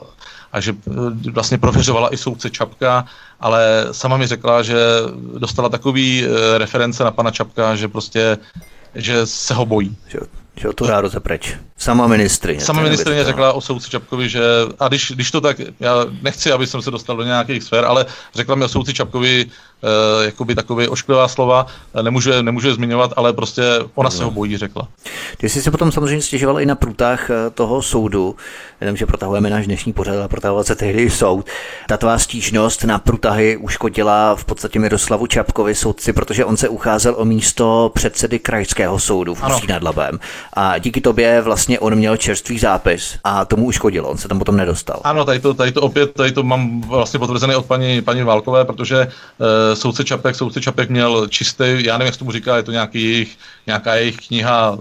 a že vlastně prověřovala i soudce Čapka, ale sama mi řekla, že dostala takový reference na pana Čapka, že prostě že se ho bojí. Že to dá rozepreč. Sama ministryně. Sama ministryně řekla o soudci Čapkovi, že, a když, když to tak, já nechci, aby jsem se dostal do nějakých sfér, ale řekla mi o soudci Čapkovi eh, jakoby takové ošklivá slova, nemůžu, nemůžu je zmiňovat, ale prostě ona se ho bojí, řekla. Ty jsi se potom samozřejmě stěžoval i na průtah toho soudu, jenom, že protahujeme náš dnešní pořad, ale protahovat se tehdy soud. Ta tvá stížnost na průtahy uškodila v podstatě Miroslavu Čapkovi, soudci, protože on se ucházel o místo předsedy krajského soudu v Ústí nad Labem. A díky tobě vlastně on měl čerstvý zápis a tomu uškodilo, on se tam potom nedostal. Ano, tady to, tady to opět, tady to mám vlastně potvrzené od paní, paní Válkové, protože e, soudce Čapek, soudce Čapek měl čistý, já nevím, jak se tomu říká, je to nějaký jejich, nějaká jejich kniha,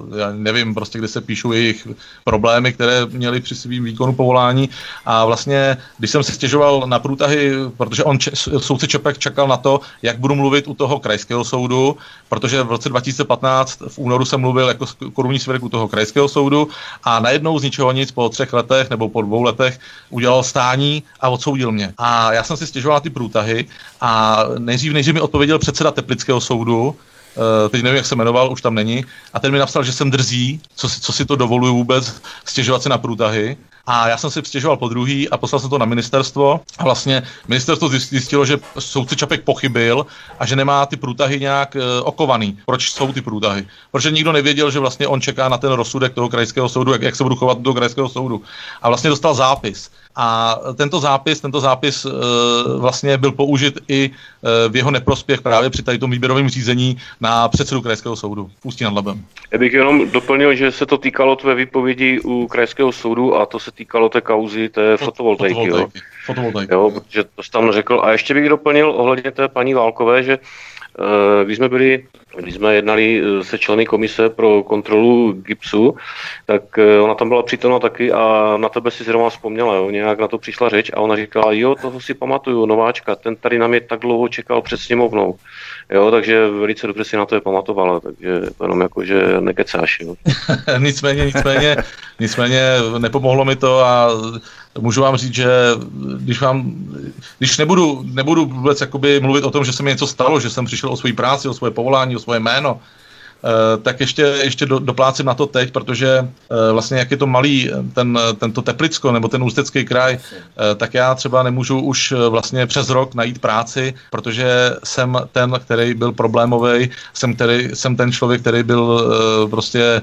nevím prostě, kde se píšou jejich problémy, které měli při svým výkonu povolání. A vlastně, když jsem si stěžoval na průtahy, protože on, soudce Čepek čekal na to, jak budu mluvit u toho krajského soudu, protože v roce dva tisíce patnáct v únoru jsem mluvil jako korunní svědek u toho krajského soudu a najednou z ničeho nic po třech letech nebo po dvou letech udělal stání a odsoudil mě. A já jsem si stěžoval na ty průtahy a nejdřív, nejdřív mi odpověděl předseda Teplického soudu, Uh, teď nevím, jak se jmenoval, už tam není, a ten mi napsal, že jsem drzí, co si, co si to dovoluju vůbec stěžovat si na průtahy. A já jsem si stěžoval po druhý a poslal jsem to na ministerstvo a vlastně ministerstvo zjistilo, že soudce Čapek pochybil a že nemá ty průtahy nějak uh, okovaný. Proč jsou ty průtahy? Protože nikdo nevěděl, že vlastně on čeká na ten rozsudek toho krajského soudu, jak, jak se budu chovat do toho krajského soudu. A vlastně dostal zápis. A tento zápis, tento zápis e, vlastně byl použit i e, v jeho neprospěch právě při tady tom výběrovém řízení na předsedu krajského soudu v Ústí nad Labem. Já bych jenom doplnil, že se to týkalo tvé výpovědi u krajského soudu a to se týkalo té kauzy té fotovoltaiky. Fotovoltaiky. Fotovoltaiky. Jo, protože to jsi tam řekl. A ještě bych doplnil ohledně té paní Válkové, že když jsme byli, když jsme jednali se členy komise pro kontrolu GIBSu, tak ona tam byla přítomna taky a na tebe si zrovna vzpomněla, jo, nějak na to přišla řeč a ona říkala, jo, toho si pamatuju, Nováčka, ten tady na mě tak dlouho čekal před sněmovnou. Jo, takže velice dobře si na to je pamatovala, takže to jenom jako, že nekecáš, jo. nicméně, nicméně, nicméně nepomohlo mi to a můžu vám říct, že když vám, když nebudu, nebudu vůbec jakoby mluvit o tom, že se mi něco stalo, že jsem přišel o svoji práci, o svoje povolání, o svoje jméno, tak ještě, ještě do, doplácím na to teď, protože vlastně jak je to malý, ten, tento Teplicko nebo ten Ústecký kraj, tak já třeba nemůžu už vlastně přes rok najít práci, protože jsem ten, který byl problémový, jsem, který, jsem ten člověk, který byl prostě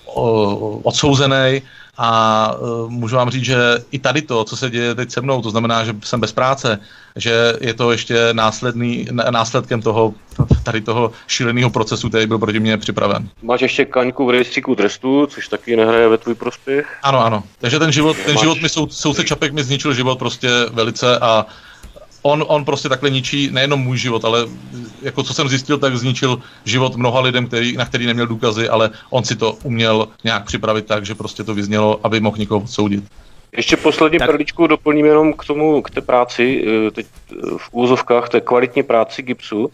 odsouzený. A uh, můžu vám říct, že i tady to, co se děje teď se mnou, to znamená, že jsem bez práce, že je to ještě následný, následkem toho, tady toho šíleného procesu, který byl proti mně připraven. Máš ještě kaňku v rejstříku trestů, což taky nehraje ve tvůj prospěch? Ano, ano. Takže ten život, ten život mi, sou, soudce Čapek mi zničil život prostě velice a On, on prostě takhle ničí nejenom můj život, ale jako co jsem zjistil, tak zničil život mnoha lidem, který, na který neměl důkazy, ale on si to uměl nějak připravit tak, že prostě to vyznělo, aby mohl někoho odsoudit. Ještě poslední tak... perličku doplním jenom k tomu, k té práci, teď v úzovkách, té kvalitní práci GIBSu,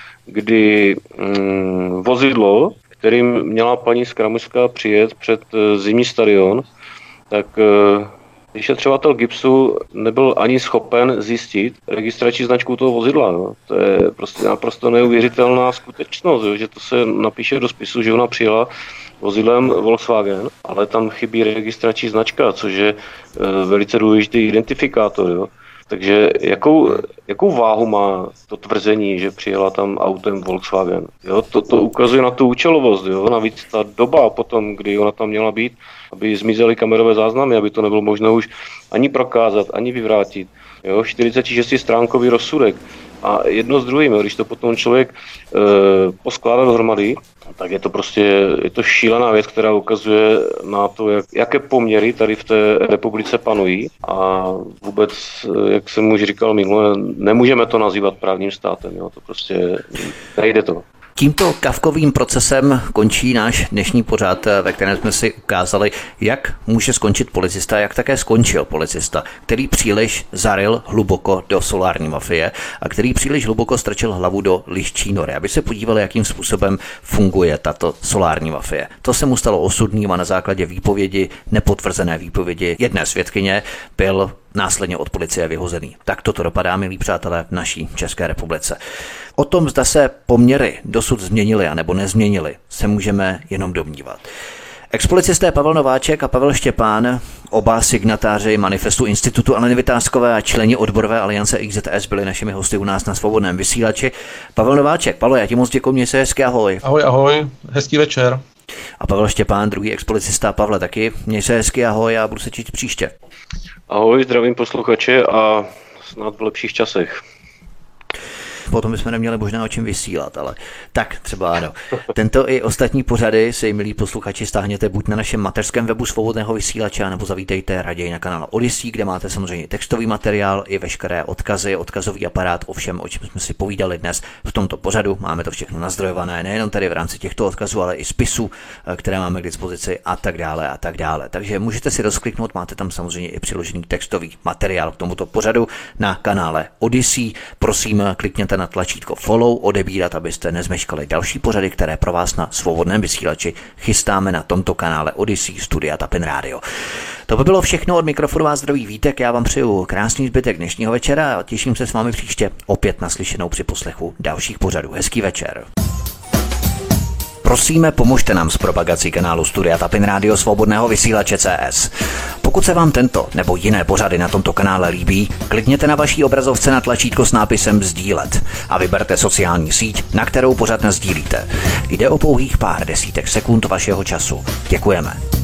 kdy mm, vozidlo, kterým měla paní Skramyská přijet před zimní stadion, tak vyšetřovatel GIBSu nebyl ani schopen zjistit registrační značku toho vozidla. No. To je prostě naprosto neuvěřitelná skutečnost, jo, že to se napíše do spisu, že ona přijela vozidlem Volkswagen, ale tam chybí registrační značka, což je e, velice důležitý identifikátor. Jo. Takže jakou, jakou váhu má to tvrzení, že přijela tam autem Volkswagen? Jo, to, to ukazuje na tu účelovost. Jo. Navíc ta doba potom, kdy ona tam měla být, aby zmizely kamerové záznamy, aby to nebylo možno už ani prokázat, ani vyvrátit. Jo, čtyřicet šest stránkový rozsudek. A jedno s druhým, když to potom člověk e, poskládá dohromady, tak je to prostě je to šílená věc, která ukazuje na to, jak, jaké poměry tady v té republice panují. A vůbec, jak jsem už říkal minule, nemůžeme to nazývat právním státem. Jo? To prostě nejde to. Tímto kafkovým procesem končí náš dnešní pořad, ve kterém jsme si ukázali, jak může skončit policista, jak také skončil policista, který příliš zaryl hluboko do solární mafie a který příliš hluboko strčil hlavu do liščí nory, aby se podívali, jakým způsobem funguje tato solární mafie. To se mu stalo osudným a na základě výpovědi, nepotvrzené výpovědi jedné svědkyně, byl následně od policie vyhozený. Tak toto dopadá, milí přátelé, v naší České republice. O tom, zda se poměry dosud změnily a nebo nezměnily, se můžeme jenom domnívat. Expolicisté Pavel Nováček a Pavel Štěpán, oba signatáři manifestu Institutu Aleny Vytázkové a členi odborové aliance X Z S, byli našimi hosty u nás na Svobodném vysílači. Pavel Nováček, Pavle, já ti moc děkuji, měj se hezky, ahoj. Ahoj, ahoj, hezký večer. A Pavel Štěpán, druhý expolicista, Pavle, taky měj se hezky, ahoj, a budu se čít příště. Ahoj, zdravím posluchače a snad v lepších časech. Potom bychom neměli možná o čem vysílat, ale tak třeba ano. Tento i ostatní pořady si, milí posluchači, stáhněte buď na našem mateřském webu Svobodného vysílače, nebo zavítejte raději na kanál Odyssey, kde máte samozřejmě textový materiál i veškeré odkazy, odkazový aparát, ovšem, o čem jsme si povídali dnes v tomto pořadu. Máme to všechno nazdrojované, nejenom tady v rámci těchto odkazů, ale i spisů, které máme k dispozici a tak dále a tak dále. Takže můžete si rozkliknout, máte tam samozřejmě i přiložený textový materiál k tomuto pořadu na kanále Odyssey. Prosím, klikněte na tlačítko follow, odebírat, abyste nezmeškali další pořady, které pro vás na Svobodném vysílači chystáme na tomto kanále Odyssey Studia Tapin Radio. To by bylo všechno, od mikrofonu vás zdraví Vítek, já vám přeju krásný zbytek dnešního večera a těším se s vámi příště opět naslyšenou při poslechu dalších pořadů. Hezký večer. Prosíme, pomožte nám s propagací kanálu Studia Tapin Radio Svobodného vysílače C S. Pokud se vám tento nebo jiné pořady na tomto kanále líbí, klikněte na vaší obrazovce na tlačítko s nápisem sdílet a vyberte sociální síť, na kterou pořad nasdílíte. Jde o pouhých pár desítek sekund vašeho času. Děkujeme.